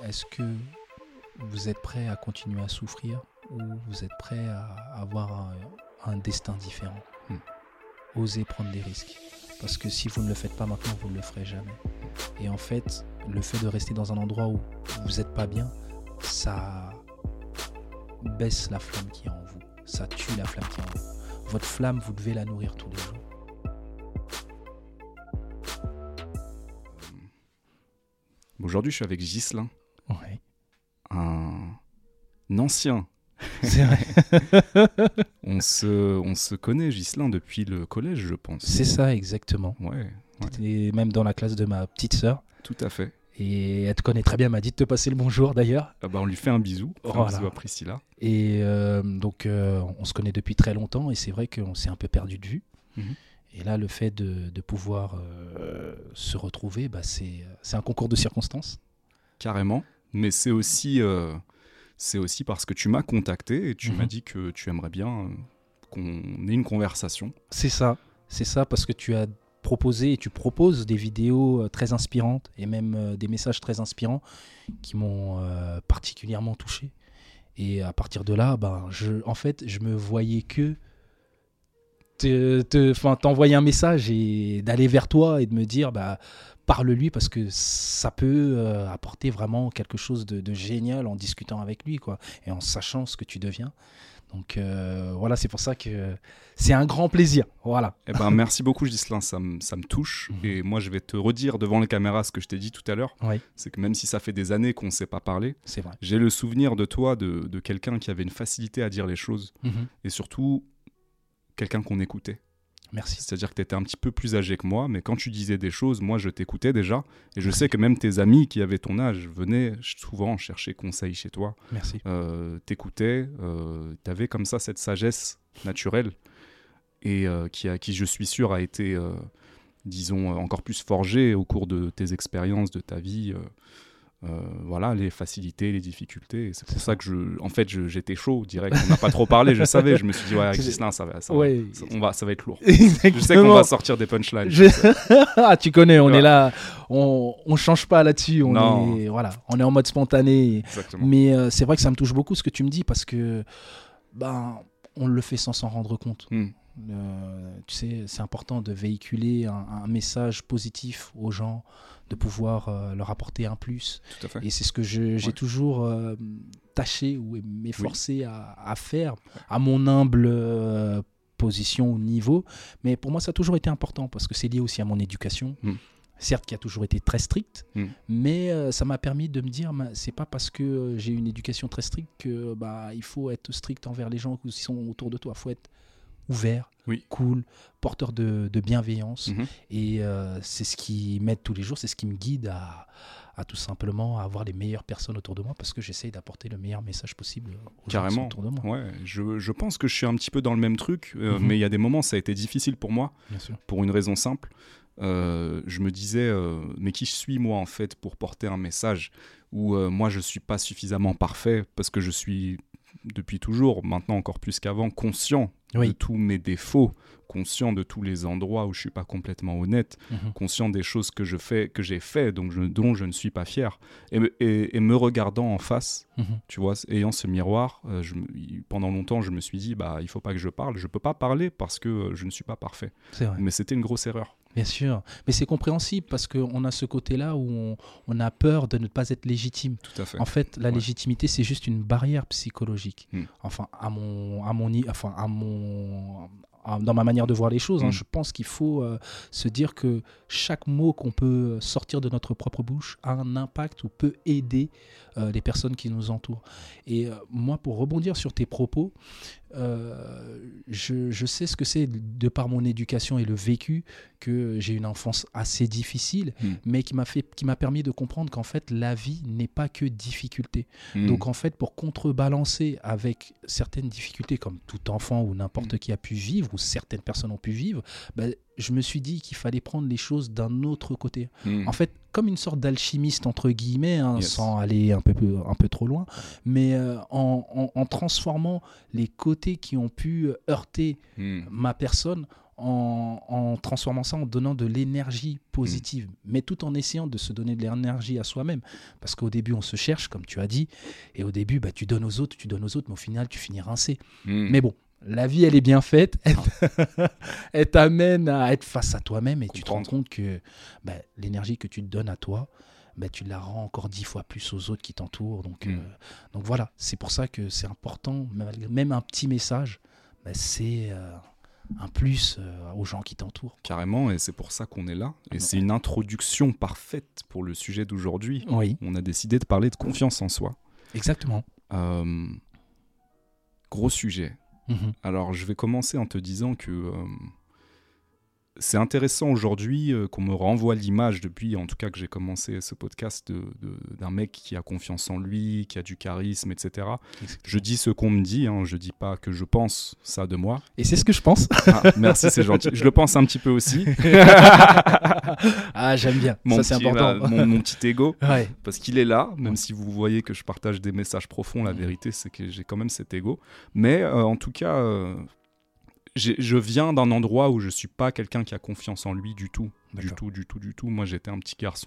est-ce que vous êtes prêt à continuer à souffrir ou vous êtes prêt à avoir un destin différent? Osez prendre des risques. Parce que si vous ne le faites pas maintenant, vous ne le ferez jamais. Et en fait, le fait de rester dans un endroit où vous n'êtes pas bien, ça baisse la flamme qui est en vous. Ça tue la flamme qui est en vous. Votre flamme, vous devez la nourrir tous les jours. Aujourd'hui, je suis avec Ghislain, Ouais. un ancien. C'est vrai. On se connaît, Ghislain, depuis le collège, je pense. C'est ça, exactement. Ouais, Et même dans la classe de ma petite sœur. tout à fait. Et elle te connaît très bien, elle m'a dit de te passer le bonjour d'ailleurs. Ah bah, on lui fait un bisou. Un Voilà. bisou à Priscilla. Et donc, on se connaît depuis très longtemps et c'est vrai qu'on s'est un peu perdu de vue. Mhm. Et là, le fait de pouvoir se retrouver, c'est un concours de circonstances. Carrément. Mais c'est aussi parce que tu m'as contacté et tu m'as dit que tu aimerais bien qu'on ait une conversation. C'est ça, parce que tu as proposé et tu proposes des vidéos très inspirantes et même des messages très inspirants qui m'ont particulièrement touché. Et à partir de là, je me voyais que t'envoyer un message et d'aller vers toi et de me dire parle-lui parce que ça peut apporter vraiment quelque chose de génial en discutant avec lui, quoi, et en sachant ce que tu deviens. Donc voilà, c'est pour ça que c'est un grand plaisir. Voilà. Eh ben, merci beaucoup, Ghislain, ça me touche. Et moi, je vais te redire devant les caméras ce que je t'ai dit tout à l'heure. Oui, C'est que même si ça fait des années qu'on ne s'est pas parlé, c'est vrai. j'ai le souvenir de toi, de quelqu'un qui avait une facilité à dire les choses. Et surtout, quelqu'un qu'on écoutait. Merci. C'est-à-dire que tu étais un petit peu plus âgé que moi, mais quand tu disais des choses, moi, je t'écoutais déjà. Et je sais que même tes amis qui avaient ton âge venaient souvent chercher conseil chez toi. Merci. T'écoutaient, t'avais comme ça cette sagesse naturelle et qui, je suis sûr, a été, disons, encore plus forgée au cours de tes expériences, de ta vie. Voilà, les facilités, les difficultés. Et c'est pour ça que j'étais chaud direct. On n'a pas trop parlé, je savais. Je me suis dit, ouais, avec Ghislain, ça va être lourd. Exactement. Je sais qu'on va sortir des punchlines. Ah, tu connais, on Ouais. est là, on change pas là-dessus. Non. On est en mode spontané. Exactement. Mais c'est vrai que ça me touche beaucoup ce que tu me dis parce que on le fait sans s'en rendre compte. Tu sais, c'est important de véhiculer un message positif aux gens, de pouvoir leur apporter un plus. Tout à fait. Et c'est ce que j'ai toujours tâché ou m'efforcé à faire à mon humble position ou niveau. Mais pour moi, ça a toujours été important parce que c'est lié aussi à mon éducation. Certes, qui a toujours été très stricte, mais ça m'a permis de me dire, c'est pas parce que j'ai une éducation très stricte que il faut être strict envers les gens qui sont autour de toi. Il faut être ouvert, cool, porteur de bienveillance. Et c'est ce qui m'aide tous les jours, c'est ce qui me guide à tout simplement avoir les meilleures personnes autour de moi parce que j'essaye d'apporter le meilleur message possible aux gens qui sont autour de moi. Ouais, je pense que je suis un petit peu dans le même truc, mais il y a des moments, ça a été difficile pour moi, pour une raison simple. Je me disais, mais qui je suis moi en fait pour porter un message où moi je suis pas suffisamment parfait parce que je suis depuis toujours, maintenant encore plus qu'avant, conscient de tous mes défauts, conscient de tous les endroits où je suis pas complètement honnête, conscient des choses que j'ai fait, dont je ne suis pas fier, et me regardant en face, tu vois, ayant ce miroir, pendant longtemps je me suis dit il faut pas que je parle, je peux pas parler parce que je ne suis pas parfait. C'est vrai. Mais c'était une grosse erreur. Bien sûr, mais c'est compréhensible parce qu'on a ce côté-là où on a peur de ne pas être légitime. Tout à fait. En fait, la légitimité, c'est juste une barrière psychologique. Enfin, dans ma manière de voir les choses, je pense qu'il faut se dire que chaque mot qu'on peut sortir de notre propre bouche a un impact ou peut aider les personnes qui nous entourent. Et moi, pour rebondir sur tes propos, je sais ce que c'est de par mon éducation et le vécu que j'ai une enfance assez difficile, mais qui m'a permis de comprendre qu'en fait la vie n'est pas que difficulté. Donc en fait, pour contrebalancer avec certaines difficultés comme tout enfant ou n'importe qui a pu vivre ou certaines personnes ont pu vivre, je me suis dit qu'il fallait prendre les choses d'un autre côté. En fait, comme une sorte d'alchimiste entre guillemets, sans aller un peu trop loin, mais en transformant les côtés qui ont pu heurter ma personne en transformant ça, en donnant de l'énergie positive, mais tout en essayant de se donner de l'énergie à soi-même. Parce qu'au début, on se cherche, comme tu as dit, et au début, tu donnes aux autres, mais au final, tu finis rincé. Mais bon, la vie, elle est bien faite. Elle t'amène à être face à toi-même et tu te rends compte que l'énergie que tu te donnes à toi, tu la rends encore 10 fois plus aux autres qui t'entourent. Donc voilà, c'est pour ça que c'est important, même un petit message, c'est un plus aux gens qui t'entourent. Carrément, et c'est pour ça qu'on est là. Et c'est une introduction parfaite pour le sujet d'aujourd'hui. Oui. On a décidé de parler de confiance en soi. Exactement. Gros sujet. Alors, je vais commencer en te disant que c'est intéressant aujourd'hui qu'on me renvoie l'image, depuis en tout cas que j'ai commencé ce podcast, d'un mec qui a confiance en lui, qui a du charisme, etc. Exactement. Je dis ce qu'on me dit, je dis pas que je pense ça de moi. Et c'est ce que je pense. Merci, c'est gentil. Je le pense un petit peu aussi. J'aime bien, ça c'est important. Mon petit ego, ouais. Parce qu'il est là, même si vous voyez que je partage des messages profonds, la vérité c'est que j'ai quand même cet ego. Mais en tout cas... je viens d'un endroit où je suis pas quelqu'un qui a confiance en lui du tout. D'accord. Du tout. Moi, j'étais un petit garçon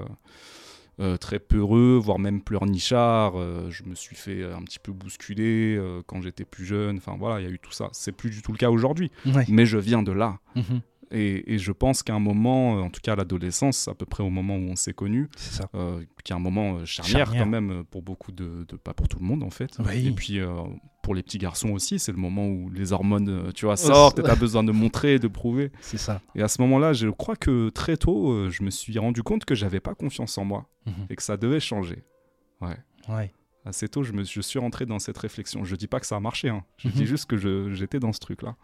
très peureux, voire même pleurnichard. Je me suis fait un petit peu bousculer quand j'étais plus jeune. Enfin, voilà, il y a eu tout ça. C'est plus du tout le cas aujourd'hui. Ouais. Mais je viens de là. Et je pense qu'à un moment, en tout cas à l'adolescence, à peu près au moment où on s'est connus, qui est un moment charnière quand même pour beaucoup pas pour tout le monde en fait. Oui. Et puis pour les petits garçons aussi, c'est le moment où les hormones, sortent et tu as besoin de montrer, de prouver. C'est ça. Et à ce moment-là, je crois que très tôt, je me suis rendu compte que j'avais pas confiance en moi et que ça devait changer. Ouais. Assez tôt, je suis rentré dans cette réflexion. Je dis pas que ça a marché, je dis juste que j'étais dans ce truc-là.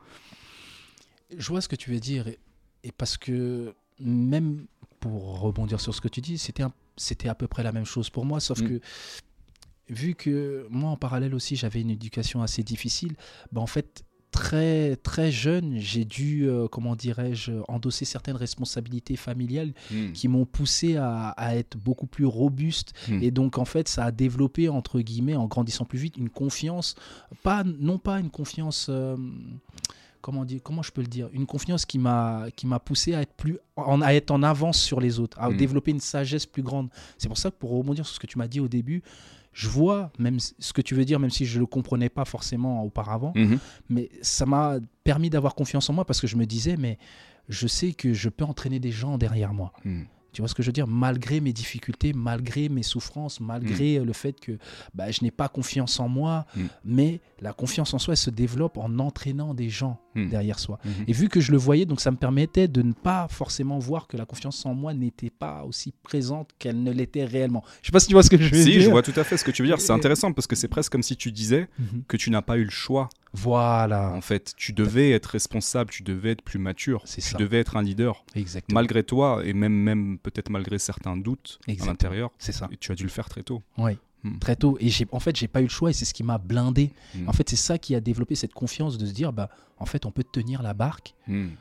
Je vois ce que tu veux dire, et parce que même pour rebondir sur ce que tu dis, c'était à peu près la même chose pour moi, sauf que vu que moi en parallèle aussi j'avais une éducation assez difficile, en fait très très jeune j'ai dû endosser certaines responsabilités familiales qui m'ont poussé à être beaucoup plus robuste, et donc en fait ça a développé entre guillemets en grandissant plus vite une confiance, non pas une confiance comment je peux le dire, une confiance qui m'a poussé à être en avance sur les autres, à développer une sagesse plus grande. C'est pour ça que, pour rebondir sur ce que tu m'as dit au début, je vois même ce que tu veux dire, même si je ne le comprenais pas forcément auparavant, mais ça m'a permis d'avoir confiance en moi, parce que je me disais, mais je sais que je peux entraîner des gens derrière moi. Tu vois ce que je veux dire ? Malgré mes difficultés, malgré mes souffrances, malgré le fait que je n'ai pas confiance en moi, mais la confiance en soi, elle se développe en entraînant des gens derrière soi. Et vu que je le voyais, donc ça me permettait de ne pas forcément voir que la confiance en moi n'était pas aussi présente qu'elle ne l'était réellement. Je ne sais pas si tu vois ce que je veux dire. Si, je vois tout à fait ce que tu veux dire. C'est intéressant parce que c'est presque comme si tu disais que tu n'as pas eu le choix. Voilà. En fait, tu devais être responsable, tu devais être plus mature, tu devais être un leader. Exactement. Malgré toi, et même peut-être malgré certains doutes à l'intérieur. C'est ça. Et tu as dû le faire très tôt. Oui. Très tôt, et j'ai pas eu le choix, et c'est ce qui m'a blindé. En fait, c'est ça qui a développé cette confiance de se dire en fait on peut tenir la barque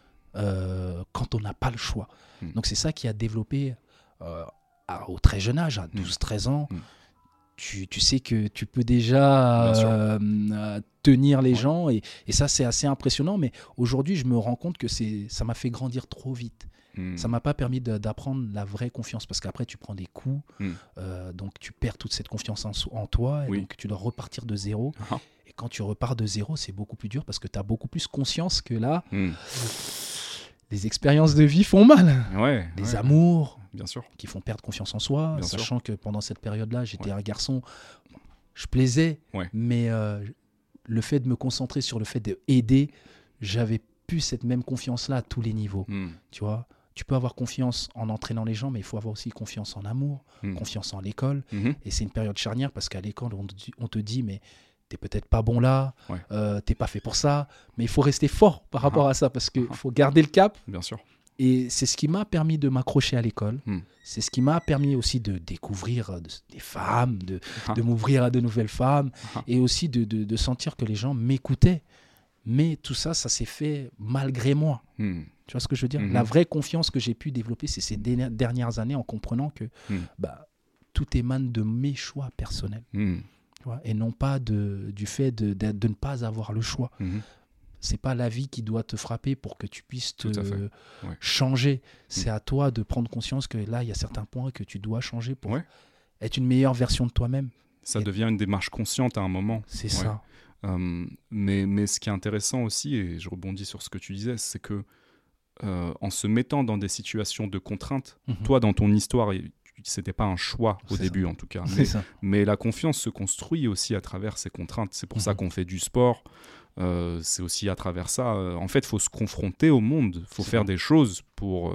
quand on n'a pas le choix. Donc c'est ça qui a développé au très jeune âge, à 12-13 ans. Tu sais que tu peux déjà tenir les gens, et ça c'est assez impressionnant, mais aujourd'hui je me rends compte que ça m'a fait grandir trop vite. Ça m'a pas permis d'apprendre la vraie confiance, parce qu'après tu prends des coups, donc tu perds toute cette confiance en toi, et donc tu dois repartir de zéro. Et quand tu repars de zéro, c'est beaucoup plus dur, parce que tu as beaucoup plus conscience que là, les expériences de vie font mal. Les amours, bien sûr, qui font perdre confiance en soi, bien sachant sûr. que pendant cette période-là, j'étais un garçon, je plaisais, mais le fait de me concentrer sur le fait d'aider, j'avais plus cette même confiance-là à tous les niveaux. Tu vois, tu peux avoir confiance en entraînant les gens, mais il faut avoir aussi confiance en amour, confiance en l'école. Et c'est une période charnière, parce qu'à l'école, on te dit, mais t'es peut-être pas bon là, t'es pas fait pour ça, mais il faut rester fort par rapport à ça, parce qu'il faut garder le cap. Bien sûr. Et c'est ce qui m'a permis de m'accrocher à l'école. C'est ce qui m'a permis aussi de découvrir des femmes, de m'ouvrir à de nouvelles femmes, et aussi de sentir que les gens m'écoutaient. Mais tout ça, ça s'est fait malgré moi. Tu vois ce que je veux dire ? La vraie confiance que j'ai pu développer, c'est ces dernières années, en comprenant que tout émane de mes choix personnels. Tu vois, et non pas du fait de ne pas avoir le choix. c'est pas la vie qui doit te frapper pour que tu puisses te changer. C'est à toi de prendre conscience que là, il y a certains points que tu dois changer pour être une meilleure version de toi-même. Ça devient une démarche consciente à un moment. C'est ça. Mais ce qui est intéressant aussi, et je rebondis sur ce que tu disais, c'est que en se mettant dans des situations de contrainte, toi, dans ton histoire, c'était pas un choix au début en tout cas, mais la confiance se construit aussi à travers ces contraintes. C'est pour ça qu'on fait du sport, c'est aussi à travers ça. En fait, il faut se confronter au monde, il faut faire des choses pour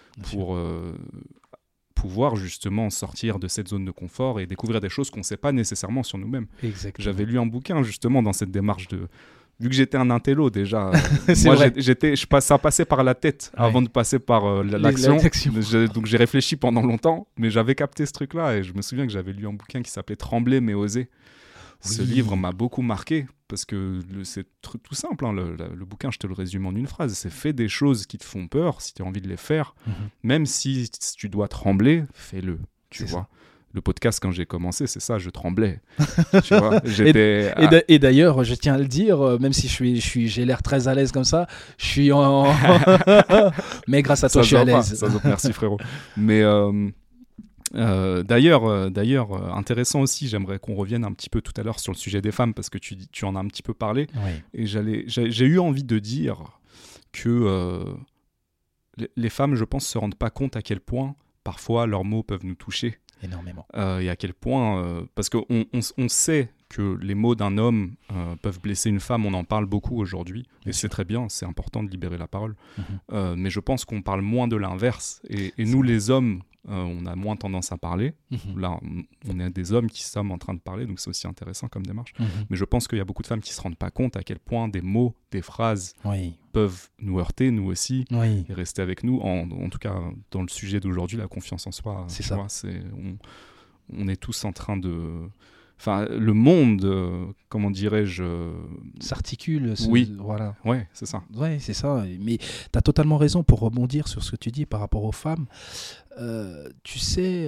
pouvoir justement sortir de cette zone de confort et découvrir des choses qu'on ne sait pas nécessairement sur nous-mêmes. Exactement. J'avais lu un bouquin justement dans cette démarche de... Vu que j'étais un intello déjà, ça passait par la tête avant de passer par l'action. Donc j'ai réfléchi pendant longtemps, mais j'avais capté ce truc-là et je me souviens que j'avais lu un bouquin qui s'appelait Trembler mais oser. Ce livre m'a beaucoup marqué parce que c'est tout simple. Hein, le bouquin, je te le résume en une phrase. C'est fais des choses qui te font peur si tu as envie de les faire. Même si tu dois trembler, fais-le. Tu vois. Le podcast, quand j'ai commencé, c'est ça, je tremblais. Tu vois, et d'ailleurs, je tiens à le dire, même si j'ai l'air très à l'aise comme ça, je suis en... Mais grâce à toi, je suis à l'aise. Merci frérot. Mais d'ailleurs, intéressant aussi, j'aimerais qu'on revienne un petit peu tout à l'heure sur le sujet des femmes, parce que tu en as un petit peu parlé. Et j'ai eu envie de dire que les femmes, je pense, se rendent pas compte à quel point, parfois, leurs mots peuvent nous toucher. Énormément. Et à quel point, parce qu'on sait que les mots d'un homme peuvent blesser une femme, on en parle beaucoup aujourd'hui, et c'est très bien, c'est important de libérer la parole, mais je pense qu'on parle moins de l'inverse, et nous les hommes, on a moins tendance à parler. Là, on est des hommes qui sommes en train de parler, donc c'est aussi intéressant comme démarche. Mais je pense qu'il y a beaucoup de femmes qui ne se rendent pas compte à quel point des mots, des phrases peuvent nous heurter, nous aussi, et rester avec nous. En tout cas, dans le sujet d'aujourd'hui, la confiance en soi, c'est ça. On est tous en train de... Enfin, le monde, comment dirais-je... s'articule. Voilà. Ouais, c'est ça. Ouais, c'est ça. Mais tu as totalement raison pour rebondir sur ce que tu dis par rapport aux femmes. Tu sais,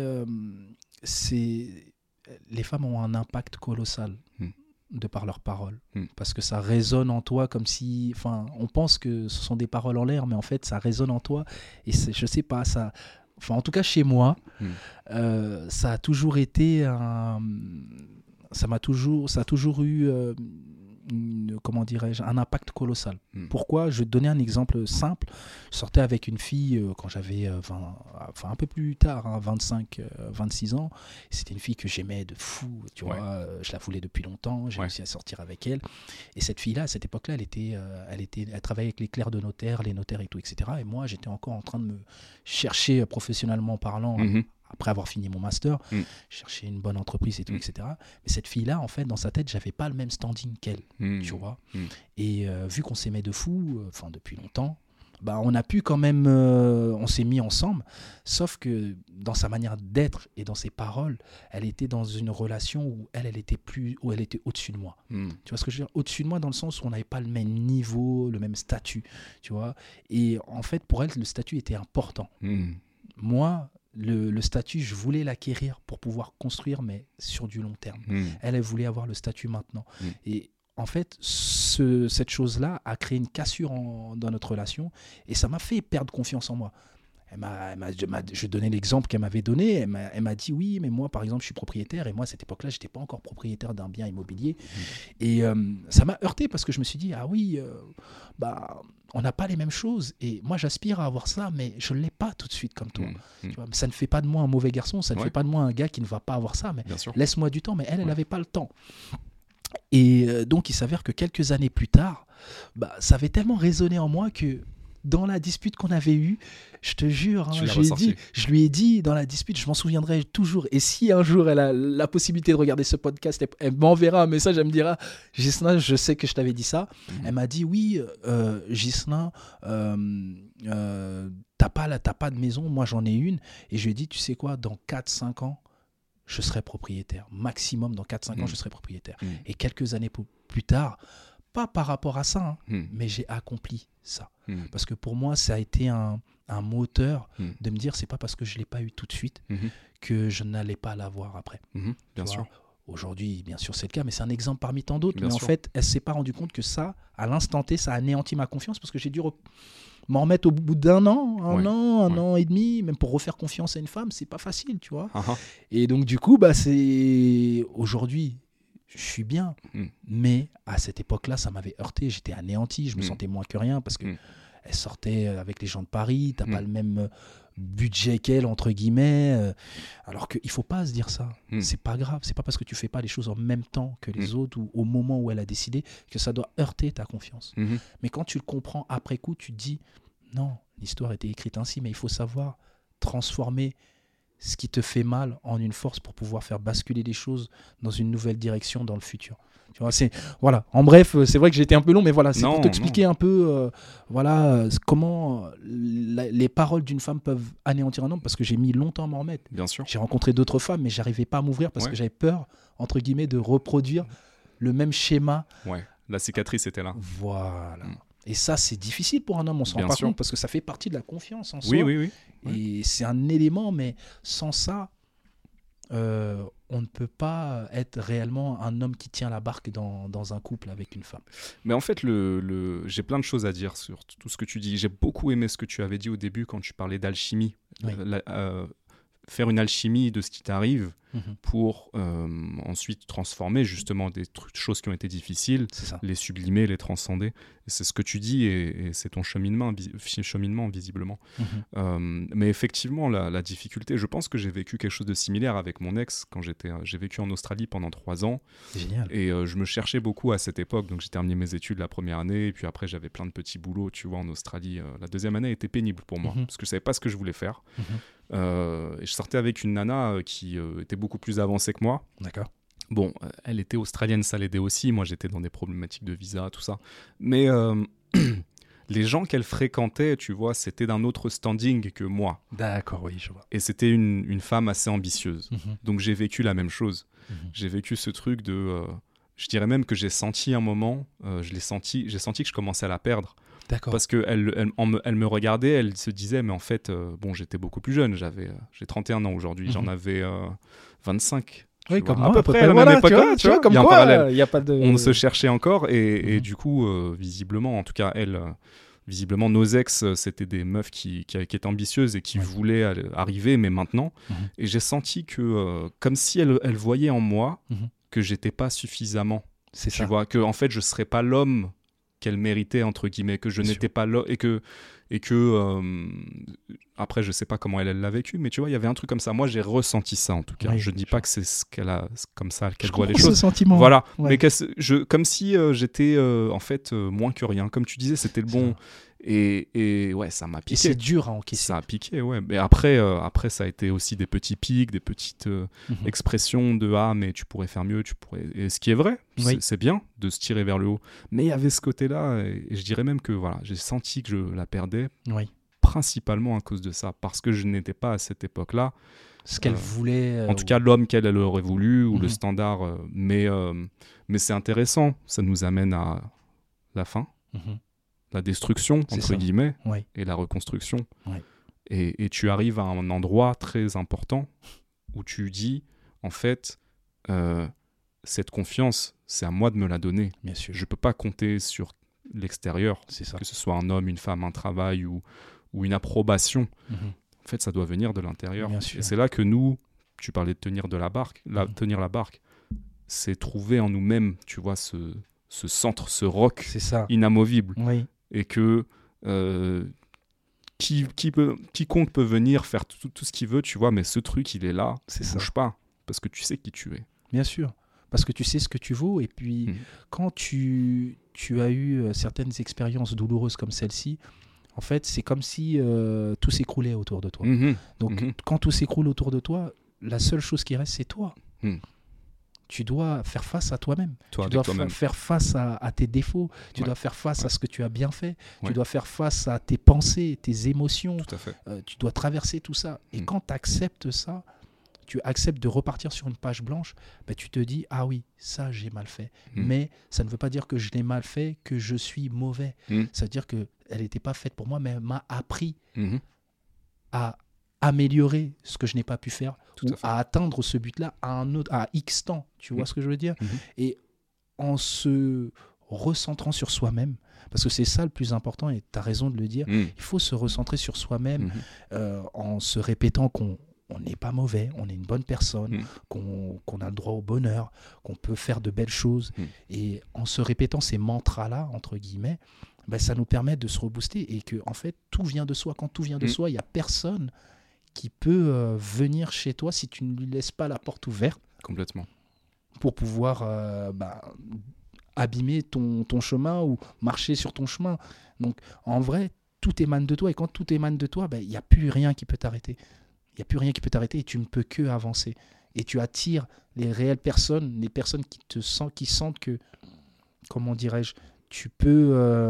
les femmes ont un impact colossal de par leurs paroles. Parce que ça résonne en toi comme si... Enfin, on pense que ce sont des paroles en l'air, mais en fait, ça résonne en toi. Et je sais pas, ça... Enfin, en tout cas, chez moi, ça a toujours été un... Ça a toujours eu comment dirais-je, un impact colossal. Pourquoi ? Je vais te donner un exemple simple. Je sortais avec une fille quand j'avais un peu plus tard, 25, 26 ans. C'était une fille que j'aimais de fou, tu vois. Je la voulais depuis longtemps. J'ai réussi à sortir avec elle. Et cette fille-là, à cette époque-là, elle travaillait avec les clercs de notaire, les notaires et tout, etc. Et moi, j'étais encore en train de me chercher professionnellement parlant. Après avoir fini mon master, chercher une bonne entreprise et tout, etc. Mais cette fille-là, en fait, dans sa tête, j'avais pas le même standing qu'elle, tu vois. Et vu qu'on s'aimait de fou, depuis longtemps, bah, on a pu quand même, on s'est mis ensemble, sauf que dans sa manière d'être et dans ses paroles, elle était dans une relation où elle était au-dessus de moi. Tu vois ce que je veux dire ? Au-dessus de moi dans le sens où on n'avait pas le même niveau, le même statut, tu vois. Et en fait, pour elle, le statut était important. Moi, le statut, je voulais l'acquérir pour pouvoir construire, mais sur du long terme. Elle voulait avoir le statut maintenant. Et en fait, cette chose-là a créé une cassure dans notre relation et ça m'a fait perdre confiance en moi. Je donnais l'exemple qu'elle m'avait donné. Elle m'a dit oui, mais moi, par exemple, je suis propriétaire et moi, à cette époque-là, je n'étais pas encore propriétaire d'un bien immobilier. Et ça m'a heurté parce que je me suis dit, ah oui, on n'a pas les mêmes choses. Et moi, j'aspire à avoir ça, mais je ne l'ai pas tout de suite comme toi. Tu vois, ça ne fait pas de moi un mauvais garçon, ça ne fait pas de moi un gars qui ne va pas avoir ça, mais laisse-moi du temps. Mais elle n'avait pas le temps. Et donc, il s'avère que quelques années plus tard, ça avait tellement résonné en moi que dans la dispute qu'on avait eue, je te jure, je lui ai dit dans la dispute, je m'en souviendrai toujours. Et si un jour elle a la possibilité de regarder ce podcast, elle m'enverra un message, elle me dira, Ghislain, je sais que je t'avais dit ça. Elle m'a dit, oui, Ghislain, t'as pas de maison, moi j'en ai une. Et je lui ai dit, tu sais quoi, dans 4-5 ans, je serai propriétaire. Maximum, dans 4-5 ans, je serai propriétaire. Et quelques années plus tard, pas par rapport à ça, mais j'ai accompli ça. Parce que pour moi, ça a été un moteur de me dire, c'est pas parce que je ne l'ai pas eu tout de suite que je n'allais pas l'avoir après. Bien sûr. Aujourd'hui, bien sûr, c'est le cas, mais c'est un exemple parmi tant d'autres. Bien mais sûr. en fait, elle ne s'est pas rendue compte que ça, à l'instant T, ça a anéanti ma confiance parce que j'ai dû m'en remettre au bout d'un an, un an et demi, même pour refaire confiance à une femme, c'est pas facile, tu vois. Et donc, du coup, c'est aujourd'hui, je suis bien. Mais à cette époque-là, ça m'avait heurté, j'étais anéanti, je me sentais moins que rien parce que elle sortait avec les gens de Paris, t'as pas le même budget qu'elle, entre guillemets, alors qu'il faut pas se dire ça. C'est pas grave, c'est pas parce que tu fais pas les choses en même temps que les autres ou au moment où elle a décidé que ça doit heurter ta confiance. Mais quand tu le comprends après coup, tu te dis non, l'histoire était écrite ainsi, mais il faut savoir transformer ce qui te fait mal en une force pour pouvoir faire basculer les choses dans une nouvelle direction dans le futur. Tu vois, voilà. En bref, c'est vrai que j'ai été un peu long, mais voilà, c'est pour t'expliquer un peu comment les paroles d'une femme peuvent anéantir un homme, parce que j'ai mis longtemps à m'en remettre. Bien sûr. J'ai rencontré d'autres femmes, mais j'arrivais pas à m'ouvrir parce que j'avais peur, entre guillemets, de reproduire le même schéma. Ouais, la cicatrice était là. Voilà. Et ça, c'est difficile pour un homme, on s'en rend pas compte, parce que ça fait partie de la confiance en soi. Oui. Et c'est un élément, mais sans ça, on ne peut pas être réellement un homme qui tient la barque dans un couple avec une femme. Mais en fait, j'ai plein de choses à dire sur tout ce que tu dis. J'ai beaucoup aimé ce que tu avais dit au début quand tu parlais d'alchimie. Oui. Faire une alchimie de ce qui t'arrive pour ensuite transformer justement des choses qui ont été difficiles, les sublimer, les transcender. Et c'est ce que tu dis et c'est ton cheminement visiblement. Mais effectivement, la difficulté, je pense que j'ai vécu quelque chose de similaire avec mon ex quand j'ai vécu en Australie pendant 3 ans. Génial. Et je me cherchais beaucoup à cette époque. Donc j'ai terminé mes études la première année et puis après j'avais plein de petits boulots, tu vois, en Australie. La deuxième année était pénible pour moi parce que je savais pas ce que je voulais faire. Et je sortais avec une nana qui était beaucoup plus avancée que moi. D'accord. Bon, elle était australienne, ça l'aidait aussi. Moi, j'étais dans des problématiques de visa, tout ça. Mais les gens qu'elle fréquentait, tu vois, c'était d'un autre standing que moi. D'accord, oui, je vois. Et c'était une femme assez ambitieuse. Donc, j'ai vécu la même chose. J'ai vécu ce truc de... je dirais même que j'ai senti un moment, j'ai senti que je commençais à la perdre. D'accord. Parce qu'elle me regardait, elle se disait, mais en fait, j'étais beaucoup plus jeune, j'ai 31 ans aujourd'hui, j'en avais 25. Oui, comme moi, à peu près à la même époque, tu vois, comme il y a un quoi, parallèle. il y a pas de... On se cherchait encore, et du coup, visiblement, en tout cas, visiblement, nos ex, c'était des meufs qui étaient ambitieuses et qui voulaient arriver, mais maintenant. Et j'ai senti que, comme si elle voyait en moi que j'étais pas suffisamment. C'est tu ça. vois, que en fait, je serais pas l'homme qu'elle méritait, entre guillemets, que je n'étais pas là, et que après je sais pas comment elle l'a vécu, mais tu vois, il y avait un truc comme ça. Moi j'ai ressenti ça en tout cas. Je ne dis pas que c'est ce qu'elle a comme ça qu'elle voit les choses. Ce sentiment. Voilà, mais comme si j'étais en fait moins que rien, comme tu disais, c'était le bon. Et ouais, ça m'a piqué. Et c'est dur à encaisser. Ça a piqué, ouais. Mais après ça a été aussi des petits pics, des petites expressions de ah mais tu pourrais faire mieux, et ce qui est vrai, c'est bien de se tirer vers le haut. Mais il y avait ce côté-là, et je dirais même que voilà, j'ai senti que je la perdais, principalement à cause de ça, parce que je n'étais pas à cette époque-là. Ce qu'elle voulait. En tout cas, l'homme qu'elle aurait voulu, ou le standard. Mais c'est intéressant, ça nous amène à la fin. La destruction, entre guillemets, et la reconstruction. Et tu arrives à un endroit très important où tu dis, en fait, cette confiance, c'est à moi de me la donner. Bien sûr. Je ne peux pas compter sur l'extérieur, que ce soit un homme, une femme, un travail ou une approbation. En fait, ça doit venir de l'intérieur. Et c'est là que nous, tu parlais de tenir la barque, c'est trouver en nous-mêmes, tu vois, ce centre, ce roc inamovible. Et que quiconque peut venir faire tout ce qu'il veut, tu vois, mais ce truc, il est là, bouge pas, parce que tu sais qui tu es. Bien sûr, parce que tu sais ce que tu vaux, et puis quand tu as eu certaines expériences douloureuses comme celle-ci, en fait, c'est comme si tout s'écroulait autour de toi. Donc, quand tout s'écroule autour de toi, la seule chose qui reste, c'est toi. Tu dois faire face à toi-même. Tu dois faire face à tes défauts. Tu dois faire face à ce que tu as bien fait. Tu dois faire face à tes pensées, tes émotions. Tout à fait. Tu dois traverser tout ça. Et quand tu acceptes ça, tu acceptes de repartir sur une page blanche, tu te dis, ah oui, ça j'ai mal fait. Mais ça ne veut pas dire que je l'ai mal fait, que je suis mauvais. Ça veut dire qu'elle n'était pas faite pour moi, mais elle m'a appris à améliorer ce que je n'ai pas pu faire Tout ou à atteindre ce but-là à X temps. Tu vois ce que je veux dire? Et en se recentrant sur soi-même, parce que c'est ça le plus important, et tu as raison de le dire, il faut se recentrer sur soi-même en se répétant qu'on n'est pas mauvais, on est une bonne personne, qu'on a le droit au bonheur, qu'on peut faire de belles choses. Et en se répétant ces mantras-là, entre guillemets, ça nous permet de se rebooster et que en fait, tout vient de soi. Quand tout vient de soi, il n'y a personne qui peut venir chez toi si tu ne lui laisses pas la porte ouverte. Complètement. Pour pouvoir abîmer ton chemin ou marcher sur ton chemin. Donc, en vrai, tout émane de toi. Et quand tout émane de toi, il n'y a plus rien qui peut t'arrêter. Il n'y a plus rien qui peut t'arrêter et tu ne peux que avancer. Et tu attires les réelles personnes, les personnes qui sentent que, comment dirais-je, tu peux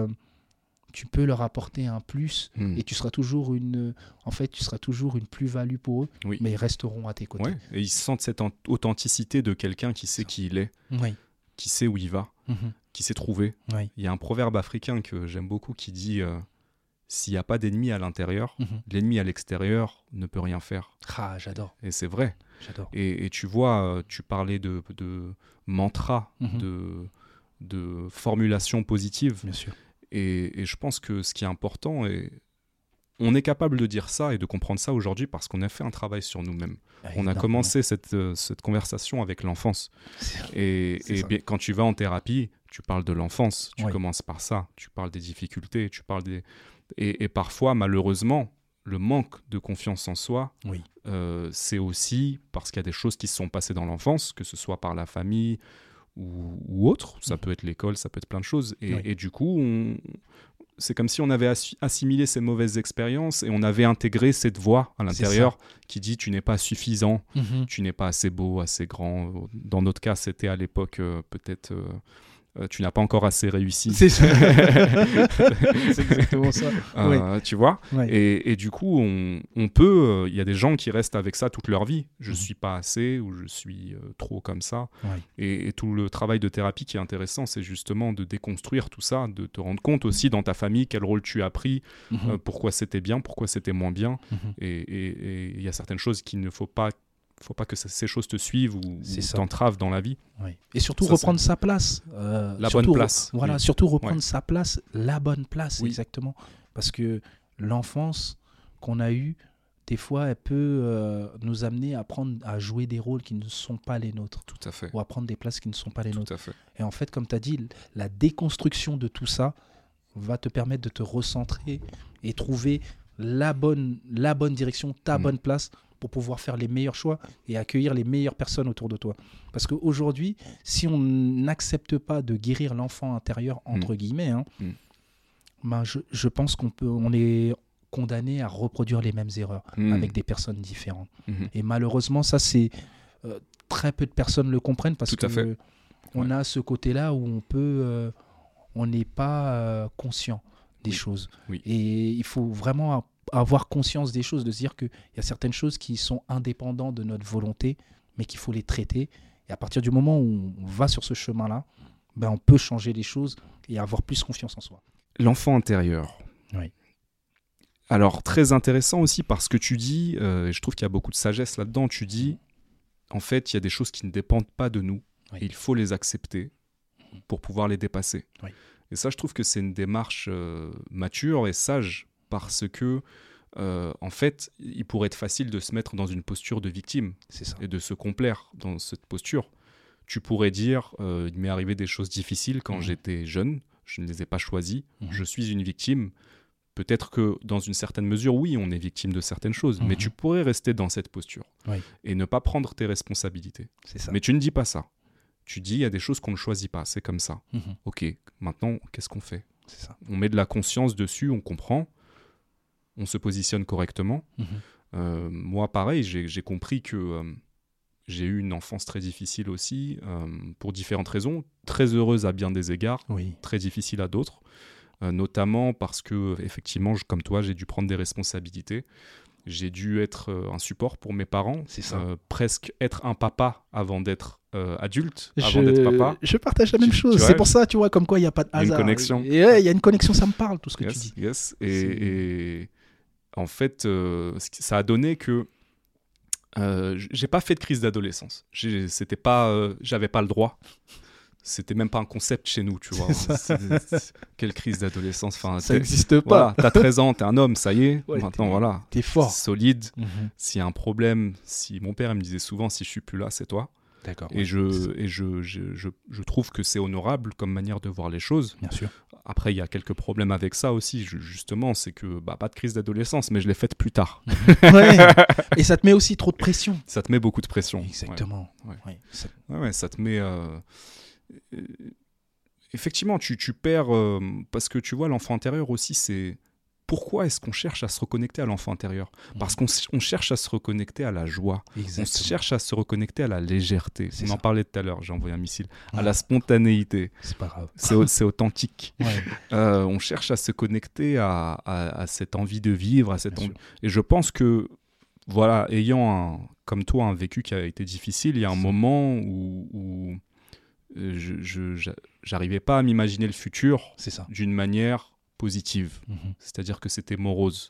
leur apporter un plus et tu seras toujours une plus-value pour eux, mais ils resteront à tes côtés. Ouais. Et ils sentent cette authenticité de quelqu'un qui sait qui il est, qui sait où il va, qui sait trouver. Il y a un proverbe africain que j'aime beaucoup qui dit s'il n'y a pas d'ennemi à l'intérieur, l'ennemi à l'extérieur ne peut rien faire. Ah, j'adore. Et c'est vrai. J'adore. Et tu vois, tu parlais de mantra, de formulation positive. Bien sûr. Et je pense que ce qui est important, on est capable de dire ça et de comprendre ça aujourd'hui parce qu'on a fait un travail sur nous-mêmes. On a commencé cette conversation avec l'enfance. Et bien, quand tu vas en thérapie, tu parles de l'enfance, tu commences par ça, tu parles des difficultés, tu parles des... Et parfois, malheureusement, le manque de confiance en soi, c'est aussi parce qu'il y a des choses qui se sont passées dans l'enfance, que ce soit par la famille ou autre. Ça peut être l'école, ça peut être plein de choses. Et du coup, c'est comme si on avait assimilé ces mauvaises expériences et on avait intégré cette voix à l'intérieur qui dit tu n'es pas suffisant, tu n'es pas assez beau, assez grand. Dans notre cas, c'était à l'époque peut-être... tu n'as pas encore assez réussi. C'est ça. C'est exactement ça. Tu vois et du coup, on peut... Il y a des gens qui restent avec ça toute leur vie. Je ne suis pas assez ou je suis trop comme ça. Et tout le travail de thérapie qui est intéressant, c'est justement de déconstruire tout ça, de te rendre compte aussi dans ta famille quel rôle tu as pris, pourquoi c'était bien, pourquoi c'était moins bien. Et il y a certaines choses qu'il ne faut pas que ces choses te suivent ou t'entravent dans la vie. Et surtout reprendre sa place. La bonne place. Voilà, surtout reprendre sa place, la bonne place, exactement. Parce que l'enfance qu'on a eue, des fois, elle peut nous amener à jouer des rôles qui ne sont pas les nôtres. Tout à fait. Ou à prendre des places qui ne sont pas les nôtres. Tout à fait. Et en fait, comme tu as dit, la déconstruction de tout ça va te permettre de te recentrer et trouver la bonne direction, ta bonne place pour pouvoir faire les meilleurs choix et accueillir les meilleures personnes autour de toi. Parce qu'aujourd'hui, si on n'accepte pas de guérir l'enfant intérieur, entre guillemets, je pense qu'on est condamné à reproduire les mêmes erreurs avec des personnes différentes. Et malheureusement, ça, c'est très peu de personnes le comprennent parce qu'on a ce côté-là où on n'est pas conscient des choses. Et il faut vraiment avoir conscience des choses, de se dire qu'il y a certaines choses qui sont indépendantes de notre volonté, mais qu'il faut les traiter. Et à partir du moment où on va sur ce chemin-là, on peut changer les choses et avoir plus confiance en soi. L'enfant intérieur. Alors, très intéressant aussi parce que tu dis, et je trouve qu'il y a beaucoup de sagesse là-dedans, tu dis, en fait, il y a des choses qui ne dépendent pas de nous. Et il faut les accepter pour pouvoir les dépasser. Et ça, je trouve que c'est une démarche mature et sage parce que, en fait, il pourrait être facile de se mettre dans une posture de victime et de se complaire dans cette posture. Tu pourrais dire, il m'est arrivé des choses difficiles quand j'étais jeune, je ne les ai pas choisies, je suis une victime. Peut-être que dans une certaine mesure, oui, on est victime de certaines choses, mais tu pourrais rester dans cette posture et ne pas prendre tes responsabilités. Mais tu ne dis pas ça. Tu dis, il y a des choses qu'on ne choisit pas, c'est comme ça. Ok, maintenant, qu'est-ce qu'on fait ? On met de la conscience dessus, on comprend, on se positionne correctement. Moi, pareil, j'ai compris que j'ai eu une enfance très difficile aussi, pour différentes raisons, très heureuse à bien des égards, très difficile à d'autres, notamment parce que, effectivement, comme toi, j'ai dû prendre des responsabilités. J'ai dû être un support pour mes parents, presque être un papa avant d'être adulte, avant d'être papa. Je partage la même chose. C'est pour ça, tu vois, comme quoi il n'y a pas de hasard. Il y a une connexion. Il y a une connexion, ça me parle, tout ce que tu dis. Et en fait, ça a donné que j'ai pas fait de crise d'adolescence. J'avais pas le droit. C'était même pas un concept chez nous, tu vois. Quelle crise d'adolescence. Enfin, ça n'existe pas. Voilà, t'as 13 ans, t'es un homme, ça y est. Ouais, maintenant, voilà. T'es fort. Solide. S'il y a un problème, mon père il me disait souvent, si je suis plus là, c'est toi. D'accord. Et je trouve que c'est honorable comme manière de voir les choses. Bien sûr. Après, il y a quelques problèmes avec ça aussi, justement, c'est que pas de crise d'adolescence, mais je l'ai faite plus tard. Ouais. Et ça te met aussi trop de pression. Ça te met beaucoup de pression. Exactement. Ouais. Ça te met... Effectivement, tu perds... parce que tu vois, l'enfant intérieur aussi, c'est... Pourquoi est-ce qu'on cherche à se reconnecter à l'enfant intérieur ? Parce qu'on cherche à se reconnecter à la joie. Exactement. On cherche à se reconnecter à la légèreté. On en parlait tout à l'heure, j'ai envoyé un missile. À la spontanéité. C'est pas grave. C'est authentique. On cherche à se connecter à cette envie de vivre. Et je pense que, voilà, ayant, comme toi, un vécu qui a été difficile, il y a un moment où je n'arrivais pas à m'imaginer le futur d'une manière positive, c'est-à-dire que c'était morose,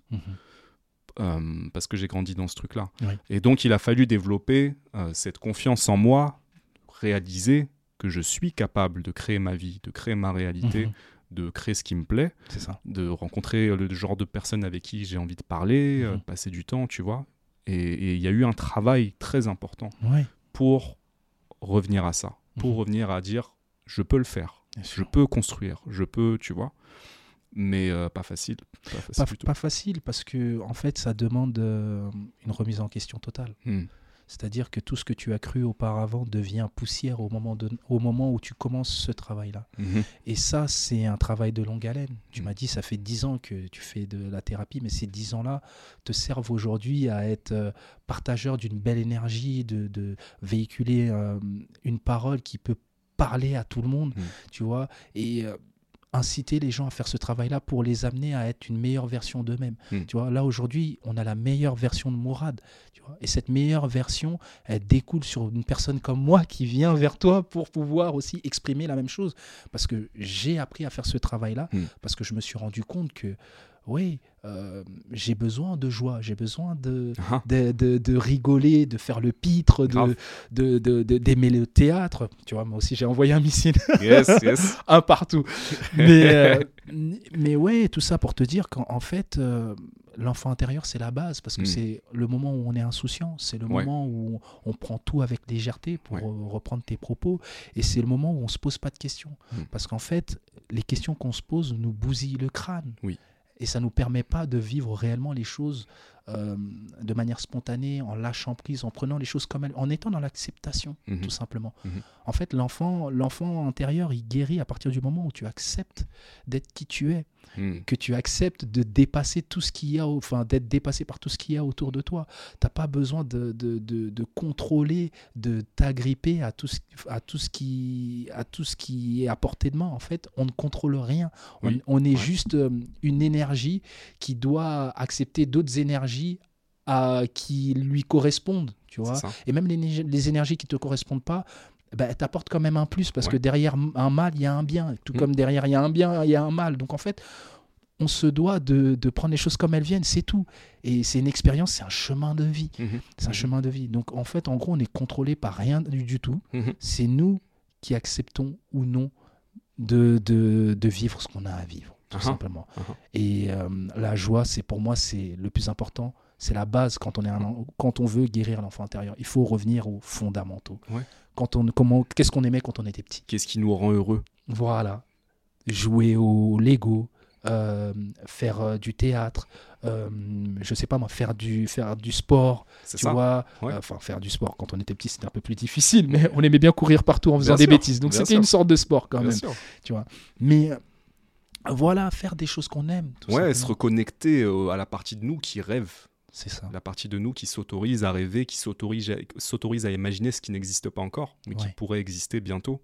parce que j'ai grandi dans ce truc-là. Et donc, il a fallu développer cette confiance en moi, réaliser que je suis capable de créer ma vie, de créer ma réalité, de créer ce qui me plaît, de rencontrer le genre de personnes avec qui j'ai envie de parler, passer du temps, tu vois. Et il y a eu un travail très important pour revenir à ça, pour revenir à dire, je peux le faire, je peux construire, je peux, tu vois. Mais pas facile. Pas facile parce que en fait, ça demande une remise en question totale. C'est-à-dire que tout ce que tu as cru auparavant devient poussière au moment où tu commences ce travail-là. Et ça, c'est un travail de longue haleine. Tu m'as dit, ça fait 10 ans que tu fais de la thérapie, mais ces 10 ans-là te servent aujourd'hui à être partageur d'une belle énergie, de véhiculer une parole qui peut parler à tout le monde, tu vois, et inciter les gens à faire ce travail-là pour les amener à être une meilleure version d'eux-mêmes. Tu vois, là, aujourd'hui, on a la meilleure version de Mourad. Tu vois, et cette meilleure version, elle découle sur une personne comme moi qui vient vers toi pour pouvoir aussi exprimer la même chose. Parce que j'ai appris à faire ce travail-là, parce que je me suis rendu compte que, oui, j'ai besoin de joie, j'ai besoin de rigoler, de faire le pitre, d'aimer le théâtre. Tu vois, moi aussi, j'ai envoyé un missile. Yes. Un partout. Mais ouais, tout ça pour te dire qu'en fait, l'enfant intérieur, c'est la base, parce que c'est le moment où on est insouciant, c'est le moment où on prend tout avec légèreté, pour reprendre tes propos, et c'est le moment où on ne se pose pas de questions. Parce qu'en fait, les questions qu'on se pose nous bousillent le crâne. Et ça ne nous permet pas de vivre réellement les choses de manière spontanée, en lâchant prise, en prenant les choses comme elles, en étant dans l'acceptation, tout simplement. En fait, l'enfant intérieur, il guérit à partir du moment où tu acceptes d'être qui tu es, que tu acceptes de dépasser tout ce qu'il y a, d'être dépassé par tout ce qu'il y a autour de toi. Tu n'as pas besoin de contrôler, de t'agripper à tout ce qui est à portée de main. En fait, on ne contrôle rien. On est juste une énergie qui doit accepter d'autres énergies qui lui correspondent, tu vois. Et même les énergies qui ne te correspondent pas, t'apportent quand même un plus, parce que derrière un mal, il y a un bien. Tout comme derrière il y a un bien, il y a un mal. Donc en fait, on se doit de prendre les choses comme elles viennent, c'est tout. Et c'est une expérience, c'est un chemin de vie. C'est un chemin de vie. Donc en fait, en gros, on est contrôlé par rien du tout. C'est nous qui acceptons ou non de vivre ce qu'on a à vivre, tout simplement. Et la joie, pour moi, c'est le plus important. C'est la base quand on veut guérir l'enfant intérieur. Il faut revenir aux fondamentaux. Qu'est-ce qu'on aimait quand on était petit ? Qu'est-ce qui nous rend heureux ? Voilà. Jouer au Lego, faire du théâtre, je sais pas moi, faire du sport, faire du sport quand on était petit, c'était un peu plus difficile, mais on aimait bien courir partout en faisant des bêtises, donc c'était une sorte de sport quand même, tu vois. Mais voilà, faire des choses qu'on aime, se reconnecter à la partie de nous qui rêve. C'est ça. La partie de nous qui s'autorise à rêver, qui s'autorise à imaginer ce qui n'existe pas encore, mais qui pourrait exister bientôt.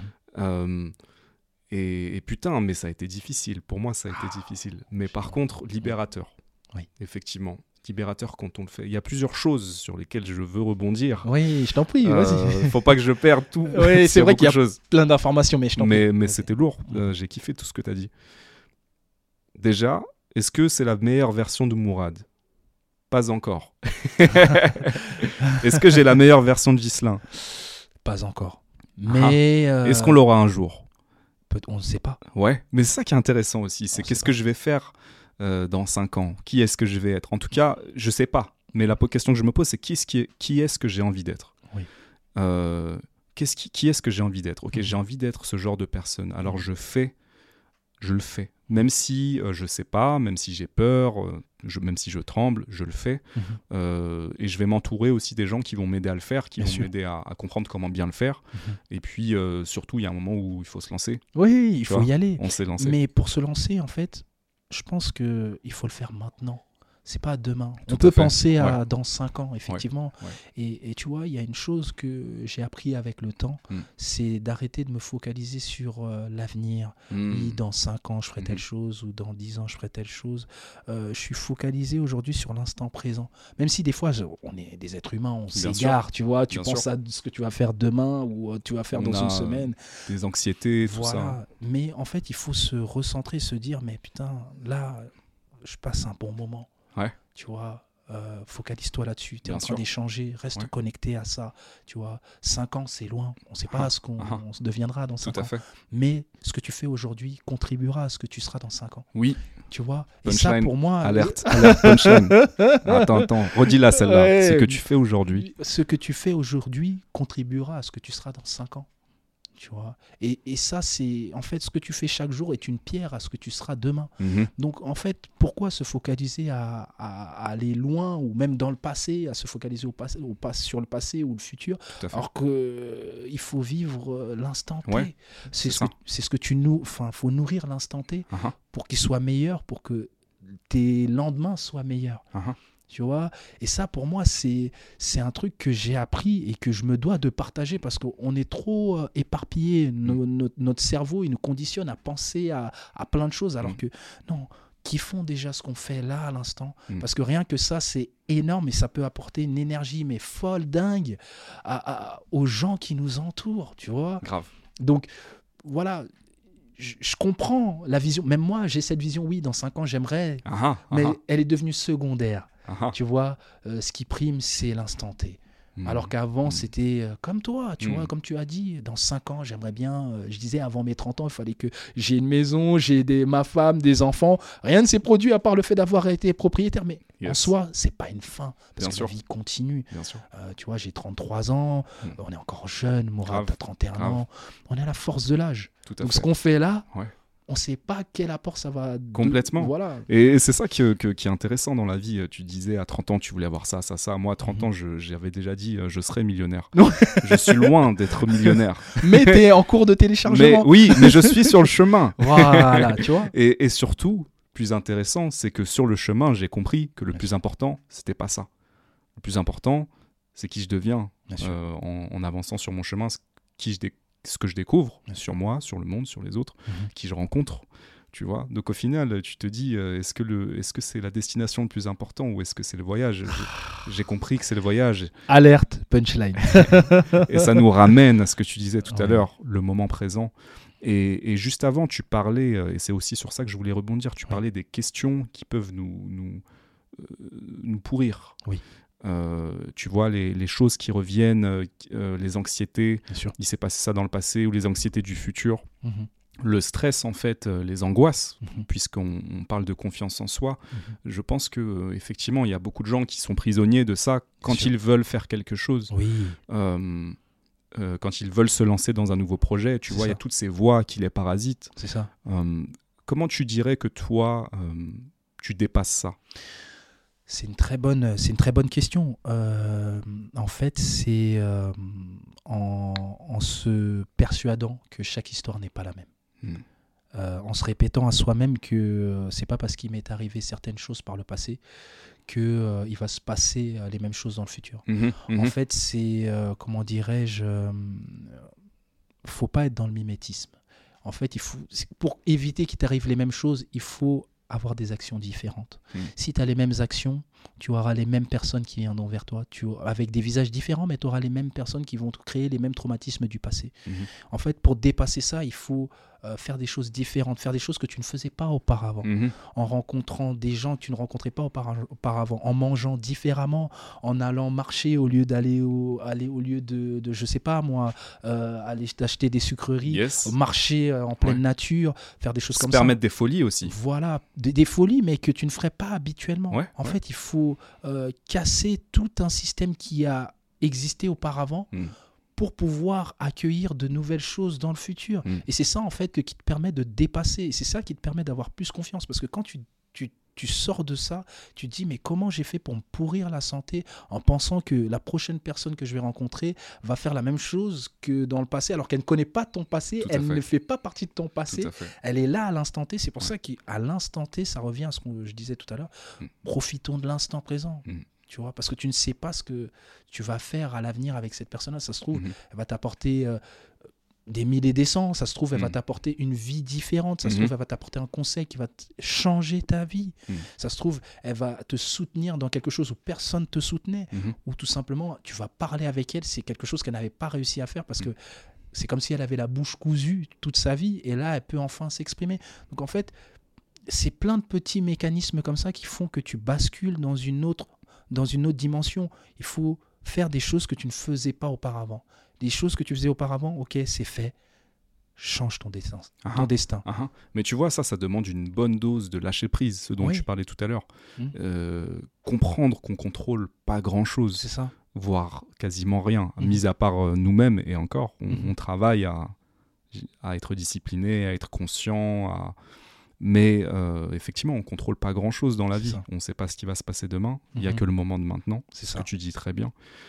Et putain, mais ça a été difficile. Pour moi, ça a été difficile. Mais par contre, libérateur. Effectivement. Libérateur quand on le fait. Il y a plusieurs choses sur lesquelles je veux rebondir. Oui, je t'en prie, vas-y. Faut pas que je perde tout. Oui, c'est vrai qu'il y a plein d'informations, mais je t'en prie. Mais c'était lourd. J'ai kiffé tout ce que tu as dit. Déjà, est-ce que c'est la meilleure version de Mourad ? Pas encore. Est-ce que j'ai la meilleure version de Ghislain? Pas encore. Mais est-ce qu'on l'aura un jour? On ne sait pas. Ouais, mais c'est ça qui est intéressant aussi. C'est qu'est-ce que je vais faire dans 5 ans? Qui est-ce que je vais être? En tout cas, je ne sais pas. Mais la question que je me pose, c'est qui est-ce que j'ai envie d'être? Oui. Qui est-ce que j'ai envie d'être? Ok, j'ai envie d'être ce genre de personne. Alors je le fais. Même si je ne sais pas, même si j'ai peur, même si je tremble, je le fais. Et je vais m'entourer aussi des gens qui vont m'aider à le faire, qui vont m'aider à comprendre comment bien le faire. Et puis surtout, il y a un moment où il faut se lancer. Oui, il faut y aller. On s'est lancé. Mais pour se lancer, en fait, je pense qu'il faut le faire maintenant. C'est pas demain. Tout on peut à fait. penser à dans 5 ans, effectivement. Ouais. Et tu vois, il y a une chose que j'ai appris avec le temps, c'est d'arrêter de me focaliser sur l'avenir. Oui, dans 5 ans, je ferai telle chose, ou dans 10 ans, je ferai telle chose. Je suis focalisé aujourd'hui sur l'instant présent. Même si des fois, on est des êtres humains, on s'égare, tu vois. Tu penses à ce que tu vas faire demain, ou tu vas faire dans une semaine. Des anxiétés, tout ça. Mais en fait, il faut se recentrer, se dire, mais putain, là, je passe un bon moment. Ouais. Tu vois, focalise-toi là-dessus. Tu es en train d'échanger, reste connecté à ça. Tu vois, 5 ans, c'est loin. On ne sait pas ce qu'on se deviendra dans 5 ans. Tout à fait. Mais ce que tu fais aujourd'hui contribuera à ce que tu seras dans 5 ans. Oui. Tu vois, punchline. Et ça, pour moi... Alerte, punchline. Attends, redis-la celle-là. Ouais. Ce que tu fais aujourd'hui. Ce que tu fais aujourd'hui contribuera à ce que tu seras dans 5 ans. Tu vois, et ça, c'est en fait ce que tu fais chaque jour est une pierre à ce que tu seras demain. Donc en fait, pourquoi se focaliser à aller loin, ou même dans le passé, à se focaliser sur le passé ou le futur, alors qu'il faut vivre l'instant T. Ouais, c'est ce que tu nous, enfin, faut nourrir l'instant T pour qu'il soit meilleur, pour que tes lendemains soient meilleurs. Tu vois, et ça pour moi c'est un truc que j'ai appris et que je me dois de partager, parce qu'on est trop éparpillé. Notre cerveau, il nous conditionne à penser à plein de choses, alors que non, kiffons déjà ce qu'on fait là à l'instant, parce que rien que ça, c'est énorme, et ça peut apporter une énergie mais folle, dingue aux gens qui nous entourent, tu vois. Grave. Donc voilà, je comprends la vision. Même moi, j'ai cette vision, oui, dans 5 ans, j'aimerais, mais elle est devenue secondaire. Tu vois, ce qui prime, c'est l'instant T. Alors qu'avant, c'était comme toi, tu vois, comme tu as dit, dans 5 ans, j'aimerais bien, je disais, avant mes 30 ans, il fallait que j'ai une maison, j'ai ma femme, des enfants. Rien ne s'est produit à part le fait d'avoir été propriétaire. Mais en soi, c'est pas une fin, parce que la vie continue. Tu vois, j'ai 33 ans, on est encore jeune, Mourad, t'as 31 ans. On est à la force de l'âge. Donc ce qu'on fait là... on ne sait pas quel apport ça va... Complètement. Voilà. Et c'est ça qui est intéressant dans la vie. Tu disais, à 30 ans, tu voulais avoir ça. Moi, à 30 ans, j'avais déjà dit, je serais millionnaire. Je suis loin d'être millionnaire. Mais tu es en cours de téléchargement. Oui, mais je suis sur le chemin. Voilà, tu vois. Et surtout, plus intéressant, c'est que sur le chemin, j'ai compris que le plus important, c'était pas ça. Le plus important, c'est qui je deviens. En avançant sur mon chemin, ce que je découvre sur moi, sur le monde, sur les autres, qui je rencontre, tu vois. Donc au final, tu te dis, est-ce que c'est la destination le plus important, ou est-ce que c'est le voyage? J'ai compris que c'est le voyage. Alerte, punchline. Et ça nous ramène à ce que tu disais tout à l'heure, le moment présent. Et juste avant, tu parlais, et c'est aussi sur ça que je voulais rebondir, tu parlais des questions qui peuvent nous pourrir. Oui. Tu vois, les choses qui reviennent, les anxiétés, il s'est passé ça dans le passé, ou les anxiétés du futur, le stress, en fait, les angoisses, puisqu'on parle de confiance en soi. Je pense qu'effectivement, il y a beaucoup de gens qui sont prisonniers de ça quand ils veulent faire quelque chose. Quand ils veulent se lancer dans un nouveau projet, tu vois, il y a toutes ces voix qui les parasitent. C'est ça. Comment tu dirais que toi, tu dépasses ça ? C'est une très bonne question. En fait, c'est en se persuadant que chaque histoire n'est pas la même. En se répétant à soi-même que c'est pas parce qu'il m'est arrivé certaines choses par le passé que il va se passer les mêmes choses dans le futur. En fait, c'est comment dirais-je, faut pas être dans le mimétisme. En fait, pour éviter qu'il t'arrive les mêmes choses, il faut avoir des actions différentes. Si tu as les mêmes actions, tu auras les mêmes personnes qui viendront vers toi, avec des visages différents, mais tu auras les mêmes personnes qui vont te créer les mêmes traumatismes du passé. En fait, pour dépasser ça, il faut faire des choses différentes, faire des choses que tu ne faisais pas auparavant, en rencontrant des gens que tu ne rencontrais pas auparavant, en mangeant différemment, en allant marcher au lieu d'aller au lieu de je sais pas moi, aller acheter des sucreries, marcher en pleine nature, faire des choses comme ça. Se permettre des folies aussi. Voilà, des folies, mais que tu ne ferais pas habituellement. En fait, il faut casser tout un système qui a existé auparavant pour pouvoir accueillir de nouvelles choses dans le futur. Et c'est ça, en fait, qui te permet de dépasser. Et c'est ça qui te permet d'avoir plus confiance. Parce que quand tu sors de ça, tu te dis, mais comment j'ai fait pour me pourrir la santé en pensant que la prochaine personne que je vais rencontrer va faire la même chose que dans le passé, alors qu'elle ne connaît pas ton passé, elle ne fait pas partie de ton passé, elle est là à l'instant T. C'est pour ça qu'à l'instant T, ça revient à ce que je disais tout à l'heure, profitons de l'instant présent. Tu vois, parce que tu ne sais pas ce que tu vas faire à l'avenir avec cette personne-là. Ça se trouve, elle va t'apporter des milliers des cents. Ça se trouve, elle va t'apporter une vie différente. Ça se trouve, elle va t'apporter un conseil qui va changer ta vie. Ça se trouve, elle va te soutenir dans quelque chose où personne ne te soutenait. Ou tout simplement, tu vas parler avec elle. C'est quelque chose qu'elle n'avait pas réussi à faire parce que c'est comme si elle avait la bouche cousue toute sa vie. Et là, elle peut enfin s'exprimer. Donc en fait, c'est plein de petits mécanismes comme ça qui font que tu bascules dans une autre dimension. Il faut faire des choses que tu ne faisais pas auparavant. Des choses que tu faisais auparavant, ok, c'est fait. Change ton destin. Mais tu vois, ça demande une bonne dose de lâcher prise, ce dont tu parlais tout à l'heure. Comprendre qu'on contrôle pas grand-chose. C'est ça. Voire quasiment rien, mis à part nous-mêmes. Et encore, on travaille à être discipliné, à être conscient, Mais effectivement, on ne contrôle pas grand-chose dans la vie. On ne sait pas ce qui va se passer demain. Il n'y a que le moment de maintenant. C'est ce que tu dis très bien.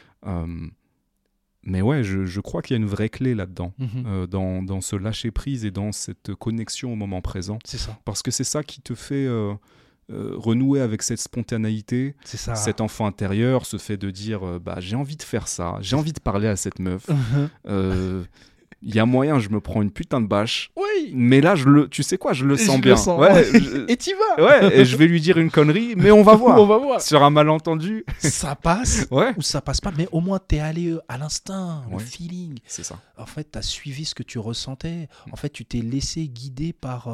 Mais ouais, je crois qu'il y a une vraie clé là-dedans, dans ce lâcher-prise et dans cette connexion au moment présent. C'est ça. Parce que c'est ça qui te fait renouer avec cette spontanéité, cet enfant intérieur, ce fait de dire j'ai envie de faire ça, j'ai envie de parler à cette meuf. Il y a moyen, je me prends une putain de bâche. Oui. Mais là, tu sais quoi, je le sens bien. Et t'y vas. Ouais, et je vais lui dire une connerie, mais on va voir. On va voir. Sur un malentendu. Ça passe ou ça passe pas, mais au moins t'es allé à l'instinct, le feeling. C'est ça. En fait, t'as suivi ce que tu ressentais. En fait, tu t'es laissé guider par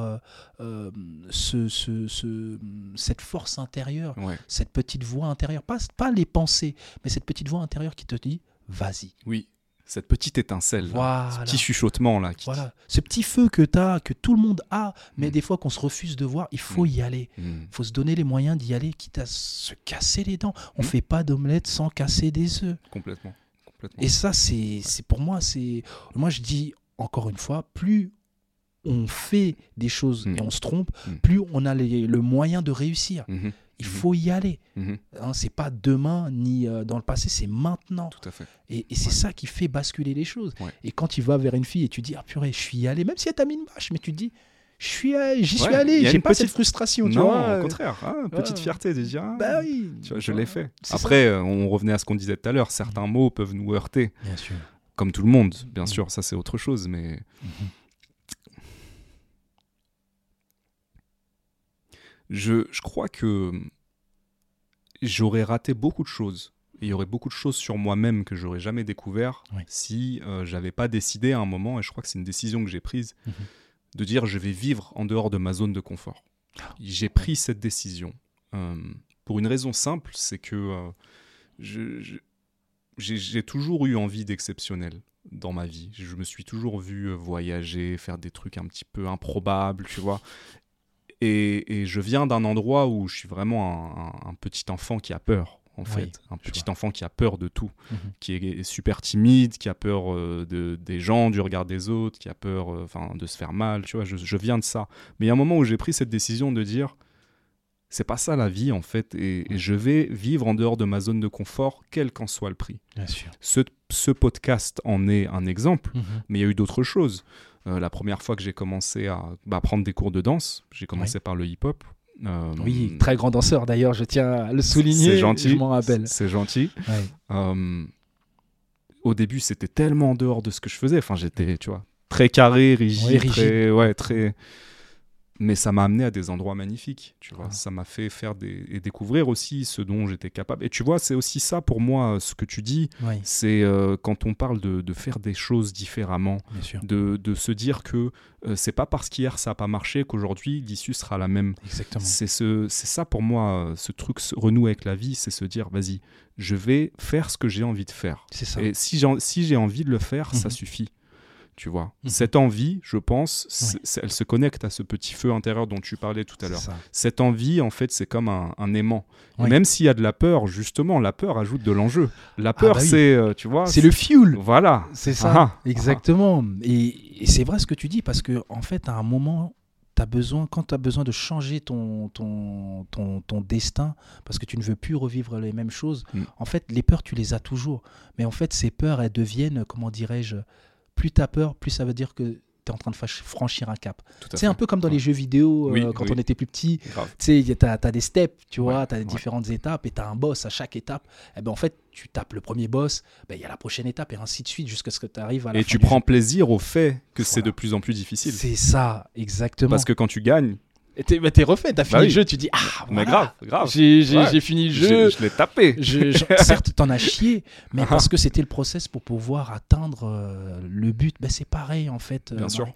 cette force intérieure, cette petite voix intérieure. Pas les pensées, mais cette petite voix intérieure qui te dit, vas-y. Oui. Cette petite étincelle, ce petit chuchotement là. Ce petit feu que tout le monde a, mais des fois qu'on se refuse de voir, il faut y aller. Il faut se donner les moyens d'y aller, quitte à se casser les dents. On ne fait pas d'omelette sans casser des œufs. Complètement. Et ça, c'est pour moi, moi je dis encore une fois, plus on fait des choses et on se trompe, plus on a le moyen de réussir. Il faut y aller. C'est pas demain ni dans le passé, c'est maintenant. Tout à fait. Et c'est ça qui fait basculer les choses. Et quand tu vas vers une fille et tu dis, ah purée, je suis allé, même si elle t'a mis une bâche, mais tu te dis, j'y suis allé, j'ai pas cette frustration. Non, tu vois, au contraire, petite fierté de dire, oui, tu vois, je l'ai fait. Après, on revenait à ce qu'on disait tout à l'heure, certains mots peuvent nous heurter. Bien sûr. Comme tout le monde, bien sûr, ça c'est autre chose, mais... Je crois que j'aurais raté beaucoup de choses. Et il y aurait beaucoup de choses sur moi-même que j'aurais jamais découvert si j'avais pas décidé à un moment, et je crois que c'est une décision que j'ai prise, de dire je vais vivre en dehors de ma zone de confort. J'ai pris cette décision pour une raison simple, c'est que j'ai toujours eu envie d'exceptionnel dans ma vie. Je me suis toujours vu voyager, faire des trucs un petit peu improbables, tu vois. Et je viens d'un endroit où je suis vraiment un petit enfant qui a peur, en fait. Un petit enfant qui a peur de tout, qui est super timide, qui a peur des gens, du regard des autres, qui a peur de se faire mal, tu vois. Je viens de ça. Mais il y a un moment où j'ai pris cette décision de dire, c'est pas ça la vie, en fait, et je vais vivre en dehors de ma zone de confort, quel qu'en soit le prix. Bien sûr. Ce podcast en est un exemple, mais il y a eu d'autres choses. La première fois que j'ai commencé à prendre des cours de danse, j'ai commencé par le hip-hop. Oui, très grand danseur d'ailleurs, je tiens à le souligner. C'est gentil, je m'en rappelle. C'est gentil. Au début, c'était tellement en dehors de ce que je faisais. Enfin, j'étais, tu vois, très carré, rigide. Très... Mais ça m'a amené à des endroits magnifiques, tu vois. Ça m'a fait faire et découvrir aussi ce dont j'étais capable. Et tu vois, c'est aussi ça pour moi, ce que tu dis. C'est quand on parle de faire des choses différemment, de se dire que c'est pas parce qu'hier ça n'a pas marché qu'aujourd'hui l'issue sera la même. Exactement. C'est ça pour moi, ce truc renouer avec la vie, c'est se dire, vas-y, je vais faire ce que j'ai envie de faire. C'est ça. Et si j'ai envie de le faire, ça suffit. Tu vois, cette envie, je pense, elle se connecte à ce petit feu intérieur dont tu parlais tout à l'heure. Cette envie, en fait, c'est comme un aimant. Et même s'il y a de la peur, justement, la peur ajoute de l'enjeu. La peur, c'est, tu vois... C'est le fuel. Voilà. C'est ça, exactement. Et c'est vrai ce que tu dis, parce que en fait, à un moment, quand tu as besoin de changer ton destin, parce que tu ne veux plus revivre les mêmes choses, en fait, les peurs, tu les as toujours. Mais en fait, ces peurs, elles deviennent, comment dirais-je... Plus tu as peur, plus ça veut dire que tu es en train de franchir un cap. C'est un peu comme dans les jeux vidéo, quand on était plus petit. Tu as des steps, tu vois, tu as différentes étapes et tu as un boss à chaque étape. Et ben, en fait, tu tapes le premier boss, il y a la prochaine étape et ainsi de suite jusqu'à ce que tu arrives à la fin. Et tu prends plaisir au fait que c'est de plus en plus difficile. C'est ça, exactement. Parce que quand tu gagnes, t'es refait, t'as fini le jeu, tu dis mais grave. J'ai fini le jeu, je l'ai tapé. Certes, t'en as chié, mais parce que c'était le process pour pouvoir atteindre le but. C'est pareil en fait. Bien sûr.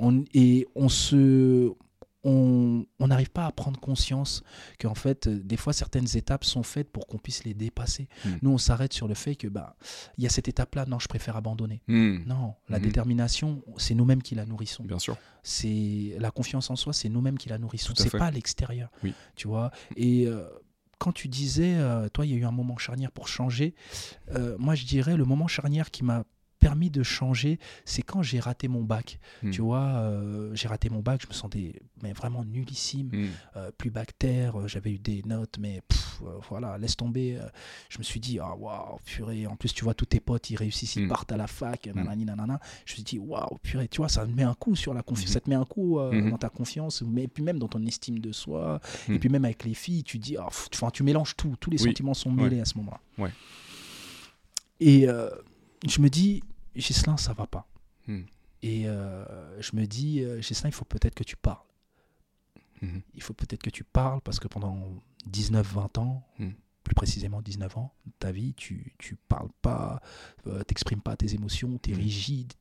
On n'arrive pas à prendre conscience qu'en fait, des fois, certaines étapes sont faites pour qu'on puisse les dépasser. Nous, on s'arrête sur le fait que y a cette étape-là, non, je préfère abandonner. Non, la détermination, c'est nous-mêmes qui la nourrissons. Bien sûr. C'est la confiance en soi, c'est nous-mêmes qui la nourrissons. C'est pas à l'extérieur. Oui. Tu vois. Et quand tu disais, toi, il y a eu un moment charnière pour changer. Moi, je dirais le moment charnière qui m'a permis de changer, c'est quand j'ai raté mon bac. Tu vois, j'ai raté mon bac, je me sentais vraiment nullissime, plus bactère, j'avais eu des notes, mais voilà, laisse tomber. Je me suis dit, waouh, purée, en plus tu vois tous tes potes, ils réussissent, ils partent à la fac, nanani, nanana. Je me suis dit, waouh, purée, tu vois, ça me met un coup sur la confiance, ça te met un coup dans ta confiance, mais puis même dans ton estime de soi, et puis même avec les filles, tu dis, tu mélanges tout, tous les sentiments sont mêlés à ce moment-là. Et je me dis, Ghislain, ça va pas. Et je me dis, Ghislain, il faut peut-être que tu parles. Il faut peut-être que tu parles parce que pendant 19-20 ans, plus précisément 19 ans de ta vie, tu parles pas, t'exprimes pas tes émotions, t'es rigide,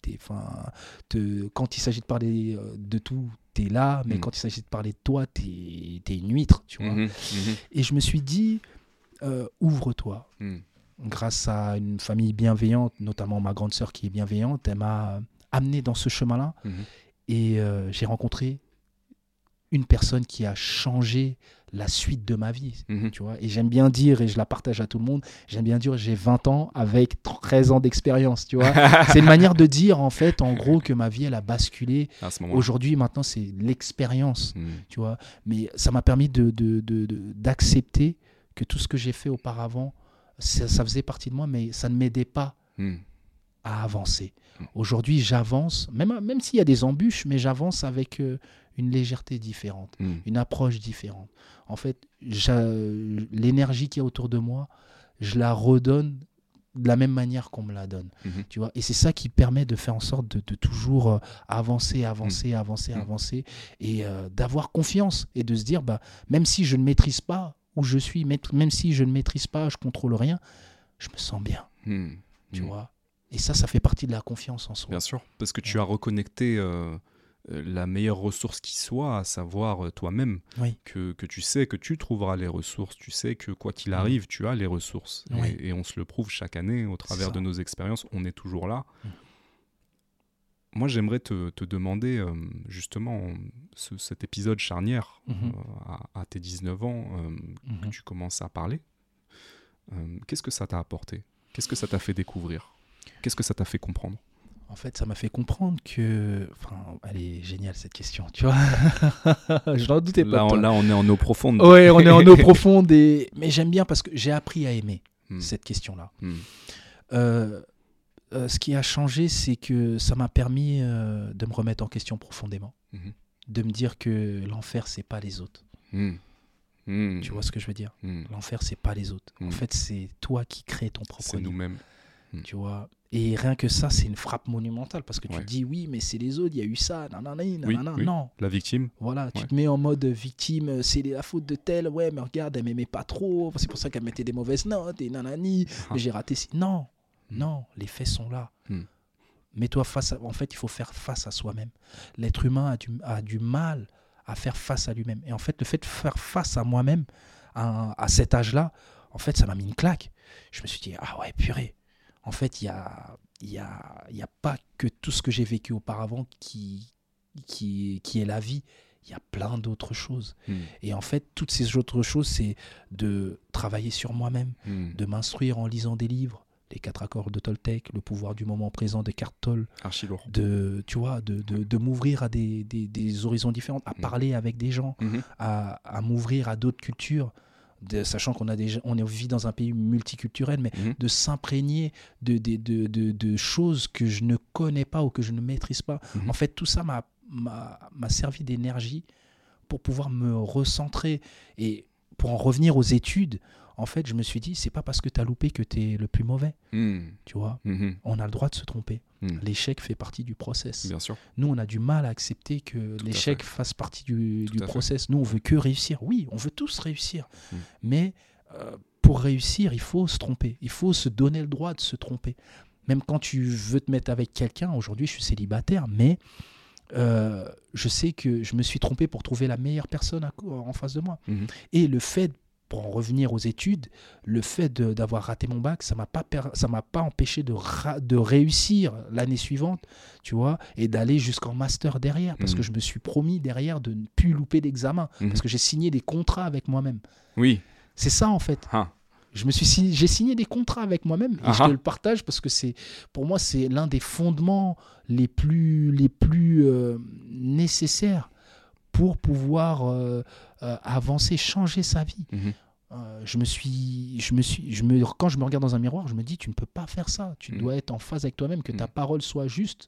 quand il s'agit de parler de tout, t'es là, mais quand il s'agit de parler de toi, t'es une huître, tu vois. Et je me suis dit, ouvre-toi. Grâce à une famille bienveillante, notamment ma grande sœur qui est bienveillante, elle m'a amené dans ce chemin-là. Et j'ai rencontré une personne qui a changé la suite de ma vie. Tu vois. Et j'aime bien dire, et je la partage à tout le monde, j'aime bien dire j'ai 20 ans avec 13 ans d'expérience. Tu vois. C'est une manière de dire, en fait, en gros, que ma vie, elle a basculé. Aujourd'hui, maintenant, c'est l'expérience. Tu vois. Mais ça m'a permis d'accepter que tout ce que j'ai fait auparavant, ça faisait partie de moi, mais ça ne m'aidait pas à avancer. Aujourd'hui, j'avance, même s'il y a des embûches, mais j'avance avec une légèreté différente, une approche différente. En fait, l'énergie qu'il y a autour de moi, je la redonne de la même manière qu'on me la donne. Tu vois. Et c'est ça qui permet de faire en sorte de toujours avancer, et d'avoir confiance et de se dire, même si je ne maîtrise pas où je suis, même si je ne maîtrise pas, je contrôle rien, je me sens bien. Tu vois. Et ça fait partie de la confiance en soi. Bien sûr, parce que tu as reconnecté la meilleure ressource qui soit, à savoir toi-même. Que tu sais que tu trouveras les ressources, tu sais que quoi qu'il arrive, tu as les ressources. Et on se le prouve chaque année au travers de nos expériences, on est toujours là. Moi, j'aimerais te demander, justement, cet épisode charnière à tes 19 ans, que tu commences à parler. Qu'est-ce que ça t'a apporté ? Qu'est-ce que ça t'a fait découvrir ? Qu'est-ce que ça t'a fait comprendre ? En fait, ça m'a fait comprendre que... elle est géniale, cette question, tu vois. Je n'en doutais pas. Là, on est en eau profonde. Oui, on est en eau profonde. Mais j'aime bien parce que j'ai appris à aimer cette question-là. Ce qui a changé, c'est que ça m'a permis de me remettre en question profondément. De me dire que l'enfer, c'est pas les autres. Tu vois ce que je veux dire ? L'enfer, c'est pas les autres. En fait, c'est toi qui crées ton propre C'est nous-mêmes. Tu vois. Et rien que ça, c'est une frappe monumentale parce que tu Ouais. te dis oui, mais c'est les autres, il y a eu ça, nanana. Non. La victime. Voilà, tu Ouais. te mets en mode victime, c'est la faute de telle, ouais, mais regarde, elle m'aimait pas trop, c'est pour ça qu'elle mettait des mauvaises notes et nanani, mais j'ai raté. Non, non, les faits sont là. Mets-toi face à... En fait, il faut faire face à soi-même. L'être humain a du mal à faire face à lui-même. Et en fait, le fait de faire face à moi-même à cet âge-là, en fait, ça m'a mis une claque. Je me suis dit, ah ouais, purée. En fait, il y a pas que tout ce que j'ai vécu auparavant qui est la vie. Il y a plein d'autres choses. Et en fait, toutes ces autres choses, c'est de travailler sur moi-même, de m'instruire en lisant des livres, les 4 accords de Toltec, le pouvoir du moment présent de Eckhart Tolle, tu vois, de m'ouvrir à des horizons différents, à parler avec des gens, à m'ouvrir à d'autres cultures, sachant on vit dans un pays multiculturel, mais de s'imprégner de choses que je ne connais pas ou que je ne maîtrise pas. En fait, tout ça m'a servi d'énergie pour pouvoir me recentrer. Et pour en revenir aux études, en fait, je me suis dit, c'est pas parce que tu as loupé que tu es le plus mauvais. Tu vois, on a le droit de se tromper. L'échec fait partie du process. Bien sûr. Nous, on a du mal à accepter que l'échec fasse partie du process. Nous, on veut que réussir. Oui, on veut tous réussir. Mais pour réussir, il faut se tromper. Il faut se donner le droit de se tromper. Même quand tu veux te mettre avec quelqu'un, aujourd'hui, je suis célibataire, mais je sais que je me suis trompé pour trouver la meilleure personne en face de moi. Et le fait, pour en revenir aux études, le fait d'avoir raté mon bac, ça m'a pas empêché de réussir l'année suivante, tu vois, et d'aller jusqu'en master derrière, parce que je me suis promis derrière de ne plus louper l'examen, parce que j'ai signé des contrats avec moi-même. Oui. C'est ça, en fait. J'ai signé des contrats avec moi-même et je te le partage parce que pour moi, c'est l'un des fondements les plus nécessaires pour pouvoir avancer, changer sa vie. Quand je me regarde dans un miroir, je me dis, tu ne peux pas faire ça. Tu dois être en phase avec toi-même, que ta parole soit juste,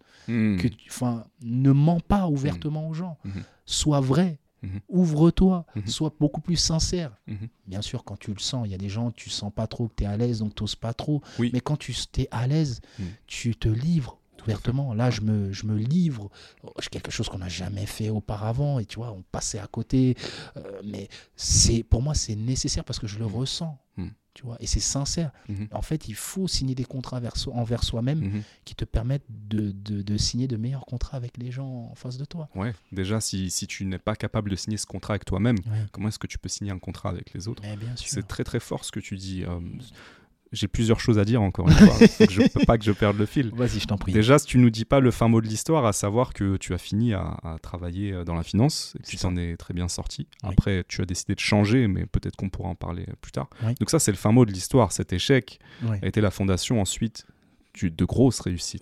ne mens pas ouvertement aux gens. Sois vrai. Ouvre-toi, sois beaucoup plus sincère. Bien sûr, quand tu le sens, il y a des gens, tu sens pas trop que tu es à l'aise, donc tu n'oses pas trop. Mais quand tu es à l'aise, tu te livres ouvertement. Là, je me livre. C'est quelque chose qu'on n'a jamais fait auparavant. Et tu vois, on passait à côté. Mais pour moi, c'est nécessaire parce que je le ressens. Tu vois, et c'est sincère. En fait, il faut signer des contrats envers soi-même qui te permettent de signer de meilleurs contrats avec les gens en face de toi. Ouais, déjà, si tu n'es pas capable de signer ce contrat avec toi-même, comment est-ce que tu peux signer un contrat avec les autres ? C'est très très fort ce que tu dis. J'ai plusieurs choses à dire encore une fois. Je ne peux pas que je perde le fil. Vas-y, je t'en prie. Déjà, si tu nous dis pas le fin mot de l'histoire, à savoir que tu as fini à travailler dans la finance, et que tu t'en es très bien sorti. Après, tu as décidé de changer, mais peut-être qu'on pourra en parler plus tard. Donc ça, c'est le fin mot de l'histoire. Cet échec a été la fondation ensuite de grosses réussites.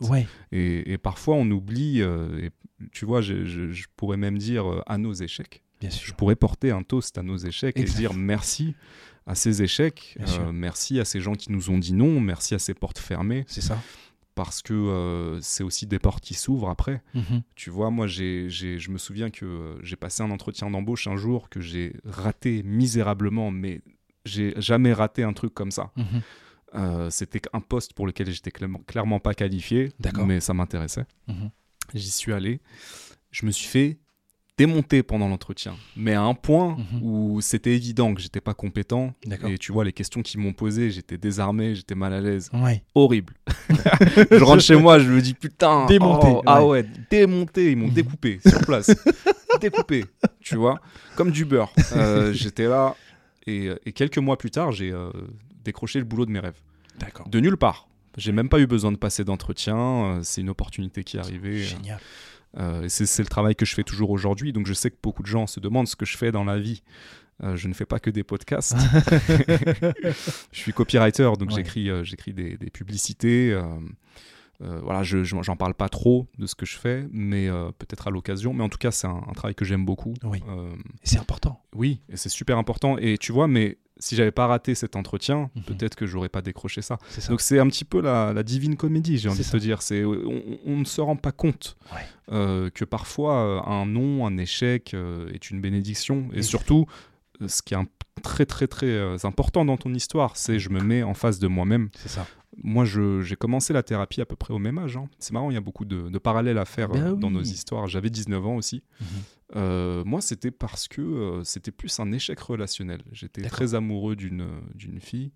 Et parfois, on oublie, et tu vois, je pourrais même dire à nos échecs. Bien sûr. Je pourrais porter un toast à nos échecs et dire merci à ces échecs, merci à ces gens qui nous ont dit non, merci à ces portes fermées. C'est ça. Parce que c'est aussi des portes qui s'ouvrent après. Tu vois, moi, je me souviens que j'ai passé un entretien d'embauche un jour que j'ai raté misérablement, mais j'ai jamais raté un truc comme ça. C'était un poste pour lequel j'étais clairement pas qualifié, mais ça m'intéressait. J'y suis allé. Je me suis fait démonté pendant l'entretien, mais à un point où c'était évident que j'étais pas compétent. Et tu vois, les questions qu'ils m'ont posées, j'étais désarmé, j'étais mal à l'aise. Horrible. Je rentre chez moi, je me dis putain, démonté. Ah ouais, démonté, ils m'ont découpé sur place. Découpé, tu vois, comme du beurre. J'étais là et quelques mois plus tard, j'ai décroché le boulot de mes rêves. De nulle part. J'ai même pas eu besoin de passer d'entretien, c'est une opportunité qui est arrivée. Génial. Et c'est le travail que je fais toujours aujourd'hui, donc je sais que beaucoup de gens se demandent ce que je fais dans la vie. Je ne fais pas que des podcasts. Je suis copywriter, donc j'écris des publicités. Voilà, j'en parle pas trop de ce que je fais, mais peut-être à l'occasion. Mais en tout cas, c'est un travail que j'aime beaucoup. C'est important. Oui, et c'est super important. Et tu vois, mais si j'avais pas raté cet entretien, peut-être que j'aurais pas décroché ça. Donc c'est un petit peu la divine comédie, j'ai envie de te dire. On ne se rend pas compte que parfois un non, un échec est une bénédiction. Et surtout, ce qui est très très très important dans ton histoire, c'est je me mets en face de moi-même. C'est ça. Moi, j'ai commencé la thérapie à peu près au même âge. Hein. C'est marrant, il y a beaucoup de parallèles à faire dans nos histoires. J'avais 19 ans aussi. Moi, c'était parce que c'était plus un échec relationnel. J'étais très amoureux d'une fille.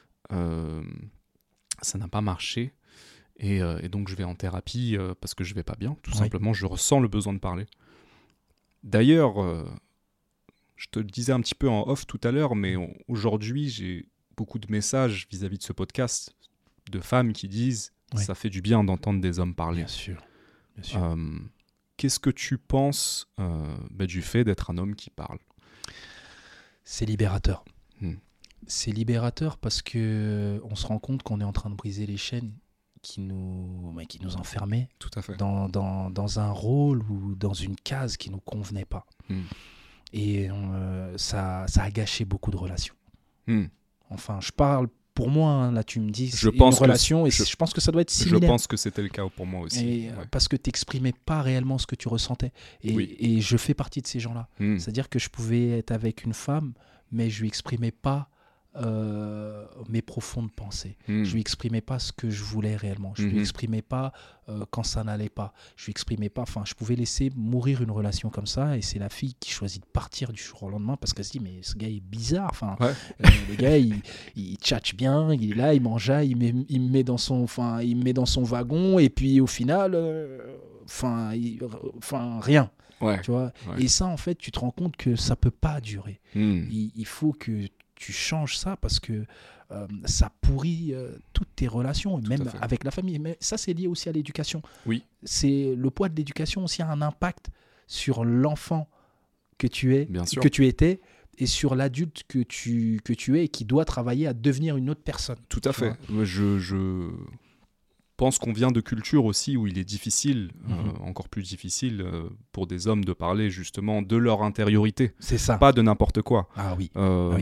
Ça n'a pas marché. Et donc, je vais en thérapie parce que je vais pas bien. Tout simplement, je ressens le besoin de parler. D'ailleurs, je te le disais un petit peu en off tout à l'heure, mais aujourd'hui, j'ai beaucoup de messages vis-à-vis de ce podcast de femmes qui disent ça fait du bien d'entendre des hommes parler. Bien sûr. Qu'est-ce que tu penses du fait d'être un homme qui parle ? C'est libérateur. C'est libérateur parce qu'on se rend compte qu'on est en train de briser les chaînes qui nous enfermaient. Tout à fait. Dans un rôle ou dans une case qui ne nous convenait pas. Et ça a gâché beaucoup de relations. Enfin, je parle pour moi, hein, là tu me dis c'est une relation et je pense que ça doit être similaire. Je pense que c'était le cas pour moi aussi. Parce que tu n'exprimais pas réellement ce que tu ressentais. Et je fais partie de ces gens-là. C'est-à-dire que je pouvais être avec une femme, mais je ne lui exprimais pas mes profondes pensées. Je lui exprimais pas ce que je voulais réellement. Je lui exprimais pas quand ça n'allait pas. Je lui exprimais pas. Enfin, je pouvais laisser mourir une relation comme ça. Et c'est la fille qui choisit de partir du jour au lendemain parce qu'elle se dit mais ce gars est bizarre. Enfin, le gars il tchatche bien, il est là, il mange, il me met dans son wagon et puis au final, rien. Tu vois. Et ça en fait, tu te rends compte que ça peut pas durer. Il faut que tu changes ça parce que ça pourrit toutes tes relations, même avec la famille. Mais ça, c'est lié aussi à l'éducation. Oui. C'est le poids de l'éducation aussi a un impact sur l'enfant que tu es, bien sûr, que tu étais, et sur l'adulte que tu es et qui doit travailler à devenir une autre personne. Tout à fait. Je pense qu'on vient de cultures aussi où il est difficile, encore plus difficile pour des hommes de parler justement de leur intériorité. C'est ça. Pas de n'importe quoi. Ah oui.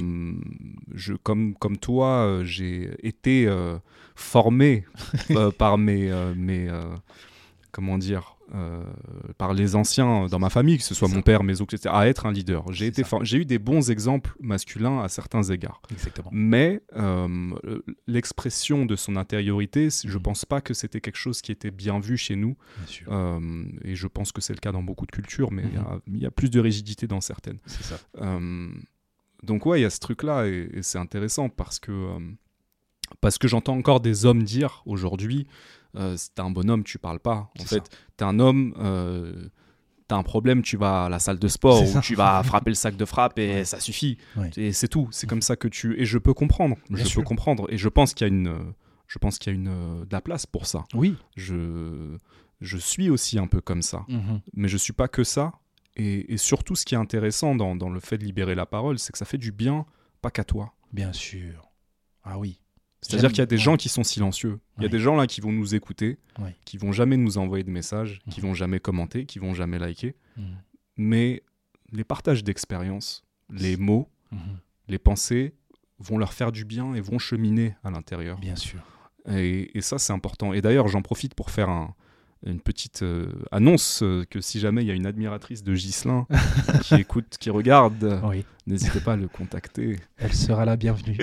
Comme toi, j'ai été formé par mes comment dire, par les anciens dans ma famille, que ce soit mon père, mes oncles, etc., à être un leader. J'ai eu des bons exemples masculins à certains égards. Exactement. Mais l'expression de son intériorité, je ne pense pas que c'était quelque chose qui était bien vu chez nous. Bien sûr. Et je pense que c'est le cas dans beaucoup de cultures, mais il y a plus de rigidité dans certaines. C'est ça. Donc ouais, il y a ce truc-là, et c'est intéressant parce que j'entends encore des hommes dire aujourd'hui, si t'es un bonhomme, tu parles pas. En fait, t'es un homme, t'as un problème, tu vas à la salle de sport ou tu vas frapper le sac de frappe et ça suffit. Et c'est tout. C'est comme ça que tu... Et je peux comprendre. Peux comprendre. Et je pense qu'il y a de la place pour ça. Oui. Je suis aussi un peu comme ça. Mais je suis pas que ça. Et surtout, ce qui est intéressant dans le fait de libérer la parole, c'est que ça fait du bien, pas qu'à toi. Bien sûr. Ah oui. C'est-à-dire qu'il y a des gens qui sont silencieux. Il y a des gens là qui vont nous écouter, qui vont jamais nous envoyer de messages, qui vont jamais commenter, qui vont jamais liker. Mais les partages d'expériences, les mots, les pensées vont leur faire du bien et vont cheminer à l'intérieur. Bien sûr. Et ça, c'est important. Et d'ailleurs, j'en profite pour faire une petite annonce que si jamais il y a une admiratrice de Ghislain qui écoute, qui regarde, n'hésitez pas à le contacter. Elle sera la bienvenue.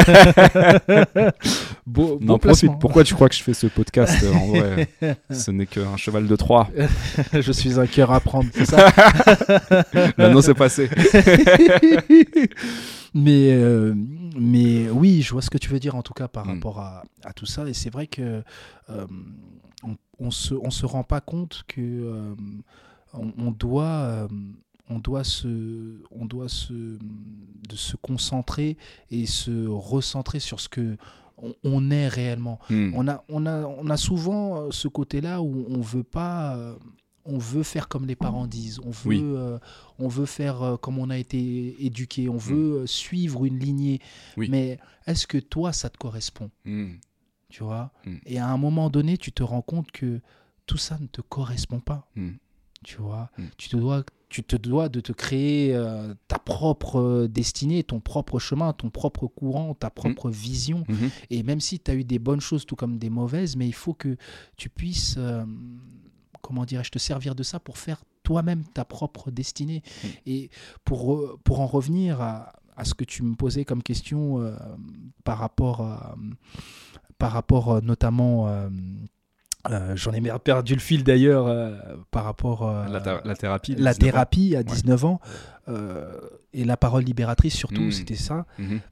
Beau profite. Pourquoi tu crois que je fais ce podcast en vrai, ce n'est qu'un cheval de Troie. Je suis un cœur à prendre, c'est ça? L'annonce c'est passé. Mais oui, je vois ce que tu veux dire en tout cas par rapport à tout ça. Et c'est vrai que on se rend pas compte que on doit se concentrer et se recentrer sur ce que on est réellement. On a souvent ce côté-là où on veut pas. On veut faire comme les parents disent. On veut faire comme on a été éduqué. On veut suivre une lignée. Mais est-ce que toi, ça te correspond? Tu vois? Et à un moment donné, tu te rends compte que tout ça ne te correspond pas. Tu vois? Tu te dois de te créer ta propre destinée, ton propre chemin, ton propre courant, ta propre vision. Et même si tu as eu des bonnes choses, tout comme des mauvaises, mais il faut que tu puisses, comment dirais-je, te servir de ça pour faire toi-même ta propre destinée. Et pour en revenir à ce que tu me posais comme question par rapport notamment... j'en ai perdu le fil d'ailleurs par rapport à la thérapie. La thérapie à 19 ans et la parole libératrice surtout, c'était ça.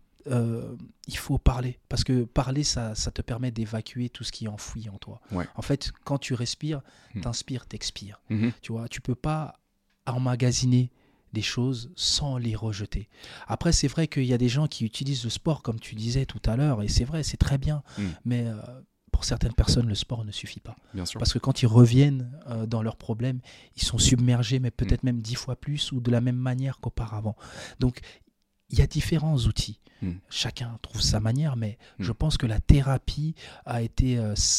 Il faut parler parce que parler ça te permet d'évacuer tout ce qui est enfoui en toi. En fait, quand tu respires, t'inspires, t'expires. Tu vois, tu peux pas emmagasiner des choses sans les rejeter. Après, c'est vrai qu'il y a des gens qui utilisent le sport comme tu disais tout à l'heure et c'est vrai, c'est très bien, mais pour certaines personnes, le sport ne suffit pas. Bien sûr. Parce que quand ils reviennent dans leurs problèmes, ils sont submergés, mais peut-être même 10 fois plus ou de la même manière qu'auparavant. Donc, il y a différents outils. Chacun trouve sa manière, mais je pense que la thérapie a été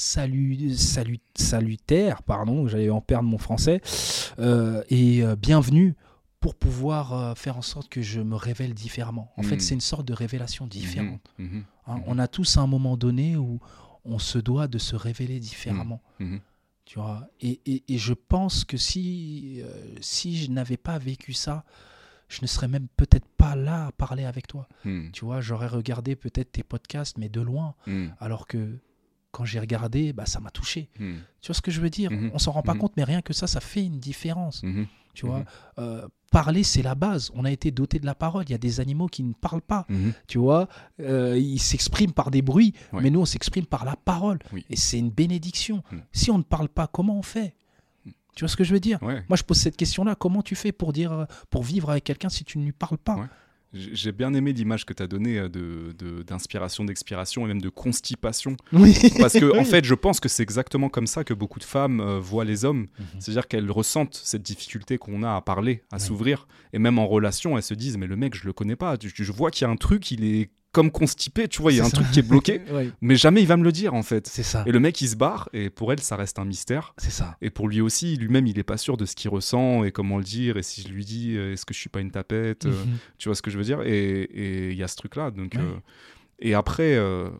salutaire, j'allais en perdre mon français, et bienvenue pour pouvoir faire en sorte que je me révèle différemment. En fait, c'est une sorte de révélation différente. On a tous à un moment donné où on se doit de se révéler différemment. Tu vois, et je pense que si je n'avais pas vécu ça, je ne serais même peut-être pas là à parler avec toi. Tu vois, j'aurais regardé peut-être tes podcasts, mais de loin. Alors que quand j'ai regardé, ça m'a touché. Tu vois ce que je veux dire ? On s'en rend pas compte, mais rien que ça fait une différence. Tu vois, parler, c'est la base. On a été doté de la parole. Il y a des animaux qui ne parlent pas. Tu vois, ils s'expriment par des bruits, mais nous, on s'exprime par la parole. Et c'est une bénédiction. Si on ne parle pas, comment on fait ? Tu vois ce que je veux dire ? Moi, je pose cette question-là. Comment tu fais pour vivre avec quelqu'un si tu ne lui parles pas ? J'ai bien aimé l'image que tu as donnée d'inspiration, d'expiration et même de constipation. Parce que, en fait, je pense que c'est exactement comme ça que beaucoup de femmes voient les hommes. C'est-à-dire qu'elles ressentent cette difficulté qu'on a à parler, à s'ouvrir. Et même en relation, elles se disent, mais le mec, je le connais pas. Je vois qu'il y a un truc, il est comme constipé, tu vois, il y a un truc qui est bloqué, mais jamais il va me le dire, en fait. C'est ça. Et le mec, il se barre, et pour elle, ça reste un mystère. C'est ça. Et pour lui aussi, lui-même, il est pas sûr de ce qu'il ressent et comment le dire. Et si je lui dis, est-ce que je suis pas une tapette, tu vois ce que je veux dire ? Et il y a ce truc-là. Donc, et après,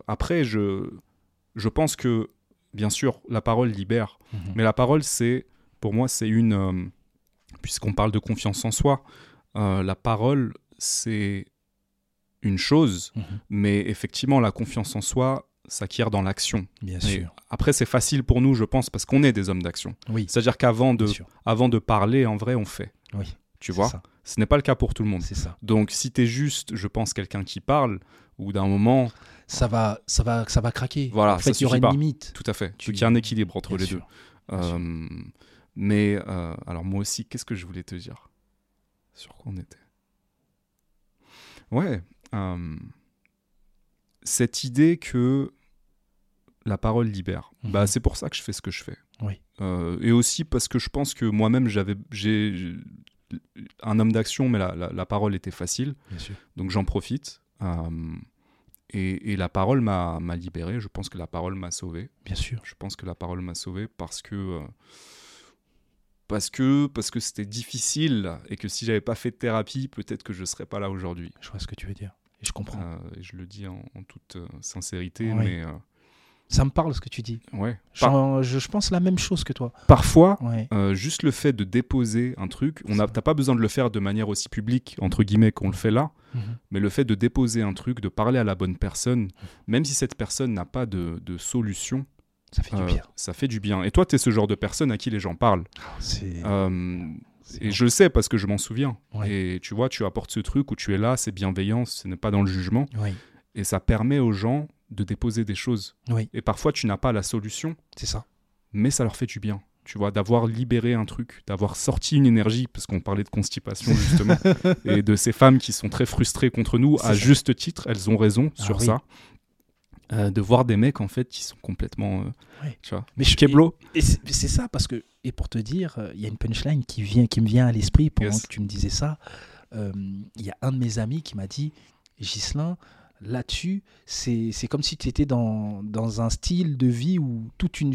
je pense que, bien sûr, la parole libère. Mais la parole, pour moi, c'est une... puisqu'on parle de confiance en soi, la parole, c'est une chose, mais effectivement, la confiance en soi s'acquiert dans l'action. Bien sûr. Après, c'est facile pour nous, je pense, parce qu'on est des hommes d'action. C'est-à-dire qu'avant de parler, en vrai, on fait. Tu vois ? Ce n'est pas le cas pour tout le monde. C'est ça. Donc, si tu es juste, je pense, quelqu'un qui parle, ou d'un moment... Ça va craquer. Voilà, en fait, il y aura une limite. Tout à fait. Donc, il y a un équilibre entre les deux. Mais, alors moi aussi, qu'est-ce que je voulais te dire ? Sur quoi on était ? Cette idée que la parole libère, c'est pour ça que je fais ce que je fais. Et aussi parce que je pense que moi-même, j'ai un homme d'action, mais la parole était facile. Bien sûr. Donc j'en profite. Et la parole m'a libéré. Je pense que la parole m'a sauvé. Bien sûr. Je pense que la parole m'a sauvé parce que c'était difficile et que si j'avais pas fait de thérapie, peut-être que je serais pas là aujourd'hui. Je vois ce que tu veux dire et je comprends. Et je le dis en toute sincérité, mais ça me parle ce que tu dis. Je pense la même chose que toi. Parfois, juste le fait de déposer un truc, t'as pas besoin de le faire de manière aussi publique entre guillemets qu'on le fait là, mais le fait de déposer un truc, de parler à la bonne personne, même si cette personne n'a pas de solution. Ça fait du bien. Ça fait du bien. Et toi, tu es ce genre de personne à qui les gens parlent. Et je le sais parce que je m'en souviens. Et tu vois, tu apportes ce truc où tu es là, c'est bienveillant, ce n'est pas dans le jugement. Et ça permet aux gens de déposer des choses. Et parfois, tu n'as pas la solution. C'est ça. Mais ça leur fait du bien. Tu vois, d'avoir libéré un truc, d'avoir sorti une énergie, parce qu'on parlait de constipation justement, et de ces femmes qui sont très frustrées contre nous, à juste titre, elles ont raison sur ça. De voir des mecs en fait qui sont complètement tu vois, mais et c'est ça parce que, et pour te dire, il y a une punchline qui me vient à l'esprit pendant que tu me disais ça. Il y a un de mes amis qui m'a dit, Ghislain, là-dessus c'est comme si tu étais dans un style de vie où toute une vie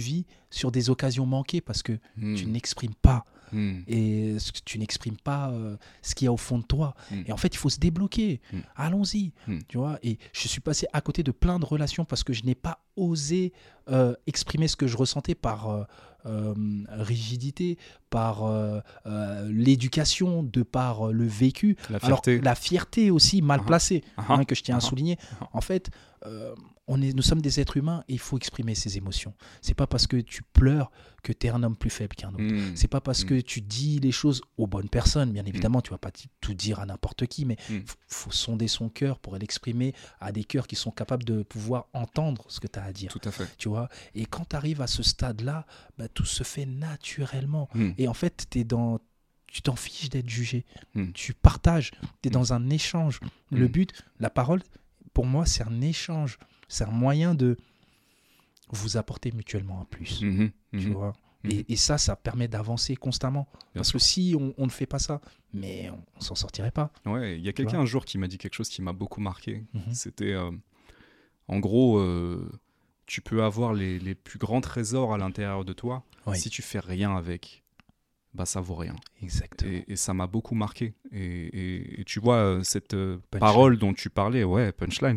sur des occasions manquées parce que tu n'exprimes pas. Et tu n'exprimes pas ce qu'il y a au fond de toi. Et en fait, il faut se débloquer. Allons-y. Tu vois. Et je suis passé à côté de plein de relations parce que je n'ai pas osé exprimer ce que je ressentais par rigidité, par l'éducation, de par le vécu. La fierté aussi mal placée, que je tiens à souligner. En fait, nous sommes des êtres humains et il faut exprimer ses émotions. C'est pas parce que tu pleures que tu es un homme plus faible qu'un autre. C'est pas parce que tu dis les choses aux bonnes personnes. Bien évidemment, tu vas pas tout dire à n'importe qui, mais faut sonder son cœur pour l'exprimer à des cœurs qui sont capables de pouvoir entendre ce que tu as à dire. Tout à fait. Tu vois. Et quand tu arrives à ce stade-là, tout se fait naturellement. Et en fait, tu t'en fiches d'être jugé. Tu partages. Tu es dans un échange. Le but, la parole, pour moi, c'est un échange. C'est un moyen de vous apporter mutuellement un plus. Tu vois. Et ça permet d'avancer constamment. Parce que si on ne fait pas ça, mais on ne s'en sortirait pas. Ouais, il y a quelqu'un un jour qui m'a dit quelque chose qui m'a beaucoup marqué. C'était, en gros, tu peux avoir les plus grands trésors à l'intérieur de toi. Si tu fais rien avec, ça vaut rien. Exactement. Et ça m'a beaucoup marqué. Et tu vois, cette parole dont tu parlais, punchline,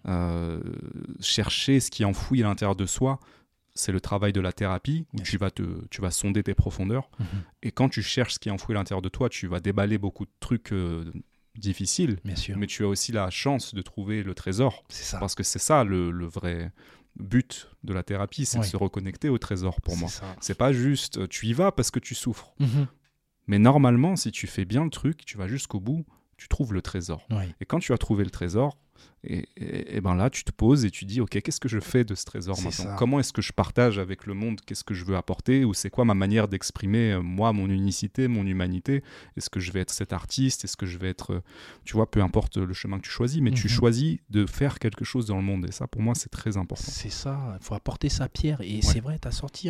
chercher ce qui est enfoui à l'intérieur de soi, c'est le travail de la thérapie, où tu vas sonder tes profondeurs. Et quand tu cherches ce qui est enfoui à l'intérieur de toi, tu vas déballer beaucoup de trucs difficiles. Bien sûr. Mais tu as aussi la chance de trouver le trésor. C'est ça. Parce que c'est ça le vrai but de la thérapie, c'est de se reconnecter au trésor pour moi. C'est pas juste tu y vas parce que tu souffres. Mais normalement, si tu fais bien le truc, tu vas jusqu'au bout, tu trouves le trésor. Et quand tu as trouvé le trésor, et ben là, tu te poses et tu dis, ok, qu'est-ce que je fais de ce trésor maintenant ? Comment est-ce que je partage avec le monde ? Qu'est-ce que je veux apporter ? Ou c'est quoi ma manière d'exprimer, moi, mon unicité, mon humanité ? Est-ce que je vais être cet artiste ? Est-ce que je vais être... tu vois, peu importe le chemin que tu choisis, mais tu choisis de faire quelque chose dans le monde. Et ça, pour moi, c'est très important. C'est ça, il faut apporter sa pierre. Et c'est vrai, tu as sorti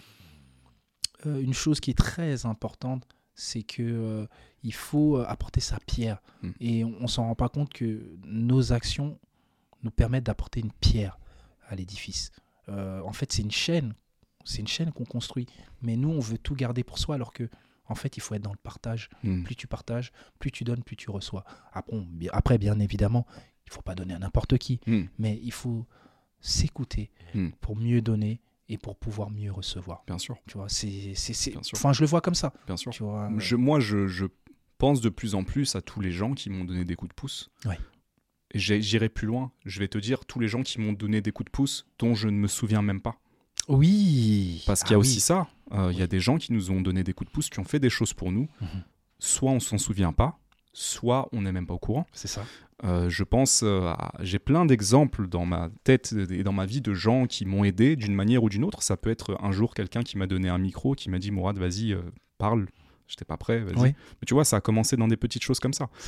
une chose qui est très importante, c'est que il faut apporter sa pierre. Et on s'en rend pas compte que nos actions nous permettent d'apporter une pierre à l'édifice. En fait, c'est une chaîne qu'on construit. Mais nous, on veut tout garder pour soi, alors que en fait, il faut être dans le partage. Plus tu partages, plus tu donnes, plus tu reçois. Après, bien évidemment, il faut pas donner à n'importe qui, mais il faut s'écouter pour mieux donner et pour pouvoir mieux recevoir. Bien sûr. Tu vois, enfin, je le vois comme ça. Bien sûr. Tu vois, moi, je pense de plus en plus à tous les gens qui m'ont donné des coups de pouce. Et j'irai plus loin. Je vais te dire tous les gens qui m'ont donné des coups de pouce dont je ne me souviens même pas. Oui. Parce qu'il y a aussi ça. Il y a des gens qui nous ont donné des coups de pouce, qui ont fait des choses pour nous. Soit on s'en souvient pas, soit on n'est même pas au courant. C'est ça. Je pense, j'ai plein d'exemples dans ma tête et dans ma vie de gens qui m'ont aidé d'une manière ou d'une autre. Ça peut être un jour quelqu'un qui m'a donné un micro, qui m'a dit « Mourad, vas-y, parle, j'étais pas prêt, vas-y ». Mais tu vois, ça a commencé dans des petites choses comme ça.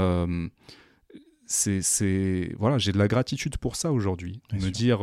C'est ça. Voilà, j'ai de la gratitude pour ça aujourd'hui. Me dire,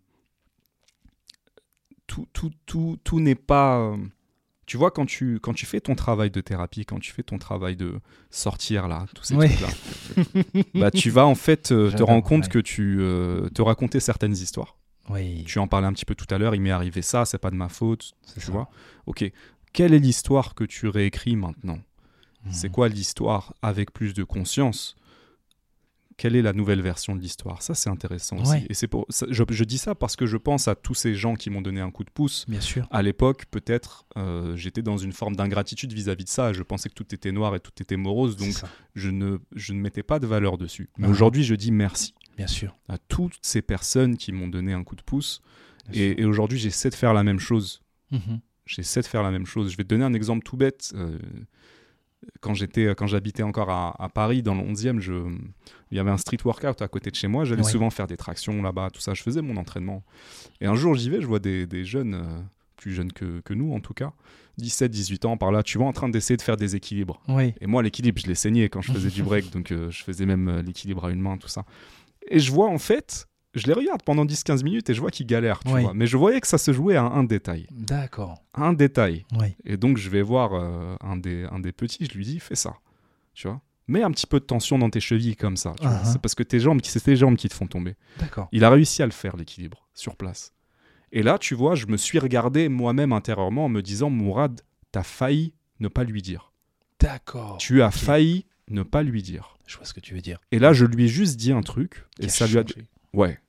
tout n'est pas... Tu vois, quand tu fais ton travail de thérapie, quand tu fais ton travail de sortir, là, tous ces trucs-là, tu vas en fait te rendre compte que tu te racontais certaines histoires. Tu en parlais un petit peu tout à l'heure, il m'est arrivé ça, c'est pas de ma faute, tu vois. Ok, quelle est l'histoire que tu réécris maintenant ? C'est quoi l'histoire avec plus de conscience ? Quelle est la nouvelle version de l'histoire ? Ça, c'est intéressant aussi. Et c'est pour ça, je dis ça parce que je pense à tous ces gens qui m'ont donné un coup de pouce. Bien sûr. À l'époque, peut-être, j'étais dans une forme d'ingratitude vis-à-vis de ça. Je pensais que tout était noir et tout était morose, donc je ne mettais pas de valeur dessus. Mais aujourd'hui, je dis merci. Bien sûr. À toutes ces personnes qui m'ont donné un coup de pouce. Et aujourd'hui, j'essaie de faire la même chose. J'essaie de faire la même chose. Je vais te donner un exemple tout bête. Quand j'habitais encore à Paris, dans le 11e, il y avait un street workout à côté de chez moi. J'allais souvent faire des tractions là-bas, tout ça. Je faisais mon entraînement. Et un jour, j'y vais, je vois des jeunes, plus jeunes que nous en tout cas, 17, 18 ans par là, tu vois, en train d'essayer de faire des équilibres. Et moi, l'équilibre, je l'ai saigné quand je faisais du break, donc je faisais même l'équilibre à une main, tout ça. Et je vois en fait... Je les regarde pendant 10-15 minutes et je vois qu'ils galèrent, tu vois. Mais je voyais que ça se jouait à un détail. D'accord. Un détail. Et donc, je vais voir un des petits, je lui dis, fais ça, tu vois. Mets un petit peu de tension dans tes chevilles comme ça, tu vois. C'est parce que c'est tes jambes qui te font tomber. D'accord. Il a réussi à le faire, l'équilibre, sur place. Et là, tu vois, je me suis regardé moi-même intérieurement en me disant, Mourad, t'as failli ne pas lui dire. D'accord. Tu as failli ne pas lui dire. Je vois ce que tu veux dire. Et là, je lui ai juste dit un truc. Et ça lui a... Ouais.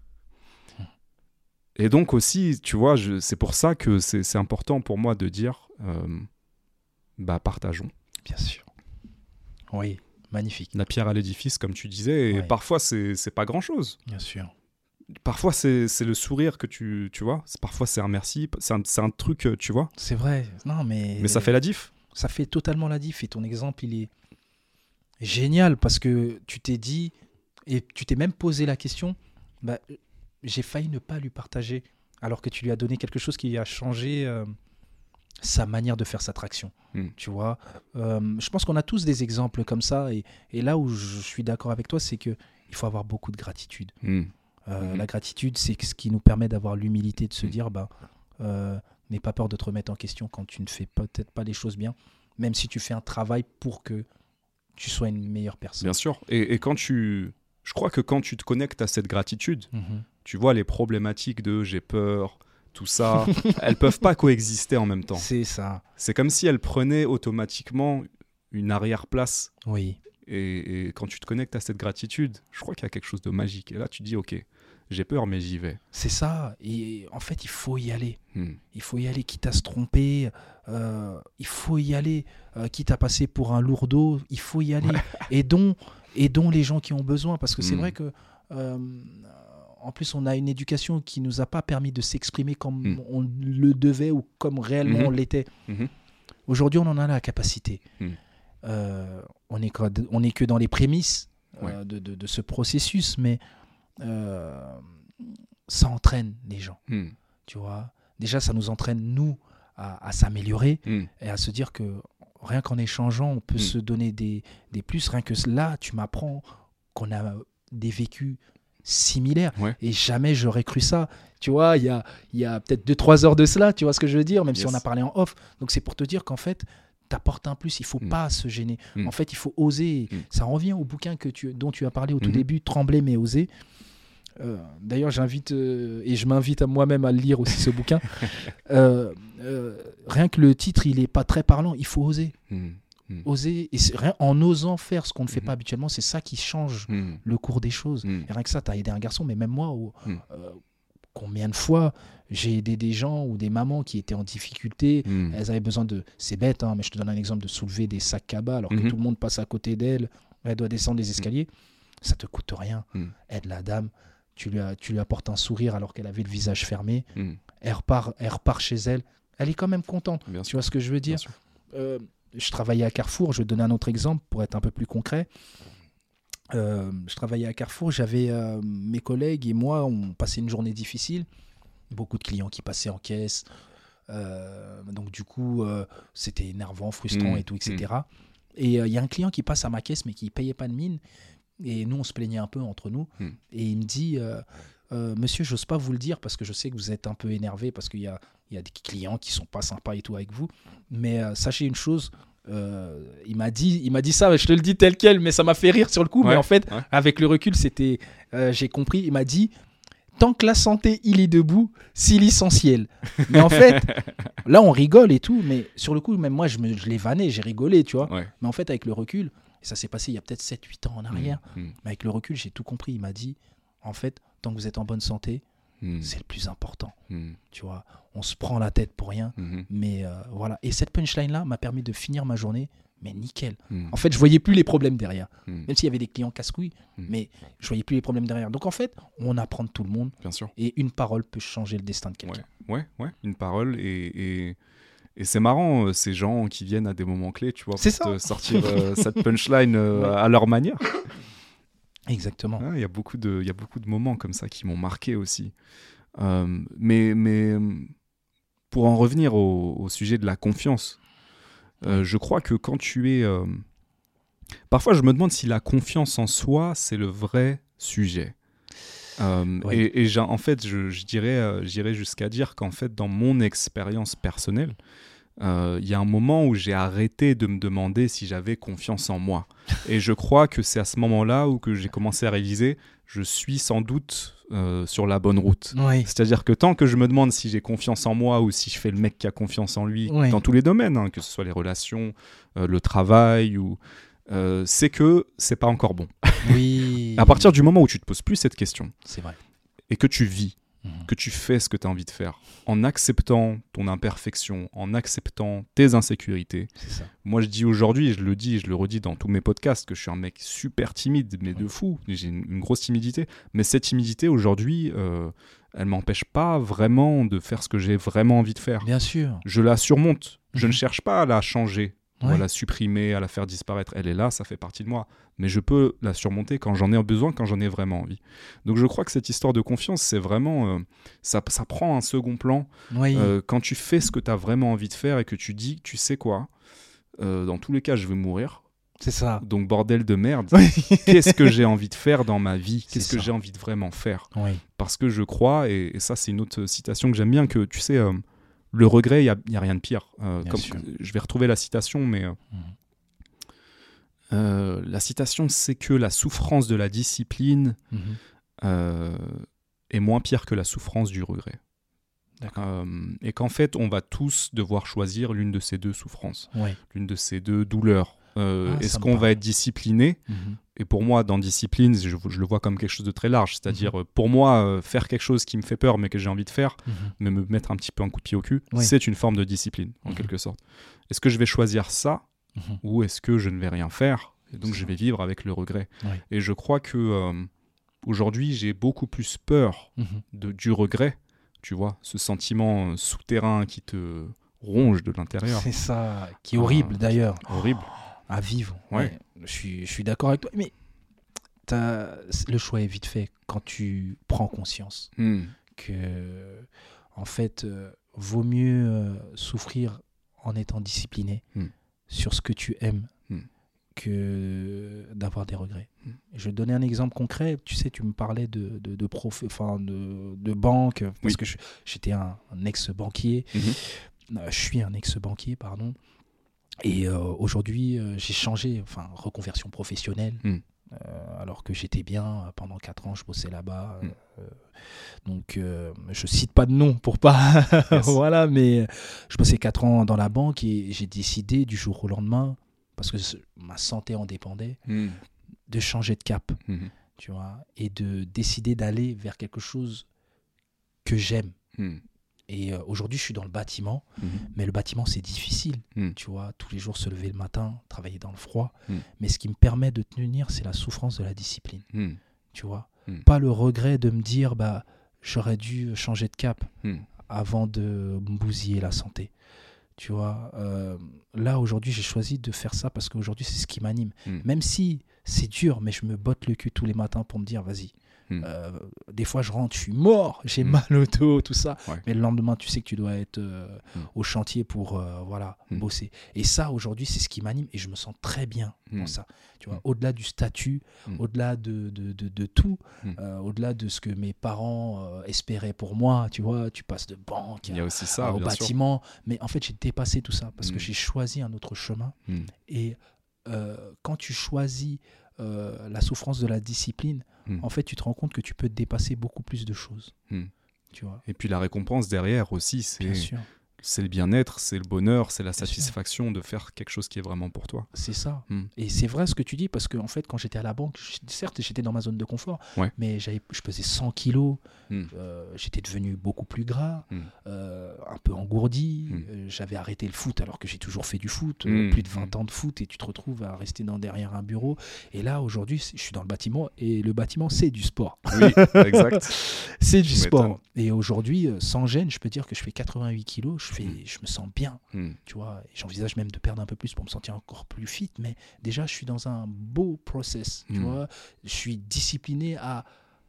Et donc aussi, tu vois, c'est pour ça que c'est important pour moi de dire, partageons. Bien sûr. Oui, magnifique. La pierre à l'édifice, comme tu disais, et parfois, c'est pas grand-chose. Bien sûr. Parfois, c'est le sourire que tu vois. Parfois, c'est un merci. C'est un truc, tu vois. C'est vrai. Non, mais ça fait la diff. Ça fait totalement la diff. Et ton exemple, il est génial parce que tu t'es dit, et tu t'es même posé la question, j'ai failli ne pas lui partager, alors que tu lui as donné quelque chose qui a changé sa manière de faire sa traction. Tu vois, je pense qu'on a tous des exemples comme ça. Et là où je suis d'accord avec toi, c'est qu'il faut avoir beaucoup de gratitude. La gratitude, c'est ce qui nous permet d'avoir l'humilité de se dire, n'aie pas peur de te remettre en question quand tu ne fais peut-être pas les choses bien, même si tu fais un travail pour que tu sois une meilleure personne. Bien sûr. Et je crois que quand tu te connectes à cette gratitude, tu vois les problématiques de j'ai peur, tout ça, elles peuvent pas coexister en même temps. C'est ça. C'est comme si elles prenaient automatiquement une arrière-place. Oui. Et quand tu te connectes à cette gratitude, je crois qu'il y a quelque chose de magique. Et là, tu dis, ok, j'ai peur, mais j'y vais. C'est ça. Et en fait, il faut y aller. Il faut y aller, quitte à se tromper. Il faut y aller, quitte à passer pour un lourdeau. Il faut y aller. Aidons les gens qui ont besoin. Parce que c'est vrai que, en plus, on a une éducation qui ne nous a pas permis de s'exprimer comme on le devait ou comme réellement on l'était. Aujourd'hui, on en a la capacité. On est que dans les prémices de ce processus, mais ça entraîne les gens. Tu vois, déjà, ça nous entraîne, nous, à s'améliorer et à se dire que rien qu'en échangeant, on peut se donner des plus. Rien que là, tu m'apprends qu'on a des vécus similaires. Et jamais j'aurais cru ça. Tu vois, il y a peut-être 2-3 heures de cela, tu vois ce que je veux dire, même si on a parlé en off. Donc, c'est pour te dire qu'en fait, t'apportes un plus, il ne faut pas se gêner. En fait, il faut oser. Ça revient au bouquin dont tu as parlé au tout début, Trembler mais oser. D'ailleurs, j'invite, et je m'invite à moi-même à lire aussi ce bouquin. Rien que le titre, il n'est pas très parlant, il faut oser. Oser, et en osant faire ce qu'on ne fait pas habituellement, c'est ça qui change le cours des choses. Et rien que ça, tu as aidé un garçon, mais même moi, combien de fois j'ai aidé des gens ou des mamans qui étaient en difficulté, elles avaient besoin de, c'est bête, mais je te donne un exemple, de soulever des sacs cabas alors que tout le monde passe à côté d'elle, elle doit descendre les escaliers, ça te coûte rien. Aide la dame, tu lui apportes un sourire alors qu'elle avait le visage fermé, elle repart chez elle, elle est quand même contente. Tu vois ce que je veux dire? Je travaillais à Carrefour, je vais te donner un autre exemple pour être un peu plus concret. Je travaillais à Carrefour, j'avais mes collègues et moi, on passait une journée difficile, beaucoup de clients qui passaient en caisse, donc du coup c'était énervant, frustrant et tout, etc. Et il y a un client qui passe à ma caisse mais qui ne payait pas de mine, et nous on se plaignait un peu entre nous, et il me dit monsieur, j'ose pas vous le dire parce que je sais que vous êtes un peu énervé parce qu'il y a des clients qui sont pas sympas et tout avec vous, mais sachez une chose, il m'a dit ça, je te le dis tel quel, mais ça m'a fait rire sur le coup, mais en fait avec le recul c'était j'ai compris. Il m'a dit tant que la santé il est debout, c'est l'essentiel. Mais en fait là on rigole et tout, mais sur le coup même moi je l'ai vanné, j'ai rigolé, tu vois, mais en fait avec le recul, et ça s'est passé il y a peut-être 7-8 ans en arrière, mais avec le recul j'ai tout compris. Il m'a dit en fait tant que vous êtes en bonne santé, c'est le plus important. Tu vois, on se prend la tête pour rien, mais voilà. Et cette punchline là m'a permis de finir ma journée, mais nickel. En fait, je voyais plus les problèmes derrière, même s'il y avait des clients casse-couilles, mais je voyais plus les problèmes derrière. Donc en fait, on apprend de tout le monde. Bien sûr. Et une parole peut changer le destin de quelqu'un. Ouais, une parole et c'est marrant, ces gens qui viennent à des moments clés, tu vois, pour te sortir cette punchline à leur manière. Exactement. Il y a beaucoup de moments comme ça qui m'ont marqué aussi. Mais pour en revenir au sujet de la confiance, je crois que quand tu es... Parfois, je me demande si la confiance en soi, c'est le vrai sujet. En fait, je dirais jusqu'à dire qu'en fait, dans mon expérience personnelle, il y a un moment où j'ai arrêté de me demander si j'avais confiance en moi. Et je crois que c'est à ce moment-là où que j'ai commencé à réaliser, je suis sans doute sur la bonne route. Oui. C'est-à-dire que tant que je me demande si j'ai confiance en moi ou si je fais le mec qui a confiance en lui, dans tous les domaines, hein, que ce soit les relations, le travail, c'est que c'est pas encore bon. Oui. À partir du moment où tu te poses plus cette question, c'est vrai. Et que tu vis, que tu fais ce que tu as envie de faire, en acceptant ton imperfection, en acceptant tes insécurités. C'est ça. Moi, je dis aujourd'hui, et je le dis, et je le redis dans tous mes podcasts, que je suis un mec super timide, mais de fou. J'ai une grosse timidité. Mais cette timidité, aujourd'hui, elle m'empêche pas vraiment de faire ce que j'ai vraiment envie de faire. Bien sûr. Je la surmonte. Je ne cherche pas à la changer, ou à Ouais. la supprimer, à la faire disparaître. Elle est là, ça fait partie de moi. Mais je peux la surmonter quand j'en ai besoin, quand j'en ai vraiment envie. Donc je crois que cette histoire de confiance, c'est vraiment... ça prend un second plan Oui. quand tu fais ce que tu as vraiment envie de faire et que tu dis, tu sais quoi, dans tous les cas, je vais mourir. C'est ça. Donc bordel de merde, qu'est-ce que j'ai envie de faire dans ma vie ? Qu'est-ce que j'ai envie de vraiment faire ? Oui. Parce que je crois, et ça c'est une autre citation que j'aime bien, que tu sais... le regret, il n'y a rien de pire. Je vais retrouver la citation, mais la citation, c'est que la souffrance de la discipline est moins pire que la souffrance du regret. Et qu'en fait, on va tous devoir choisir l'une de ces deux souffrances, l'une de ces deux douleurs. Est-ce qu'on va être discipliné ? Et pour moi, dans discipline, je le vois comme quelque chose de très large. C'est-à-dire, pour moi, faire quelque chose qui me fait peur, mais que j'ai envie de faire, mais me mettre un petit peu un coup de pied au cul, c'est une forme de discipline, en quelque sorte. Est-ce que je vais choisir ça, ou est-ce que je ne vais rien faire ? Et donc, je vais vivre avec le regret. Et je crois que aujourd'hui, j'ai beaucoup plus peur du regret, tu vois, ce sentiment souterrain qui te ronge de l'intérieur. C'est ça, qui est horrible d'ailleurs. Horrible. À vivre. Ouais. Je suis d'accord avec toi, mais le choix est vite fait quand tu prends conscience que, en fait, vaut mieux souffrir en étant discipliné sur ce que tu aimes que d'avoir des regrets. Je vais te donner un exemple concret. Tu sais, tu me parlais de banque, parce que j'étais un ex-banquier. Je suis un ex-banquier, pardon. Et aujourd'hui, j'ai changé, reconversion professionnelle, alors que j'étais bien. Pendant 4 ans, je bossais là-bas. Donc, je cite pas de nom pour pas... voilà, mais je bossais 4 ans dans la banque et j'ai décidé du jour au lendemain, parce que ma santé en dépendait, de changer de cap, tu vois, et de décider d'aller vers quelque chose que j'aime. Et aujourd'hui, je suis dans le bâtiment, mais le bâtiment, c'est difficile, tu vois, tous les jours se lever le matin, travailler dans le froid. Mais ce qui me permet de tenir, c'est la souffrance de la discipline, tu vois. Pas le regret de me dire, j'aurais dû changer de cap avant de me bousiller la santé. Tu vois, là, aujourd'hui, j'ai choisi de faire ça parce qu'aujourd'hui, c'est ce qui m'anime. Même si c'est dur, mais je me botte le cul tous les matins pour me dire, vas-y. Des fois je rentre, je suis mort, j'ai mal au dos, tout ça, mais le lendemain tu sais que tu dois être au chantier pour bosser. Et ça aujourd'hui c'est ce qui m'anime et je me sens très bien dans ça, tu vois, au-delà du statut, au-delà de tout, au-delà de ce que mes parents espéraient pour moi, tu vois, tu passes de banque il y a aussi ça, au bien bâtiment, mais en fait j'ai dépassé tout ça parce que j'ai choisi un autre chemin. Et quand tu choisis la souffrance de la discipline, en fait, tu te rends compte que tu peux dépasser beaucoup plus de choses. Tu vois. Et puis la récompense derrière aussi, c'est le bien-être, c'est le bonheur, c'est la satisfaction de faire quelque chose qui est vraiment pour toi. C'est ça. Et c'est vrai ce que tu dis, parce que en fait, quand j'étais à la banque, certes, j'étais dans ma zone de confort, mais je pesais 100 kilos, j'étais devenu beaucoup plus gras, un peu engourdi, j'avais arrêté le foot alors que j'ai toujours fait du foot, plus de 20 ans de foot, et tu te retrouves à rester derrière un bureau. Et là, aujourd'hui, je suis dans le bâtiment, et le bâtiment, c'est du sport. Oui, exact. C'est du sport. Et aujourd'hui, sans gêne, je peux dire que je fais 88 kilos, je me sens bien, tu vois, et j'envisage même de perdre un peu plus pour me sentir encore plus fit, mais déjà je suis dans un beau process, tu vois, je suis discipliné à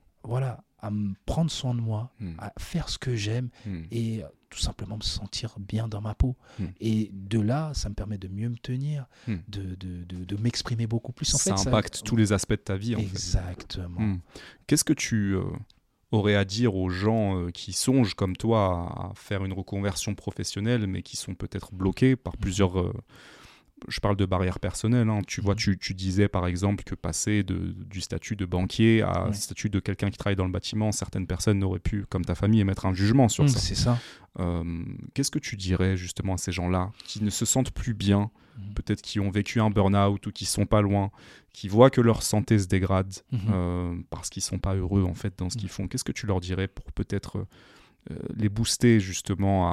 me prendre soin de moi, à faire ce que j'aime et tout simplement me sentir bien dans ma peau. Et de là, ça me permet de mieux me tenir, de m'exprimer beaucoup plus. En ça fait, impacte tous les aspects de ta vie. Exactement. Qu'est-ce que tu aurais à dire aux gens qui songent comme toi à faire une reconversion professionnelle, mais qui sont peut-être bloqués par plusieurs... je parle de barrières personnelles. Hein. Tu vois, tu disais par exemple que passer du statut de banquier à statut de quelqu'un qui travaille dans le bâtiment, certaines personnes n'auraient pu, comme ta famille, émettre un jugement sur ça. C'est ça. Qu'est-ce que tu dirais justement à ces gens-là qui ne se sentent plus bien, peut-être qui ont vécu un burn-out ou qui sont pas loin, qui voient que leur santé se dégrade parce qu'ils sont pas heureux en fait dans ce qu'ils font? Qu'est-ce que tu leur dirais pour peut-être les booster justement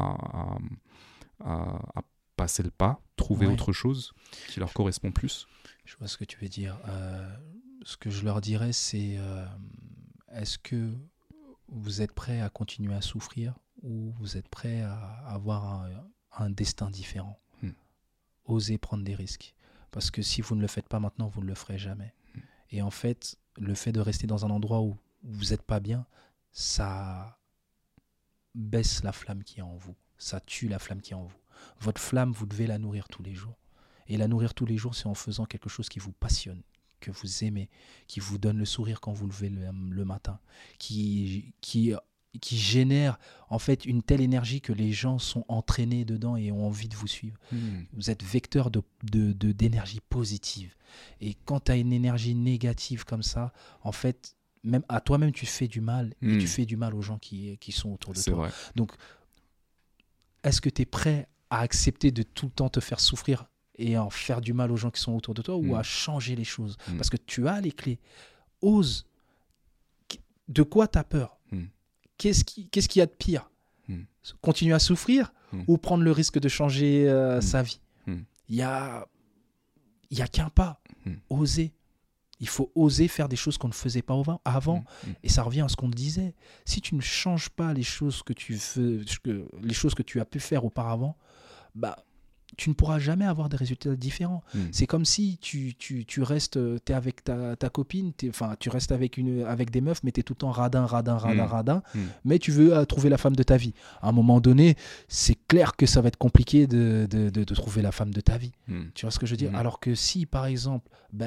à passer le pas, trouver autre chose qui leur correspond plus? Je vois ce que tu veux dire. Ce que je leur dirais, c'est est-ce que vous êtes prêts à continuer à souffrir ou vous êtes prêts à avoir un destin différent? Osez prendre des risques. Parce que si vous ne le faites pas maintenant, vous ne le ferez jamais. Et en fait, le fait de rester dans un endroit où vous n'êtes pas bien, ça baisse la flamme qui est en vous. Ça tue la flamme qui est en vous. Votre flamme, vous devez la nourrir tous les jours. Et la nourrir tous les jours, c'est en faisant quelque chose qui vous passionne, que vous aimez, qui vous donne le sourire quand vous levez le matin, qui génère en fait une telle énergie que les gens sont entraînés dedans et ont envie de vous suivre. Vous êtes vecteur d'énergie positive. Et quand tu as une énergie négative comme ça, en fait, même à toi-même, tu fais du mal et tu fais du mal aux gens qui sont autour de toi. Vrai. Donc, est-ce que tu es prêt à accepter de tout le temps te faire souffrir et en faire du mal aux gens qui sont autour de toi ou à changer les choses? Parce que tu as les clés. Ose. De quoi tu as peur? Qu'est-ce qu'il y a de pire? Continuer à souffrir ou prendre le risque de changer sa vie? Il y a qu'un pas. Oser. Il faut oser faire des choses qu'on ne faisait pas avant. Et ça revient à ce qu'on disait. Si tu ne changes pas les choses que tu as pu faire auparavant, tu ne pourras jamais avoir des résultats différents. C'est comme si tu restes, tu es avec ta copine, tu restes avec des meufs, mais tu es tout le temps radin, mais tu veux trouver la femme de ta vie. À un moment donné, c'est clair que ça va être compliqué de trouver la femme de ta vie. Tu vois ce que je veux dire? Alors que si, par exemple,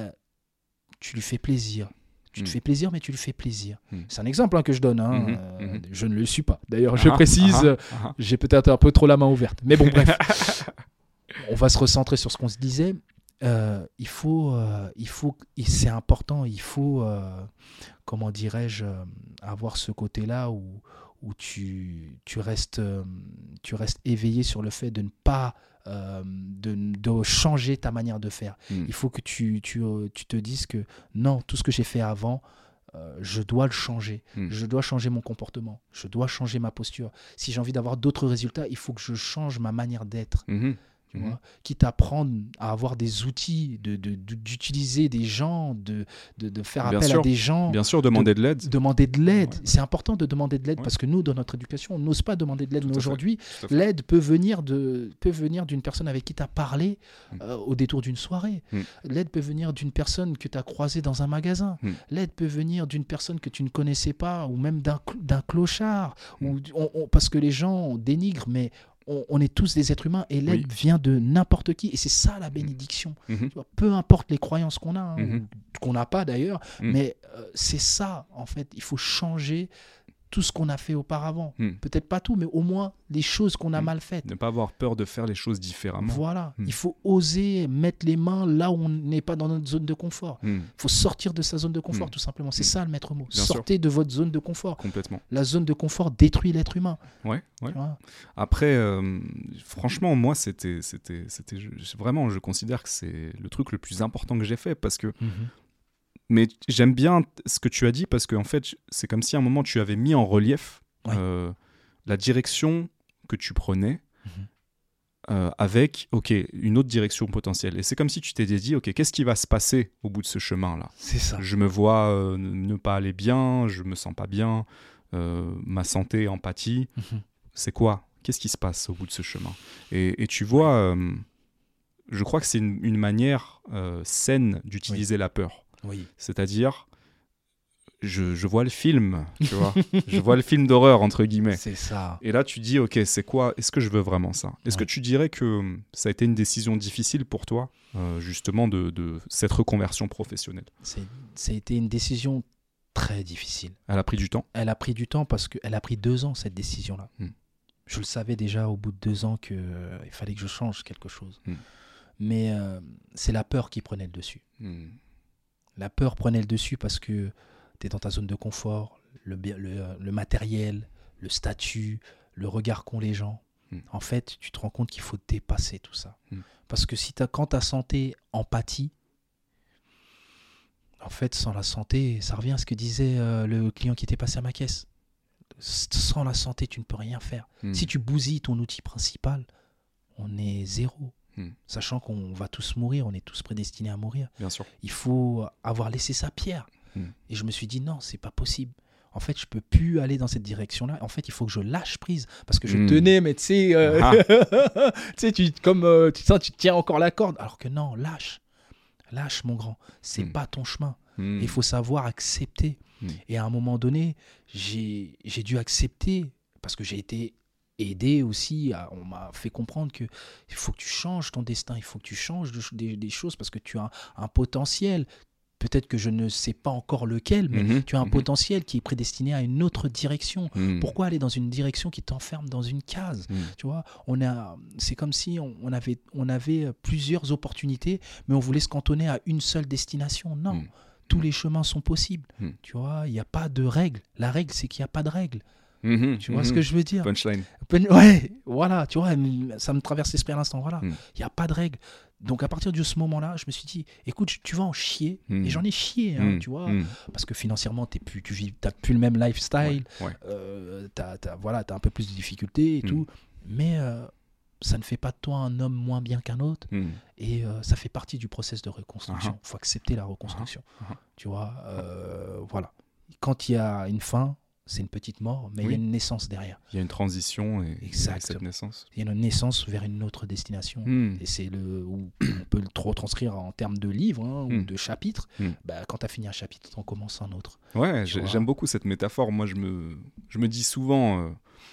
tu lui fais plaisir, tu te fais plaisir, mais tu lui fais plaisir. C'est un exemple que je donne. Je ne le suis pas. D'ailleurs, je précise, j'ai peut-être un peu trop la main ouverte. Mais bon, bref. On va se recentrer sur ce qu'on se disait. Il faut, c'est important, il faut, comment dirais-je, avoir ce côté-là où tu restes éveillé sur le fait de ne pas de changer ta manière de faire. Il faut que tu te dises que non, tout ce que j'ai fait avant, je dois le changer. Je dois changer mon comportement. Je dois changer ma posture. Si j'ai envie d'avoir d'autres résultats, il faut que je change ma manière d'être. Tu vois, quitte à apprendre à avoir des outils, d'utiliser des gens, de faire appel à des gens. Bien sûr, demander de l'aide. Demander de l'aide. Ouais. C'est important de demander de l'aide parce que nous, dans notre éducation, on n'ose pas demander de l'aide. Mais aujourd'hui, l'aide peut venir d'une personne avec qui tu as parlé au détour d'une soirée. L'aide peut venir d'une personne que tu as croisée dans un magasin. L'aide peut venir d'une personne que tu ne connaissais pas ou même d'un clochard. Parce que les gens dénigrent, mais on est tous des êtres humains et l'aide vient de n'importe qui. Et c'est ça la bénédiction. Tu vois, peu importe les croyances qu'on a, ou qu'on n'a pas d'ailleurs, mais c'est ça en fait. Il faut changer tout ce qu'on a fait auparavant. Peut-être pas tout, mais au moins les choses qu'on a mal faites. Ne pas avoir peur de faire les choses différemment. Voilà. Il faut oser mettre les mains là où on n'est pas dans notre zone de confort. Il faut sortir de sa zone de confort, tout simplement. C'est ça le maître mot. Sortez de votre zone de confort. Complètement. La zone de confort détruit l'être humain. Ouais. Après, franchement, moi, c'était vraiment, je considère que c'est le truc le plus important que j'ai fait parce que mais j'aime bien ce que tu as dit parce qu'en fait, c'est comme si à un moment tu avais mis en relief la direction que tu prenais avec une autre direction potentielle. Et c'est comme si tu t'es dit, qu'est-ce qui va se passer au bout de ce chemin-là? C'est ça. Je me vois ne pas aller bien, je me sens pas bien, ma santé empathie. C'est quoi? Qu'est-ce qui se passe au bout de ce chemin? Et tu vois, je crois que c'est une manière saine d'utiliser la peur. C'est-à-dire, je vois le film, tu vois. Je vois le film d'horreur, entre guillemets. C'est ça. Et là, tu dis, c'est quoi? Est-ce que je veux vraiment ça? Est-ce que tu dirais que ça a été une décision difficile pour toi, justement, de cette reconversion professionnelle? Ça a été une décision Très difficile. Elle a pris du temps? Elle a pris du temps parce qu'elle a pris 2 ans, cette décision-là. Je le savais déjà au bout de 2 ans qu'il fallait que je change quelque chose. Mais c'est la peur qui prenait le dessus. La peur prenait le dessus parce que tu es dans ta zone de confort, le matériel, le statut, le regard qu'ont les gens. En fait, tu te rends compte qu'il faut dépasser tout ça. Parce que quand ta santé empathie, en fait, sans la santé, ça revient à ce que disait le client qui était passé à ma caisse. Sans la santé, tu ne peux rien faire. Si tu bousilles ton outil principal, on est zéro. Sachant qu'on va tous mourir, on est tous prédestinés à mourir. Bien sûr. Il faut avoir laissé sa pierre. Et je me suis dit non, c'est pas possible. En fait, je peux plus aller dans cette direction-là. En fait, il faut que je lâche prise parce que je tenais, mais tu sais, tu sens, tu tiens encore la corde. Alors que non, lâche, mon grand. C'est pas ton chemin. Il faut savoir accepter. Et à un moment donné, j'ai dû accepter parce que j'ai été aidé aussi. On m'a fait comprendre que il faut que tu changes ton destin, il faut que tu changes des choses parce que tu as un potentiel. Peut-être que je ne sais pas encore lequel, mais tu as un potentiel qui est prédestiné à une autre direction. Pourquoi aller dans une direction qui t'enferme dans une case? Tu vois, c'est comme si on avait plusieurs opportunités, mais on voulait se cantonner à une seule destination. Non, tous les chemins sont possibles. Tu vois, il n'y a pas de règle. La règle, c'est qu'il n'y a pas de règle. Tu vois ce que je veux dire? Punchline. Ouais, voilà, tu vois, ça me traverse l'esprit à l'instant. Voilà, il n'y a pas de règle. Donc à partir de ce moment-là, je me suis dit, écoute, tu vas en chier. Et j'en ai chié, tu vois, parce que financièrement, tu n'as plus le même lifestyle, t'as un peu plus de difficultés et tout. Mais ça ne fait pas de toi un homme moins bien qu'un autre. Et ça fait partie du process de reconstruction. Il faut accepter la reconstruction. Tu vois, voilà. Quand il y a une fin, c'est une petite mort, mais il y a une naissance derrière. Il y a une transition et cette naissance. Il y a une naissance vers une autre destination. Et c'est où on peut le retranscrire en termes de livres ou de chapitres. Quand tu as fini un chapitre, tu en commences un autre. Ouais, j'aime beaucoup cette métaphore. Moi, je me dis souvent...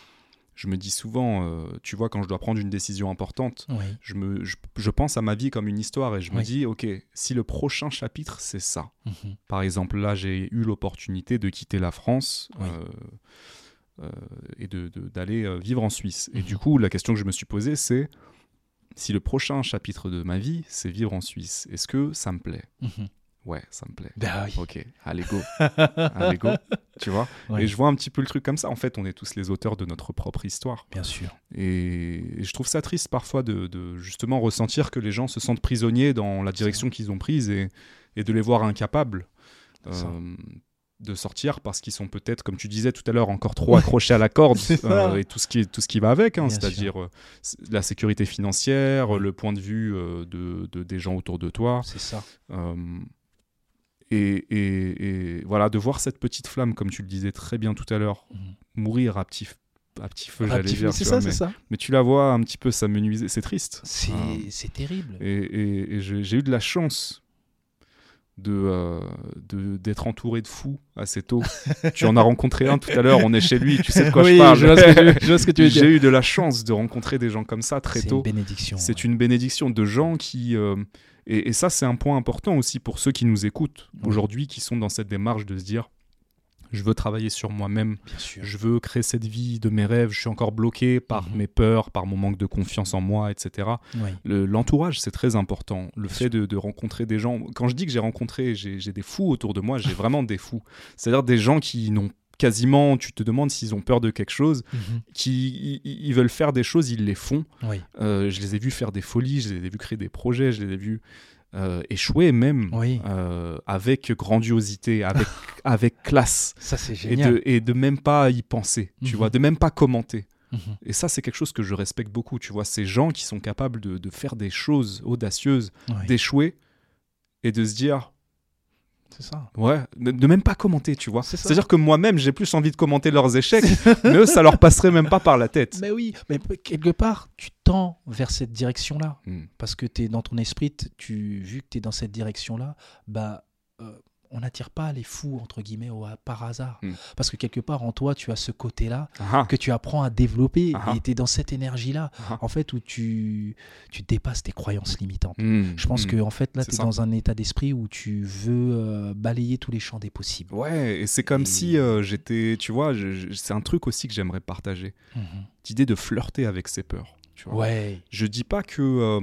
tu vois, quand je dois prendre une décision importante, je pense à ma vie comme une histoire et je me dis, ok, si le prochain chapitre, c'est ça. Par exemple, là, j'ai eu l'opportunité de quitter la France et d'aller vivre en Suisse. Et du coup, la question que je me suis posée, c'est si le prochain chapitre de ma vie, c'est vivre en Suisse, est-ce que ça me plaît? Ouais, ça me plaît. Ok, allez go. Allez go, tu vois. Et je vois un petit peu le truc comme ça. En fait, on est tous les auteurs de notre propre histoire. Bien sûr. Et je trouve ça triste parfois de justement ressentir que les gens se sentent prisonniers dans la direction qu'ils ont prise et de les voir incapables de sortir parce qu'ils sont peut-être, comme tu disais tout à l'heure, encore trop accrochés à la corde et tout ce qui va avec, c'est-à-dire la sécurité financière, le point de vue des gens autour de toi. C'est ça. Et voilà, de voir cette petite flamme, comme tu le disais très bien tout à l'heure, mourir à petit feu, j'allais dire. C'est ça. Mais tu la vois un petit peu s'amenuiser, c'est triste. C'est terrible. Et j'ai eu de la chance d'être entouré de fous assez tôt. Tu en as rencontré un tout à l'heure, on est chez lui, tu sais de quoi je parle. Je vois ce que tu veux dire. J'ai eu de la chance de rencontrer des gens comme ça très tôt. C'est une bénédiction. C'est une bénédiction de gens qui... Et ça, c'est un point important aussi pour ceux qui nous écoutent aujourd'hui, qui sont dans cette démarche de se dire je veux travailler sur moi-même, je veux créer cette vie de mes rêves, je suis encore bloqué par mes peurs, par mon manque de confiance en moi, etc. L'entourage, c'est très important. Le fait de rencontrer des gens... Quand je dis que j'ai des fous autour de moi, j'ai vraiment des fous. C'est-à-dire des gens qui n'ont quasiment, tu te demandes s'ils ont peur de quelque chose, ils veulent faire des choses, ils les font. Je les ai vus faire des folies, je les ai vus créer des projets, je les ai vus échouer même avec grandiosité, avec classe. Ça, c'est génial. Et de même pas y penser, tu vois, de même pas commenter. Et ça, c'est quelque chose que je respecte beaucoup, tu vois, ces gens qui sont capables de faire des choses audacieuses, d'échouer et de se dire... C'est ça. Ouais, de même pas commenter, tu vois. C'est-à-dire que moi-même, j'ai plus envie de commenter leurs échecs, mais eux, ça leur passerait même pas par la tête. Mais oui, mais quelque part, tu tends vers cette direction-là. Parce que tu es dans ton esprit, vu que tu es dans cette direction-là, on n'attire pas les fous, entre guillemets, par hasard. Parce que quelque part, en toi, tu as ce côté-là que tu apprends à développer et tu es dans cette énergie-là, en fait, où tu dépasses tes croyances limitantes. Je pense que en fait, là, tu es dans un état d'esprit où tu veux balayer tous les champs des possibles. Ouais, et c'est comme si j'étais, tu vois, c'est un truc aussi que j'aimerais partager. L'idée de flirter avec ses peurs. Tu vois. Ouais. Je dis pas que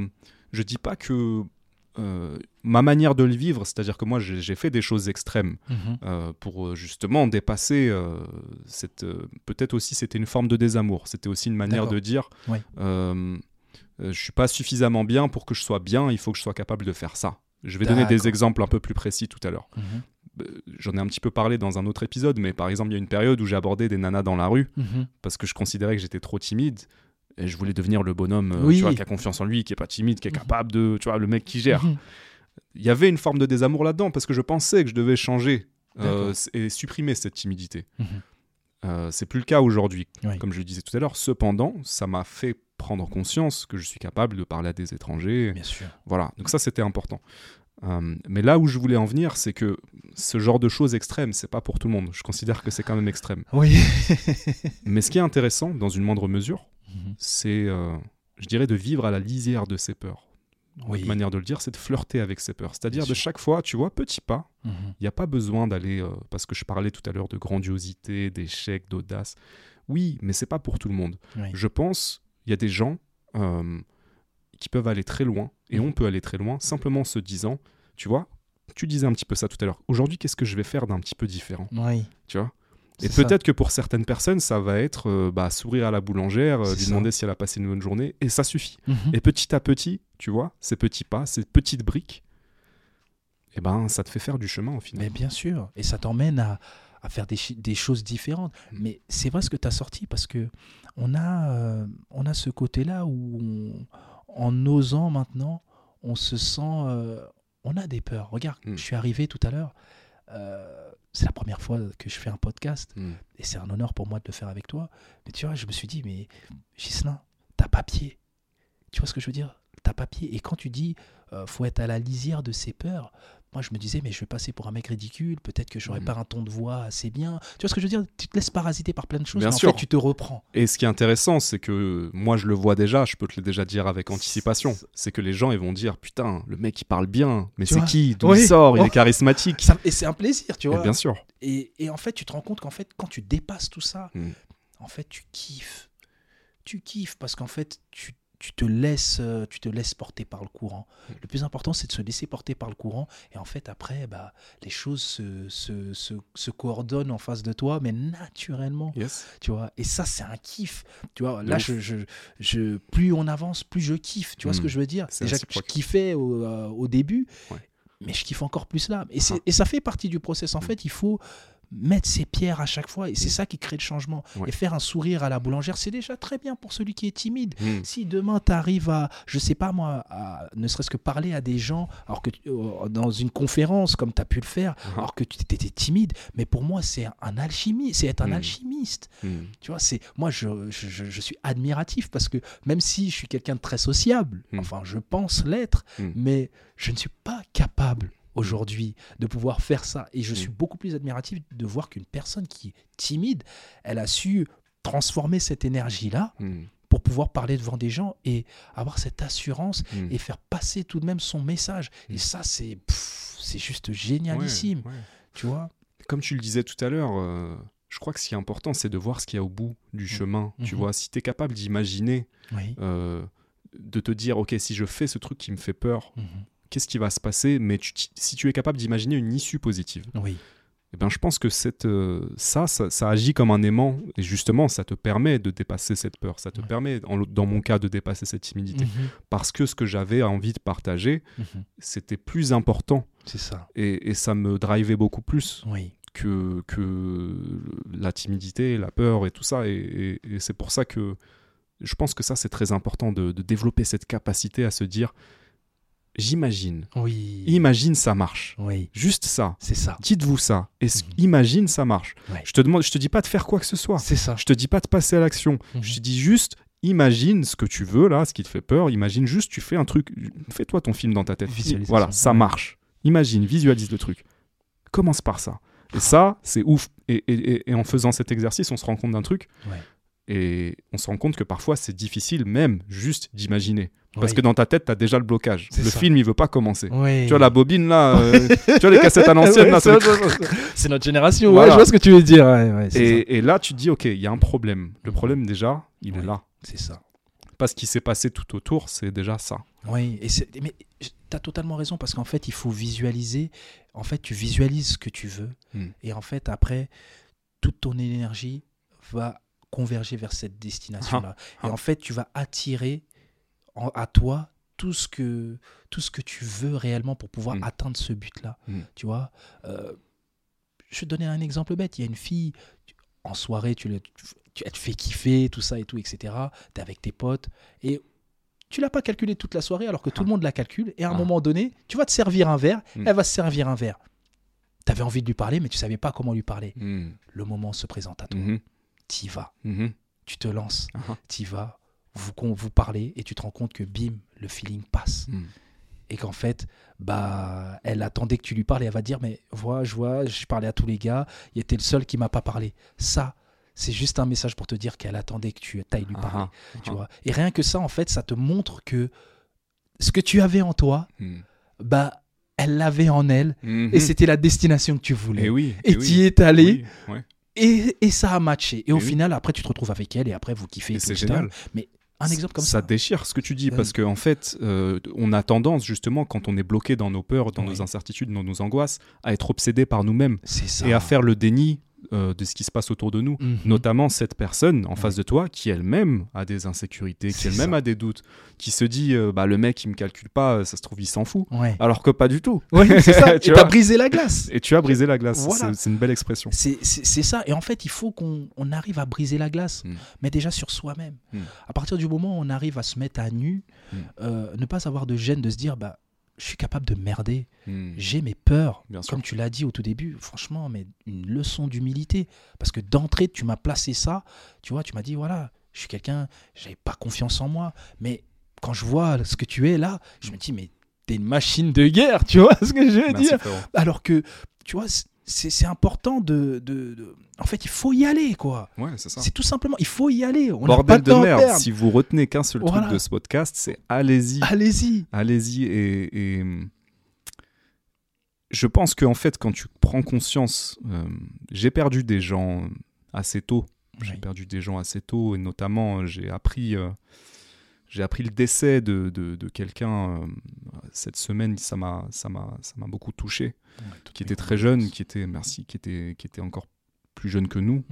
ma manière de le vivre, c'est-à-dire que moi j'ai fait des choses extrêmes pour justement dépasser cette. Peut-être aussi c'était une forme de désamour. C'était aussi une manière de dire je suis pas suffisamment bien pour que je sois bien. Il faut que je sois capable de faire ça. Je vais donner des exemples un peu plus précis tout à l'heure. J'en ai un petit peu parlé dans un autre épisode, mais par exemple il y a une période où j'ai abordé des nanas dans la rue parce que je considérais que j'étais trop timide. Et je voulais devenir le bonhomme tu vois, qui a confiance en lui, qui est pas timide, qui est capable de... Tu vois, le mec qui gère. Il y avait une forme de désamour là-dedans parce que je pensais que je devais changer et supprimer cette timidité. C'est plus le cas aujourd'hui, comme je le disais tout à l'heure. Cependant, ça m'a fait prendre conscience que je suis capable de parler à des étrangers. Bien sûr. Voilà, donc ça, c'était important. Mais là où je voulais en venir, c'est que ce genre de choses extrêmes, c'est pas pour tout le monde. Je considère que c'est quand même extrême. Oui. Mais ce qui est intéressant, dans une moindre mesure, c'est, je dirais, de vivre à la lisière de ses peurs. Une manière de le dire, c'est de flirter avec ses peurs. C'est-à-dire de chaque fois, tu vois, petit pas, il n'y a pas besoin d'aller... parce que je parlais tout à l'heure de grandiosité, d'échec, d'audace. Oui, mais c'est pas pour tout le monde. Je pense, il y a des gens qui peuvent aller très loin, et on peut aller très loin, simplement en se disant, tu vois, tu disais un petit peu ça tout à l'heure, aujourd'hui, qu'est-ce que je vais faire d'un petit peu différent ? Tu vois ? Et peut-être que pour certaines personnes, ça va être sourire à la boulangère, lui demander si elle a passé une bonne journée, et ça suffit. Et petit à petit, tu vois, ces petits pas, ces petites briques, eh ben, ça te fait faire du chemin au final. Mais bien sûr, et ça t'emmène à faire des choses différentes. Mais c'est vrai ce que tu as sorti, parce qu'on a ce côté-là où, en osant maintenant, on se sent... on a des peurs. Regarde, je suis arrivé tout à l'heure... c'est la première fois que je fais un podcast et c'est un honneur pour moi de le faire avec toi. Mais tu vois, je me suis dit, mais Ghislain, t'as pas pied. Tu vois ce que je veux dire ? T'as pas pied. Et quand tu dis, faut être à la lisière de ses peurs, moi je me disais, mais je vais passer pour un mec ridicule, peut-être que j'aurais pas un ton de voix assez bien. Tu vois ce que je veux dire ? Tu te laisses parasiter par plein de choses, bien mais sûr. En fait tu te reprends. Et ce qui est intéressant, c'est que moi je le vois déjà, je peux te le déjà dire avec anticipation, c'est que les gens ils vont dire, putain, le mec il parle bien, mais c'est qui ? D'où il sort ? Il est charismatique. Et c'est un plaisir, tu vois. Et bien sûr. Et en fait tu te rends compte qu'en fait quand tu dépasses tout ça, en fait tu kiffes. Tu kiffes parce qu'en fait tu te laisses porter par le courant. Le plus important, c'est de se laisser porter par le courant. Et en fait, après, les choses se coordonnent en face de toi, mais naturellement. Tu vois. Et ça, c'est un kiff. Tu vois, là, plus on avance, plus je kiffe. Tu vois ce que je veux dire ? Déjà que je kiffais au début, mais je kiffe encore plus là. Et ça fait partie du process. En fait, il faut mettre ses pierres à chaque fois, et c'est ça qui crée le changement. Et faire un sourire à la boulangère, c'est déjà très bien pour celui qui est timide. Si demain tu arrives à, je sais pas moi, ne serait-ce que parler à des gens, alors que dans une conférence comme tu as pu le faire, alors que tu étais timide, mais pour moi c'est un alchimie, c'est être un alchimiste. Tu vois, moi je suis admiratif, parce que même si je suis quelqu'un de très sociable, enfin je pense l'être, mais je ne suis pas capable aujourd'hui de pouvoir faire ça, et je suis beaucoup plus admiratif de voir qu'une personne qui est timide, elle a su transformer cette énergie-là pour pouvoir parler devant des gens et avoir cette assurance et faire passer tout de même son message. Et ça, c'est juste génialissime. Tu vois ? Comme tu le disais tout à l'heure, je crois que ce qui est important, c'est de voir ce qu'il y a au bout du chemin. Tu vois, si tu es capable d'imaginer, de te dire, ok, si je fais ce truc qui me fait peur, qu'est-ce qui va se passer ? Mais si tu es capable d'imaginer une issue positive, eh ben, je pense que ça agit comme un aimant. Et justement, ça te permet de dépasser cette peur. Ça te permet, dans mon cas, de dépasser cette timidité. Parce que ce que j'avais envie de partager, c'était plus important. C'est ça. Et ça me drivait beaucoup plus que la timidité, la peur et tout ça. Et c'est pour ça que je pense que ça, c'est très important de développer cette capacité à se dire... J'imagine. Imagine ça marche. Juste ça. C'est ça. Dites-vous ça. Et imagine ça marche. Je te dis pas de faire quoi que ce soit. C'est ça. Je te dis pas de passer à l'action. Je te dis juste, imagine ce que tu veux là, ce qui te fait peur. Imagine juste, tu fais un truc. Fais-toi ton film dans ta tête. Voilà, ça marche. Imagine, visualise le truc. Commence par ça. Et ça, c'est ouf. Et en faisant cet exercice, on se rend compte d'un truc. Ouais. Et on se rend compte que parfois, c'est difficile même juste d'imaginer. Parce que dans ta tête, tu as déjà le blocage. Le film, il veut pas commencer. Oui. Tu vois, la bobine, là, tu vois, les cassettes à l'ancienne, là, c'est notre génération. Voilà. Ouais, je vois ce que tu veux dire. Ouais, et là, tu te dis, OK, il y a un problème. Le problème, déjà, il est là. C'est ça. Pas ce qui s'est passé tout autour, c'est déjà ça. Oui, mais tu as totalement raison, parce qu'en fait, il faut visualiser. En fait, tu visualises ce que tu veux. Et en fait, après, toute ton énergie va converger vers cette destination-là. Et en fait, tu vas attirer à toi tout ce que tu veux réellement pour pouvoir atteindre ce but-là. Tu vois, je vais te donner un exemple bête. Il y a une fille, en soirée, elle te fait kiffer, tout ça et tout, etc. Tu es avec tes potes et tu l'as pas calculé toute la soirée alors que tout le monde la calcule. Et à un moment donné, tu vas te servir un verre, elle va se servir un verre. Tu avais envie de lui parler, mais tu savais pas comment lui parler. Le moment se présente à toi. Tu y vas. Tu te lances. Tu y vas. Vous parlez et tu te rends compte que bim, le feeling passe. Et qu'en fait, elle attendait que tu lui parles et elle va dire, mais je parlais à tous les gars, il était le seul qui m'a pas parlé. Ça, c'est juste un message pour te dire qu'elle attendait que tu ailles lui parler. Tu vois. Et rien que ça, en fait, ça te montre que ce que tu avais en toi, elle l'avait en elle et c'était la destination que tu voulais. Et tu y es allé. Et ça a matché. Et au final, après, tu te retrouves avec elle et après, vous kiffez. Et c'est génial. Mais un exemple comme ça. Ça déchire ce que tu dis parce qu'en fait, on a tendance, justement, quand on est bloqué dans nos peurs, dans nos incertitudes, dans nos angoisses, à être obsédé par nous-mêmes et à faire le déni de ce qui se passe autour de nous. Notamment cette personne en face de toi qui elle-même a des insécurités, qui elle-même a des doutes, qui se dit le mec, il me calcule pas, ça se trouve, il s'en fout. Alors que pas du tout. C'est ça. Et tu as brisé la glace. Et tu as brisé la glace. Voilà. C'est une belle expression. C'est ça. Et en fait, il faut qu'on arrive à briser la glace, mais déjà sur soi-même. À partir du moment où on arrive à se mettre à nu, ne pas avoir de gêne, de se dire je suis capable de merder, j'ai mes peurs, comme tu l'as dit au tout début, franchement, mais une leçon d'humilité, parce que d'entrée, tu m'as placé ça, tu vois, tu m'as dit, voilà, je suis quelqu'un, j'avais pas confiance en moi, mais quand je vois ce que tu es là, je me dis, mais t'es une machine de guerre, tu vois ce que je veux dire. Alors que, tu vois, c'est important en fait, il faut y aller, quoi. Ouais, c'est ça. C'est tout simplement, il faut y aller. On Bordel de merde, si vous retenez qu'un seul truc de ce podcast, c'est allez-y. Allez-y. Allez-y. Et je pense qu'en fait, quand tu prends conscience, j'ai perdu des gens assez tôt. J'ai perdu des gens assez tôt et notamment, j'ai appris le décès de quelqu'un cette semaine. Ça m'a beaucoup touché. Qui était très jeune, qui était encore plus jeune que nous.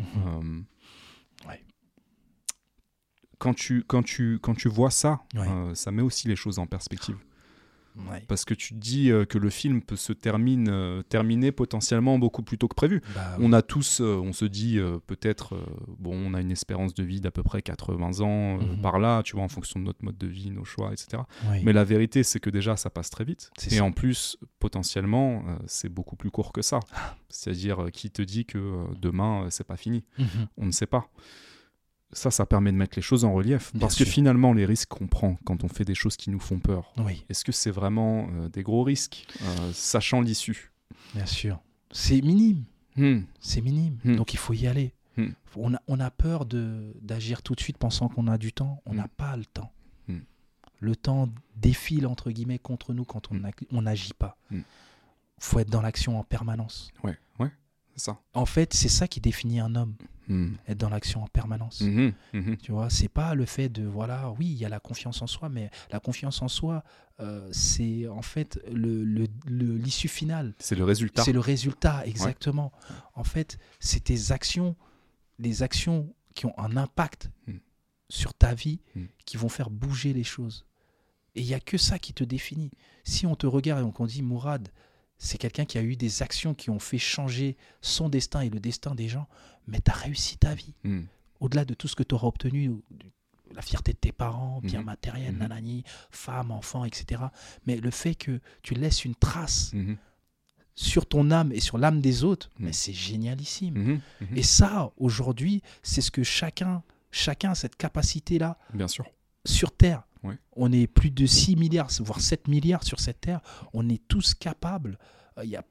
Quand tu vois ça, ça met aussi les choses en perspective. Parce que tu te dis que le film peut se terminer potentiellement beaucoup plus tôt que prévu. On a tous, on se dit peut-être, on a une espérance de vie d'à peu près 80 ans par là, tu vois, en fonction de notre mode de vie, nos choix, etc. Mais la vérité, c'est que déjà, ça passe très vite. Et en plus, potentiellement, c'est beaucoup plus court que ça. C'est-à-dire, qui te dit que demain, c'est pas fini. On ne sait pas. Ça permet de mettre les choses en relief. Parce que finalement, les risques qu'on prend quand on fait des choses qui nous font peur, est-ce que c'est vraiment des gros risques, sachant l'issue ? Bien sûr. C'est minime. C'est minime. Donc, il faut y aller. On a peur d'agir tout de suite pensant qu'on a du temps. On n'a pas le temps. Le temps défile, entre guillemets, contre nous quand on n'agit pas. Il faut être dans l'action en permanence. Ouais, c'est ça. En fait, c'est ça qui définit un homme. Être dans l'action en permanence. Tu vois, c'est pas le fait de, oui, il y a la confiance en soi, mais la confiance en soi, c'est en fait l'issue finale. C'est le résultat. C'est le résultat, exactement. En fait, c'est tes actions, les actions qui ont un impact sur ta vie, qui vont faire bouger les choses. Et il n'y a que ça qui te définit. Si on te regarde et qu'on dit, Mourad, c'est quelqu'un qui a eu des actions qui ont fait changer son destin et le destin des gens, mais tu as réussi ta vie. Au-delà de tout ce que tu auras obtenu, la fierté de tes parents, bien matériel, nanani, femme, enfant, etc. Mais le fait que tu laisses une trace sur ton âme et sur l'âme des autres, mais c'est génialissime. Et ça, aujourd'hui, c'est ce que chacun a cette capacité-là. Bien sûr. Sur Terre. On est plus de 6 milliards, voire 7 milliards sur cette Terre. On est tous capables. Il n'y a pas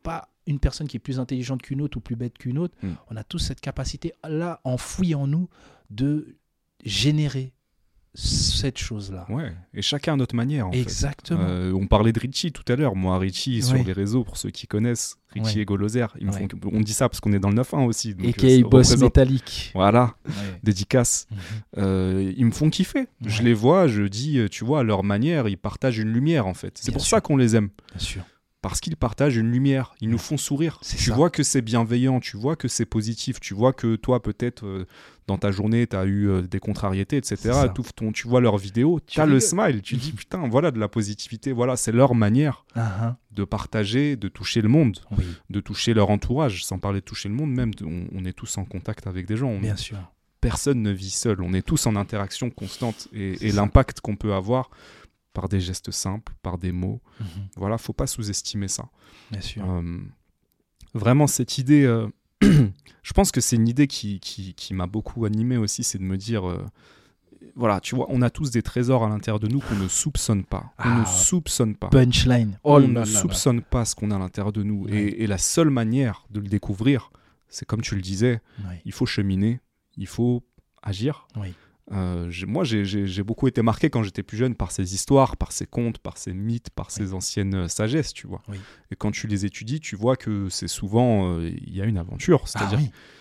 une personne qui est plus intelligente qu'une autre ou plus bête qu'une autre. On a tous cette capacité-là, enfouie en nous, de générer cette chose-là. Ouais, et chacun à notre manière. Exactement. On parlait de Richie tout à l'heure. Moi, Richie, sur les réseaux, pour ceux qui connaissent, Richie et Golozer, on dit ça parce qu'on est dans le 9-1 aussi. A.K.A. Boss Métallique. Voilà, dédicace. Ils me font kiffer. Je les vois, je dis, tu vois, à leur manière, ils partagent une lumière, en fait. C'est pour ça qu'on les aime. Bien sûr. Parce qu'ils partagent une lumiire, ils nous font sourire. Tu vois que c'est bienveillant, tu vois que c'est positif, tu vois que toi, peut-être, dans ta journée, tu as eu des contrariétés, etc. Tu vois leurs vidéos, tu as le smile, tu dis, putain, voilà de la positivité, voilà, c'est leur manière de partager, de toucher le monde, de toucher leur entourage, sans parler de toucher le monde, même, on est tous en contact avec des gens. Bien sûr. Personne ne vit seul, on est tous en interaction constante, et l'impact qu'on peut avoir par des gestes simples, par des mots. Voilà, faut pas sous-estimer ça. Bien sûr. Vraiment, cette idée, je pense que c'est une idée qui m'a beaucoup animé aussi, c'est de me dire, voilà, tu vois, on a tous des trésors à l'intérieur de nous qu'on ne soupçonne pas. On ne soupçonne pas. Punchline. On ne soupçonne pas ce qu'on a à l'intérieur de nous. Et la seule manière de le découvrir, c'est comme tu le disais, il faut cheminer, il faut agir. Moi, j'ai beaucoup été marqué quand j'étais plus jeune par ces histoires, par ces contes, par ces mythes, par ces anciennes sagesses, tu vois. Et quand tu les étudies, tu vois que c'est souvent, il y a une aventure. C'est-à-dire,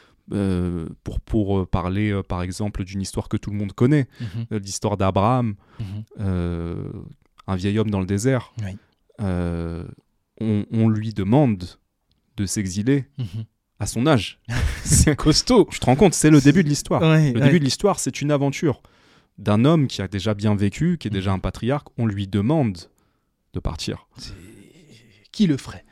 pour parler, par exemple, d'une histoire que tout le monde connaît, l'histoire d'Abraham, un vieil homme dans le désert, on lui demande de s'exiler à son âge. C'est costaud. Tu te rends compte, c'est le début de l'histoire. Le début de l'histoire, c'est une aventure d'un homme qui a déjà bien vécu, qui est déjà un patriarche. On lui demande de partir. Qui le ferait?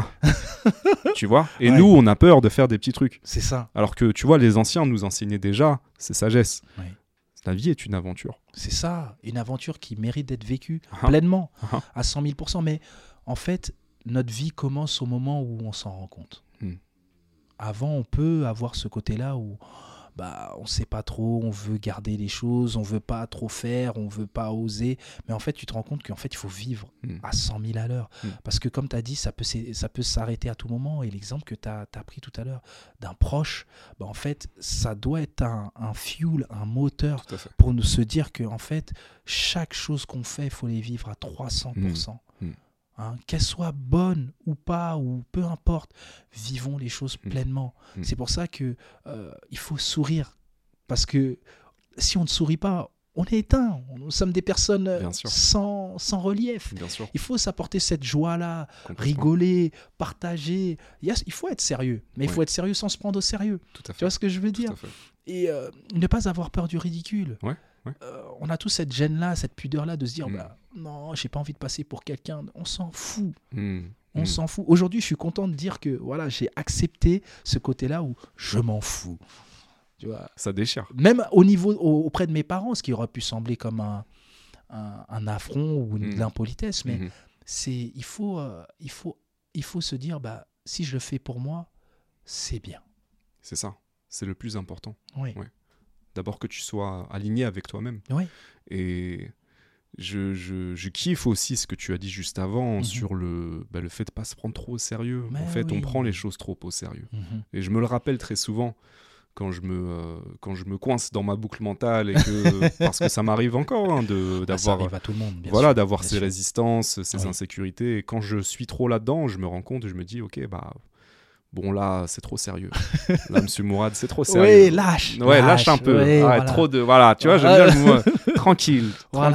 Tu vois. Et nous, on a peur de faire des petits trucs. C'est ça. Alors que, tu vois, les anciens nous enseignaient déjà ces sagesses. La vie est une aventure. C'est ça. Une aventure qui mérite d'être vécue pleinement, à 100 000 %. Mais en fait, notre vie commence au moment où on s'en rend compte. Avant, on peut avoir ce côté-là où on ne sait pas trop, on veut garder les choses, on ne veut pas trop faire, on ne veut pas oser. Mais en fait, tu te rends compte qu'en fait, il faut vivre à 100 000 à l'heure. Parce que comme tu as dit, ça peut s'arrêter à tout moment. Et l'exemple que tu as pris tout à l'heure d'un proche, en fait, ça doit être un fuel, un moteur pour nous se dire que en fait, chaque chose qu'on fait, il faut les vivre à 300 %. Qu'elles soient bonnes ou pas, ou peu importe, vivons les choses pleinement. C'est pour ça que il faut sourire. Parce que si on ne sourit pas, on est éteint. Nous sommes des personnes sans relief. Il faut s'apporter cette joie-là, rigoler, partager. Il faut être sérieux. Mais il faut être sérieux sans se prendre au sérieux. Tu vois ce que je veux dire? Et ne pas avoir peur du ridicule. On a tous cette gêne-là, cette pudeur-là de se dire non, j'ai pas envie de passer pour quelqu'un. On s'en fout. On s'en fout. Aujourd'hui, je suis content de dire que voilà, j'ai accepté ce côté-là où je m'en fous. Tu vois, ça déchire. Même au niveau auprès de mes parents, ce qui aurait pu sembler comme un affront ou de l'impolitesse, mais il faut se dire si je le fais pour moi, c'est bien. C'est ça. C'est le plus important. Oui. D'abord que tu sois aligné avec toi-même. Et je kiffe aussi ce que tu as dit juste avant sur le fait de ne pas se prendre trop au sérieux. En fait, on prend les choses trop au sérieux. Et je me le rappelle très souvent quand je me coince dans ma boucle mentale, et parce que ça m'arrive encore d'avoir, ça arrive à tout le monde, d'avoir ces résistances, ces insécurités. Et quand je suis trop là-dedans, je me rends compte et je me dis, ok, bon, là, c'est trop sérieux. Là, Monsieur Mourad, c'est trop sérieux. Oui, lâche. Lâche un peu. Trop de... Voilà, tu vois, j'aime bien le mot. Tranquille.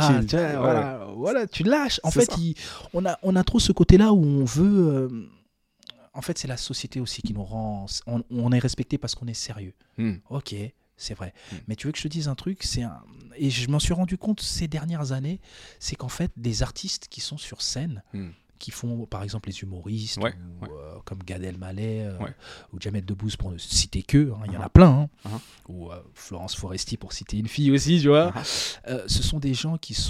Voilà, tu lâches. En fait, on a trop ce côté-là où on veut... En fait, c'est la société aussi qui nous rend... On est respecté parce qu'on est sérieux. Ok, c'est vrai. Mais tu veux que je te dise un truc, et je m'en suis rendu compte ces dernières années, c'est qu'en fait, des artistes qui sont sur scène... qui font par exemple les humoristes comme Gad Elmaleh ou Jamel Debbouze pour ne citer que, il y en a plein, ou Florence Foresti pour citer une fille aussi, tu vois. Ce sont des gens qui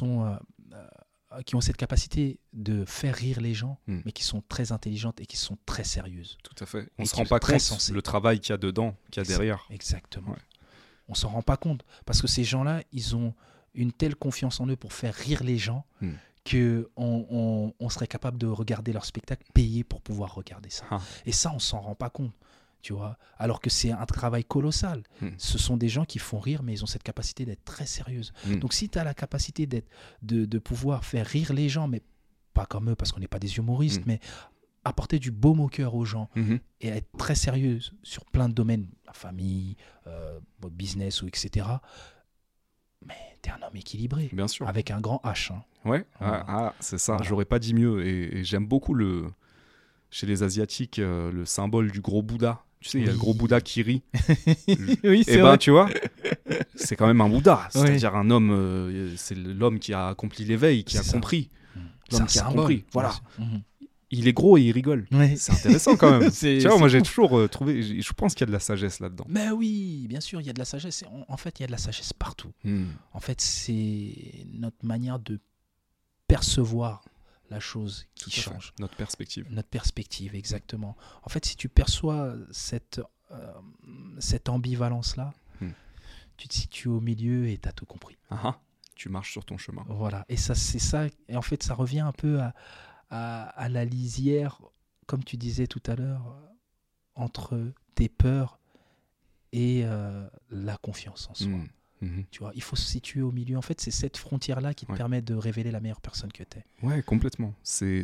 ont cette capacité de faire rire les gens, mais qui sont très intelligentes et qui sont très sérieuses. Tout à fait. On ne se rend pas compte le travail qu'il y a dedans, qu'il y a derrière. Exactement. On ne s'en rend pas compte parce que ces gens-là, ils ont une telle confiance en eux pour faire rire les gens qu'on serait capable de regarder leur spectacle, payer pour pouvoir regarder ça. Et ça, on s'en rend pas compte. Tu vois, alors que c'est un travail colossal. Ce sont des gens qui font rire, mais ils ont cette capacité d'être très sérieuses. Donc si tu as la capacité de pouvoir faire rire les gens, mais pas comme eux, parce qu'on n'est pas des humoristes, mais apporter du baume au cœur aux gens et être très sérieux sur plein de domaines, la famille, business ou etc., mais t'es un homme équilibré. Bien sûr. Avec un grand H. Ouais, c'est ça. Voilà. J'aurais pas dit mieux. Et j'aime beaucoup chez les Asiatiques, le symbole du gros Bouddha. Tu sais, il y a le gros Bouddha qui rit. Oui, c'est vrai. Tu vois, c'est quand même un Bouddha. C'est-à-dire un homme, c'est l'homme qui a accompli l'éveil, qui a compris. L'homme qui a compris. Voilà. Il est gros et il rigole. Oui. C'est intéressant quand même. Tu vois, moi j'ai toujours trouvé, je pense qu'il y a de la sagesse là-dedans. Mais oui, bien sûr, il y a de la sagesse. En fait, il y a de la sagesse partout. En fait, c'est notre manière de percevoir la chose qui change. Notre perspective. Notre perspective, exactement. En fait, si tu perçois cette ambivalence-là, tu te situes au milieu et tu as tout compris. Tu marches sur ton chemin. Voilà. Et ça, c'est ça. Et en fait, ça revient un peu à la lisière, comme tu disais tout à l'heure, entre tes peurs et la confiance en soi. Tu vois, il faut se situer au milieu. En fait, c'est cette frontière-là qui te permet de révéler la meilleure personne que tu es. Ouais, complètement. C'est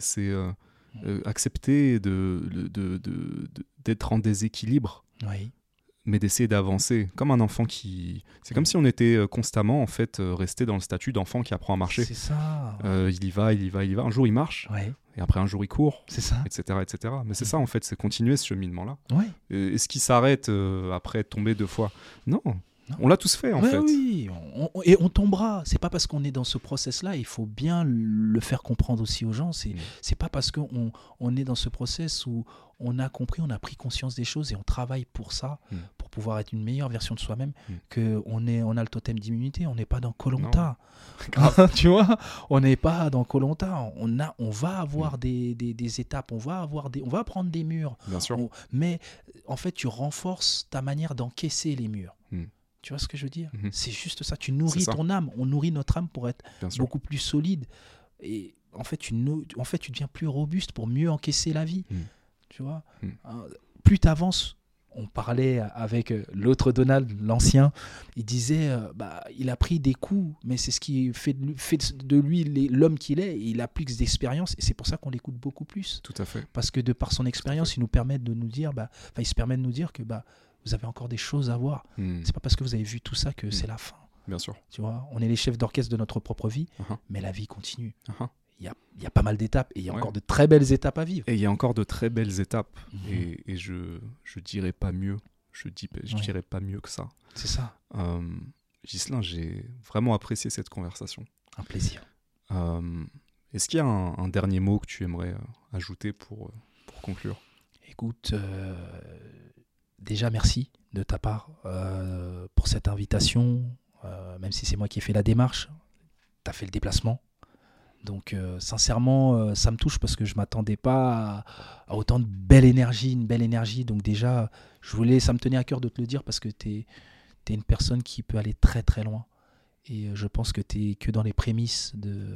accepter d'être en déséquilibre, mais d'essayer d'avancer. Comme un enfant qui... C'est comme si on était constamment, en fait, resté dans le statut d'enfant qui apprend à marcher. C'est ça. Il y va. Un jour, il marche. Et après, un jour, il court. C'est ça. Etc. Mais c'est ça, en fait, c'est continuer ce cheminement-là. Ouais. Est-ce qu'il s'arrête après être tombé 2 fois ? Non. On l'a tous fait, en fait. Oui, et on tombera. C'est pas parce qu'on est dans ce process-là, il faut bien le faire comprendre aussi aux gens. C'est pas parce qu'on est dans ce process où on a compris, on a pris conscience des choses et on travaille pour ça, pour pouvoir être une meilleure version de soi-même, qu'on a le totem d'immunité. On n'est pas dans Koh-Lanta. Tu vois, on n'est pas dans Koh-Lanta. On va avoir des étapes, on va prendre des murs. Bien sûr. Mais en fait, tu renforces ta manière d'encaisser les murs. Tu vois ce que je veux dire ? C'est juste ça. Tu nourris ton âme. On nourrit notre âme pour être beaucoup plus solide. Et en fait, tu deviens plus robuste pour mieux encaisser la vie. Tu vois ? Plus tu avances, on parlait avec l'autre Donald, l'ancien, il disait il a pris des coups, mais c'est ce qui fait de lui l'homme qu'il est. Et il a plus d'expérience et c'est pour ça qu'on l'écoute beaucoup plus. Tout à fait. Parce que de par son expérience, il nous permet de nous dire, il se permet de nous dire que vous avez encore des choses à voir. C'est pas parce que vous avez vu tout ça que c'est la fin. Bien sûr. Tu vois, on est les chefs d'orchestre de notre propre vie, mais la vie continue. Il y a pas mal d'étapes et il y a encore de très belles étapes à vivre. Et il y a encore de très belles étapes. Et je dirais pas mieux. Je dirais pas mieux que ça. C'est ça. Ghislain, j'ai vraiment apprécié cette conversation. Un plaisir. Est-ce qu'il y a un dernier mot que tu aimerais ajouter pour conclure ? Écoute, déjà merci de ta part pour cette invitation. Même si c'est moi qui ai fait la démarche, tu as fait le déplacement. Donc sincèrement, ça me touche parce que je ne m'attendais pas à autant de une belle énergie. Donc déjà, ça me tenait à cœur de te le dire parce que tu es une personne qui peut aller très très loin. Et je pense que tu n'es que dans les prémices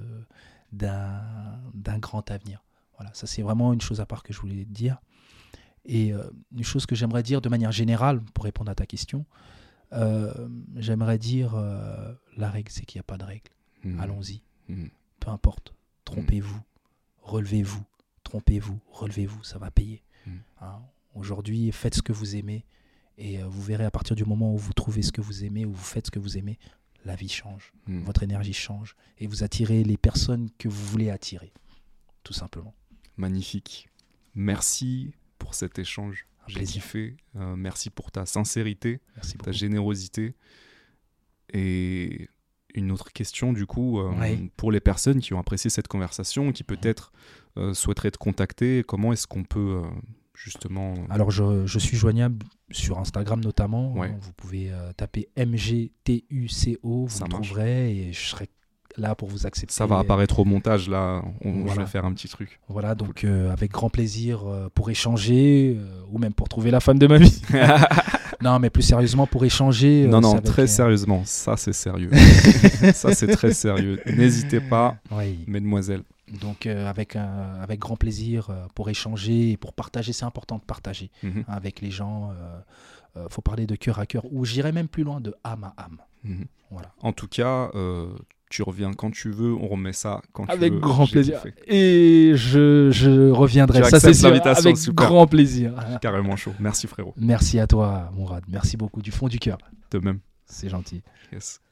d'un grand avenir. Voilà, ça c'est vraiment une chose à part que je voulais te dire. Et une chose que j'aimerais dire de manière générale, pour répondre à ta question, j'aimerais dire, la règle c'est qu'il n'y a pas de règle. Allons-y. Peu importe, trompez-vous, relevez-vous, trompez-vous, relevez-vous, ça va payer. Aujourd'hui, faites ce que vous aimez et vous verrez à partir du moment où vous trouvez ce que vous aimez, où vous faites ce que vous aimez, la vie change, votre énergie change et vous attirez les personnes que vous voulez attirer, tout simplement. Magnifique. Merci pour cet échange. J'ai kiffé. Merci pour ta sincérité, ta générosité. Et une autre question, du coup, pour les personnes qui ont apprécié cette conversation, qui peut-être souhaiteraient te contacter, comment est-ce qu'on peut justement... Alors, je suis joignable sur Instagram notamment. Vous pouvez taper MGTUCO, vous me trouverez et je serai là pour vous accepter. Ça va apparaître au montage, là. Je vais faire un petit truc. Voilà, donc avec grand plaisir pour échanger ou même pour trouver la femme de ma vie. Non, mais plus sérieusement, pour échanger. Non, très sérieusement, ça c'est sérieux. Ça c'est très sérieux. N'hésitez pas, mesdemoiselles. Donc avec grand plaisir pour échanger et pour partager, c'est important de partager avec les gens. Faut parler de cœur à cœur, ou j'irais même plus loin, de âme à âme. Voilà. En tout cas, tu reviens quand tu veux, on remet ça quand tu veux. Avec grand plaisir. Et je reviendrai, ça c'est sûr, avec grand plaisir. Carrément chaud. Merci frérot. Merci à toi Mourad, merci beaucoup du fond du cœur. De même. C'est gentil. Yes.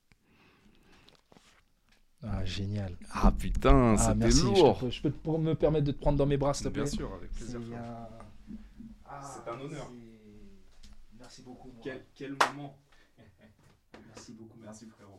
Ah, génial. Ah putain, c'était lourd. Je peux me permettre de te prendre dans mes bras, s'il te plaît? Bien sûr, avec plaisir. C'est un honneur. Merci beaucoup. Quel moment. Merci beaucoup. Merci frérot.